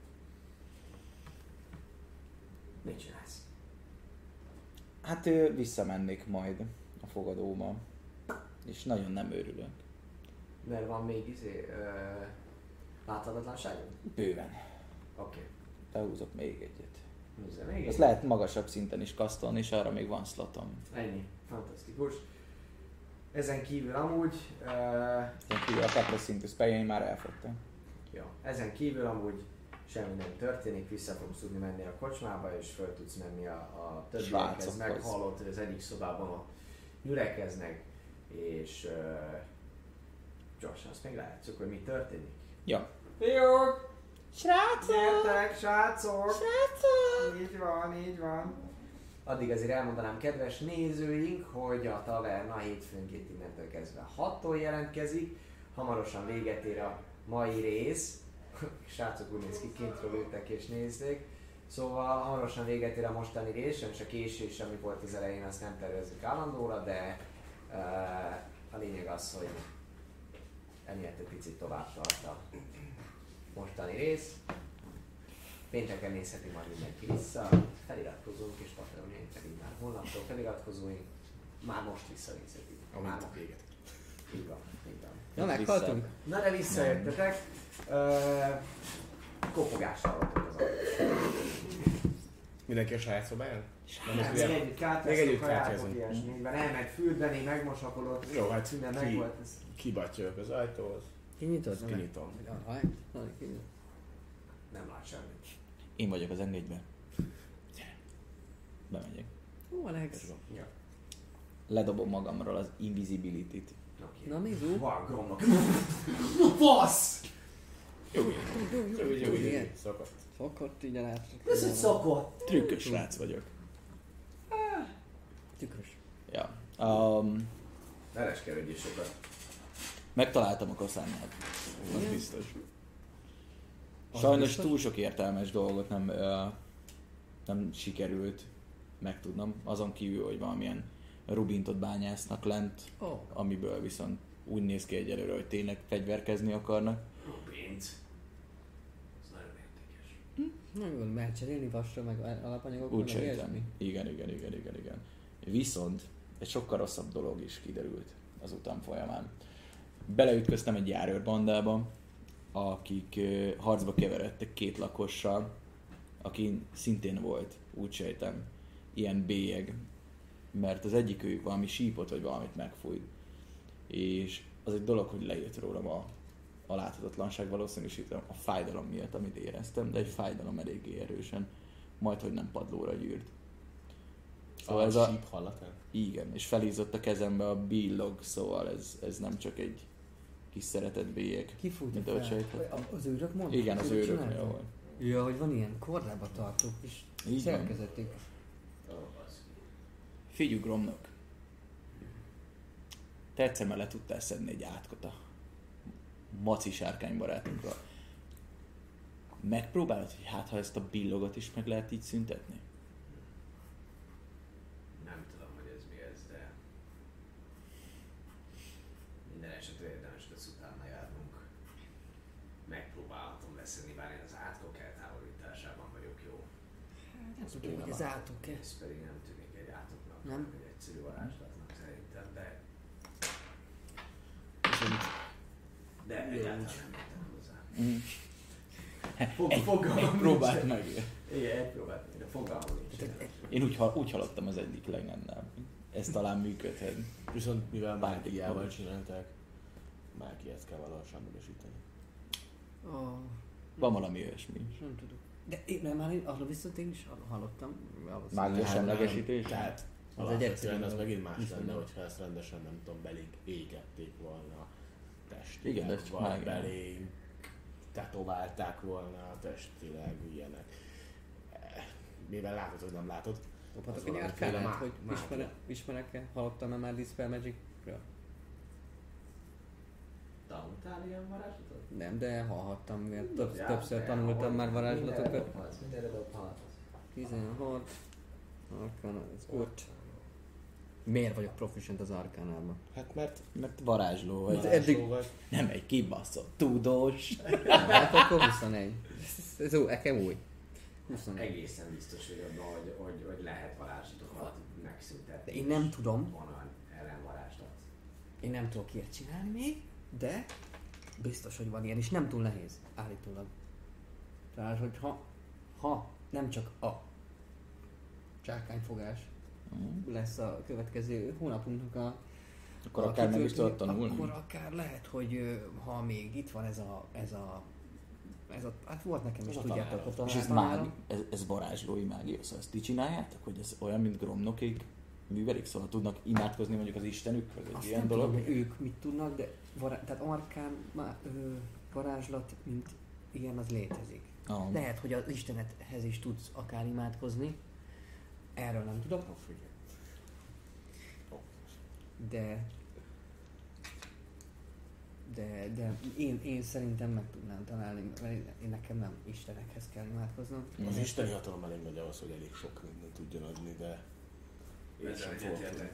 Mit csinálsz? Hát ő, visszamennék majd a fogadóba. És nagyon nem örülök. Mert van még izé, ö, láthatatlanságod? Bőven. Oké. Okay. Behúzok még egyet. Húzzál még Ezt egy. lehet magasabb szinten is kasztolni, és arra még van slotom. Ennyi. Fantasztikus. Ezen kívül amúgy, ö, Tehát kívül a kapra szintű spelljeim már elfogtam. jó, ezen kívül amúgy semmi nem történik, vissza fogsz tudni menni a kocsmába, és föl tudsz menni a, a többiekhez, Srácokhoz. meghallott, hogy az egyik szobában a nyülekeznek, és ö, gyorsan azt még látszuk, hogy mi történik. Ja. Jó! Srácok! Gyertek, srácok! Srácok! Így van, így van. Addig azért elmondanám kedves nézőink, hogy a taverna hétfőnként innentől kezdve hattól jelentkezik. Hamarosan véget ér a mai rész. Srácok úgy néz ki, kintről ültek és nézték. Szóval hamarosan véget ér a mostani rész, és a késés, ami volt az elején, azt nem tervezzük állandóra, de uh, a lényeg az, hogy emiatt egy picit tovább tart a mostani rész. Pénteken nézheti majd mindenki vissza, feliratkozunk, és Patreonjaink pedig már holnaptól feliratkozóink már most visszanézhetik. Amint a véget. Így van, így van. Ja, meghaltunk? Na de visszajöttetek, uh, kopogás hallottok az alatt. Mindenki a saját szobáján? Hát még együtt Még kártyáztok, együtt kajátok, kártyázunk. ilyesmi. Így van, elmegy fürdeni, megmosakodott, Jó, hát minden ki, megvolt. Ez. kibattyolok az ajtóhoz, Kinyitod? azt kinyitom. Jaj, jaj, kinyitod. Nem lát semmit. Én vagyok az engedjben. Bemegyek. Ó, Alex. Ja. Ledobom magamról az invisibility-t. Oké. Na, még zú. Van, gromnak. Na basz! Jó, Jó, jó, jó, jó, jó, jó, jó, igen. szokott. Szokott így át. Ez egy szokott. Trükkös srác vagyok. Tükrös. Ja. Um, Vereskedj is sokat. megtaláltam a kaszányát. Az Igen? biztos. Az Sajnos biztos? túl sok értelmes dolgot nem, ö, nem sikerült megtudnom. Azon kívül, hogy valamilyen rubintot bányásznak lent, Ó, amiből viszont úgy néz ki egyelőre, hogy tényleg fegyverkezni akarnak. Rubint. Ez nagyon érdekes. nem jól mehet cserélni vasra, meg alapanyagokon, Úgy meg sejtem. ilyesmi. Igen, igen, igen, igen, igen. Viszont egy sokkal rosszabb dolog is kiderült az utam folyamán. Beleütköztem egy járőrbandába, akik ö, harcba keveredtek két lakossal, aki szintén volt, úgy sejtem, ilyen bélyeg, mert az egyikőjük valami sípot vagy valamit megfújt. És az egy dolog, hogy lejött rólam a, a láthatatlanság valószínűsítem a fájdalom miatt, amit éreztem, de egy fájdalom eléggé erősen, majd hogy nem padlóra gyűrt. Szóval A ez a... síp hallatán? Igen, és felízott a kezembe a billog, szóval ez, ez nem csak egy kis szeretett bélyeg. Kifújta Mint ahogy fel? sejthettem. Az őrök mondta? Igen, az Őrök őröknél csinálták? volt. Ja, hogy van ilyen korlába tartók és Így van. szerkezeték. Figyelj, Gromnak. Te egyszer már le tudtál szedni egy átkot a maci sárkány barátunkról. Megpróbálod, hogy hát ha ezt a billogot is meg lehet így szüntetni? Nem tudom, hogy ez mi ez, de minden esetre érdemes lesz utána járnunk. Megpróbálhatom leszedni, bár én az átkok eltávolításában vagyok jó. Nem tudom, hogy ez átok-e. Ez pedig nem tűnik egy átoknak, Nem? hanem egy egyszerű varázslatnak szerintem, de... De egyáltalán nem értem hozzá. Mm. Fog, Egy, fogalmam egy próbált nincs. meg. Igen, egy próbált meg, de fogalmam nincs. Én úgy, hal- úgy hallottam az egyik legendám. Ez talán működhet. Viszont mivel Bárki mágiával maga. csinálták, mágiát kell valahogy semlegesíteni. Oh, Van valami olyasmi is. nem tudok. De én nem, már én, arra viszont én is hallottam. valószínűleg. Mágia Hát semlegesítés? nem, Tehát Az az egy alapvetően egyszerű az dolog. megint más Viszont lenne, nem. hogyha ezt rendesen, nem tudom, belénk égették volna testileg, Igen, de ez csak vagy mágia. belénk tetoválták volna testileg, ilyenek. Eh, Mivel látod, hogy nem látod, Dobhatok az egy valamiféle árkánát, má- hogy mágia. ismerek, ismerek-e? Hallottam-e már Dispel Magic-ről? Tanultál ilyen varázslatot? Nem, de hallhattam, mert több, Dobjál, többször de tanultam hogy- már Mindenre varázslatokat. dobhatsz, mindenre dobhatsz. tizenhat. Arcana, ez öt. Miért vagyok proficient az Arcanában? hát mert Mert varázsló vagy. Hát eddig- varázsló vagy. Nem egy kibaszott tudós. Hát akkor huszonegy. Ez, ez új, nekem új. huszonegy. Egészen biztos vagyok abban, hogy, hogy, hogy lehet varázslatokat megszüntetni. De én nem tudom. Van olyan ellenvarázslat. Én nem tudok ilyet csinálni még, de biztos, hogy van ilyen, és nem túl nehéz, állítólag. Tehát, hogy ha, ha nem csak a csákányfogás Mhm. lesz a következő hónapunknak a Akkor a akár meg is tudod kitöltő, tanulni. Akkor akár lehet, hogy ö, ha még itt van ez a, ez a, ez a hát volt nekem is, Ez a tudjátok, tanárom. ott a És ez, tanárom. mági, ez, ez varázslói mágia, szóval ezt ti csináljátok, hogy ez olyan, mint Gromnokék művelik, szóval tudnak imádkozni mondjuk az istenükről, egy Azt ilyen nem dolog. tudom, hogy ők mit tudnak, de vará- tehát arkán má, ö, varázslat, mint ilyen, az létezik. Ah, Lehet, hogy az istenethez is tudsz akár imádkozni. Erről nem tudok, Ó, figyelj. Ó, de de, de én, én szerintem meg tudnám találni, mert én, én nekem nem istenekhez kell imádkoznom. Mhm. Az isteni hatalom elég nagy ahhoz, hogy elég sok mindent tudjon adni, de én sem fogok tudni.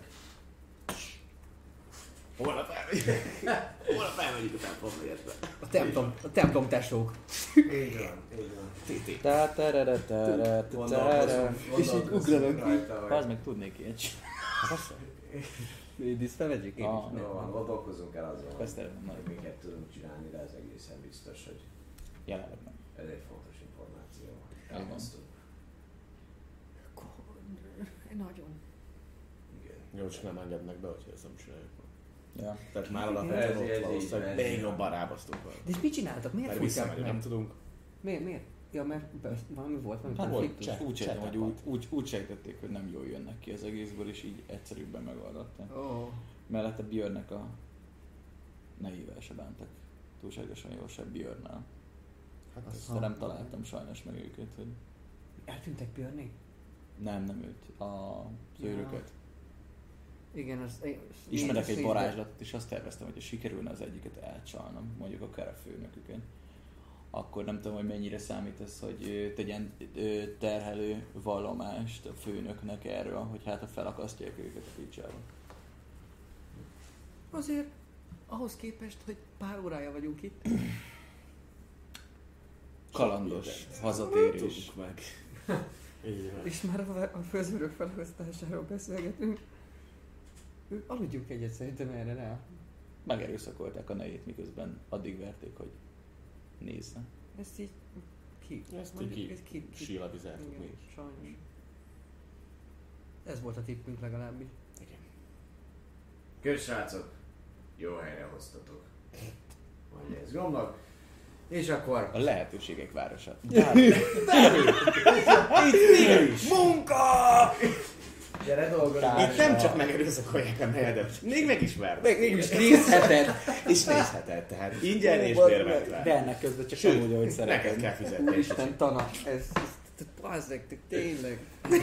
Holnap elmegyünk. Holnap elmegyünk a templomba, érte. A templom, a templom tesók. Így van, így van. tá terere terere terere. És így ugranak rajta, hogy- Az meg tudnék ilyet csinálni. Dispel Magic? Én Ah. is. Jó van, gondolkozzunk el azon, Ezt hogy el- na, miket tudunk csinálni, de ez egészen biztos, hogy jelenleg nem. ez egy fontos információ. van. Elmasztunk. Nagyon. Igen. Jó, csak nem engednek be, hogyha ezt nem csináljuk. Ja. Tehát már Ez- alapvetően ez ott így van, valószínűleg ez még így van. jobban rábasztunk volna. De és mit csináltak? Miért Mert fújták visszamegyünk, meg? nem tudunk. Miért, miért? Ja, mert be- valami volt, valami Hát konfliktus. volt, úgy, sejtem, hogy csetek úgy, úgy, úgy sejtették, hogy nem jól jönnek ki az egészből, és így egyszerűbben megoldották. Ó, Mellette Björnnek a nevével se bántak túlságosan jól, se Björnnel. Hát Az ez De nem találtam sajnos meg őket, hogy eltűntek Björnék? nem, nem őt, a Ja. őröket. Igen, az... én- Ismerek én- egy varázslatot, és azt terveztem, hogy ha sikerülne az egyiket elcsalnom, mondjuk akár a főnöküket, akkor nem tudom, hogy mennyire számít ez, hogy ö, tegyen ö, terhelő vallomást a főnöknek erről, hogy hát ha felakasztják őket a picsába. Azért ahhoz képest, hogy pár órája vagyunk itt. Kalandos hazatérés. Tudjuk meg. Így van. És már a, a főzőrök felosztásáról beszélgetünk. Ő, aludjunk egyet szerintem erre rá. Megerőszakolták a nejét, miközben addig verték, hogy nézze. Ezt így ki? Ezt így mondjuk, ki- ez ki, ki Sílabizáltuk mi igen, is. sajnos. Ez volt a tippünk legalábbis. Igen. Kösz, srácok! Jó helyre hoztatok. majd ez Gromnak. És akkor... A lehetőségek városa. Munka! Gyere, dolgozunk! Itt nem csak megerőszakolják a nehedet, még megismerd. Még mégis nézheted. És nézheted, tehát ingyen és bérvetve. De ennek közben csak Sőt, úgy, ahogy neked szereted. kell fizetni. Isten tana, ez... Bazzeg, tényleg.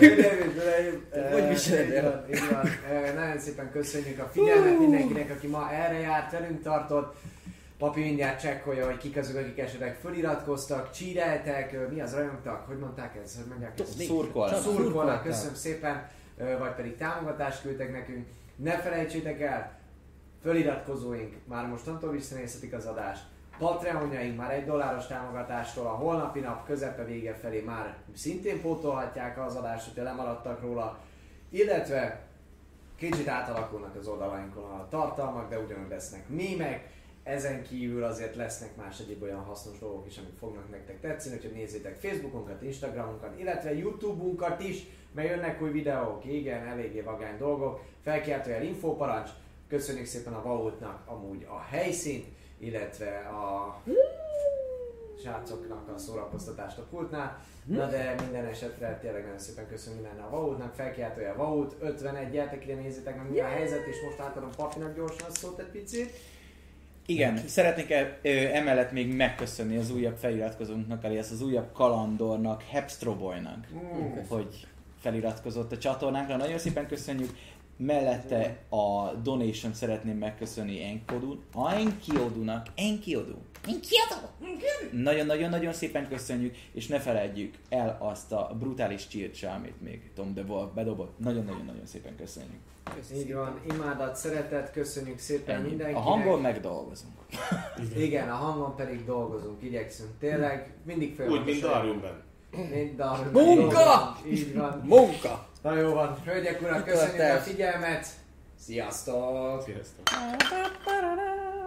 Hogy viseled el? el? Így van. Ö, Nagyon szépen köszönjük a figyelmet mindenkinek, aki ma erre járt, velünk tartott. Papi mindjárt csekkolja, hogy kik azok, akik esetleg föliratkoztak, csíreltek, ö, mi az rajongtak, hogy mondták ez, hogy mondják ezt? Szurkolnak. Szurkolnak, köszönöm szépen, ö, vagy pedig támogatást küldtek nekünk. Ne felejtsétek el, föliratkozóink már mostantól visszanézhetik az adást. Patreonjaink már egy dolláros támogatástól a holnapi nap közepe vége felé már szintén pótolhatják az adást, hogyha lemaradtak róla. Illetve kicsit átalakulnak az oldalainkon a tartalmak, de ugyanúgy lesznek mémek. Ezen kívül azért lesznek más egyéb olyan hasznos dolgok is, amik fognak nektek tetszeni, úgyhogy nézzétek Facebookunkat, Instagramunkat, illetve YouTube-unkat is, mert jönnek új videók, igen, eléggé vagány dolgok. Felkiáltójel infóparancs, köszönjük szépen a Vaultnak amúgy a helyszínt, illetve a srácoknak a szórakoztatást a pultnál. Na de minden esetre tényleg nagyon szépen köszönöm minden a Vaultnak, felkiáltója Vault ötvenegy, gyertek ide, nézzétek meg mi a helyzet, és most átadom Papinak gyorsan a szót egy picit. Igen, szeretnék e- ö, emellett még megköszönni az újabb feliratkozónknak, alias az újabb kalandornak, Hepstroboynak, Mm. hogy feliratkozott a csatornánkra. Nagyon szépen köszönjük. Mellette a donation szeretném megköszönni Enkodu, a Enkiodunak, Enkiodu, Enkiodu, nagyon-nagyon-nagyon szépen köszönjük, és ne feledjük el azt a brutális cheert, amit még Tom the Wolf bedobott. Nagyon-nagyon-nagyon szépen köszönjük. Így van, imádat, szeretet, köszönjük szépen Ennyi. A mindenkinek. hangon megdolgozunk. Igen, a hangon pedig dolgozunk, igyekszünk. Tényleg mindig fel. Úgy, mint Darwinben. Mint Darwinben. Munka! dolgozunk. Így van. Munka! Na jó van, hölgyek, urak, köszönjük a figyelmet. Sziasztok! Sziasztok. Pa-pa-pa-ra-ra.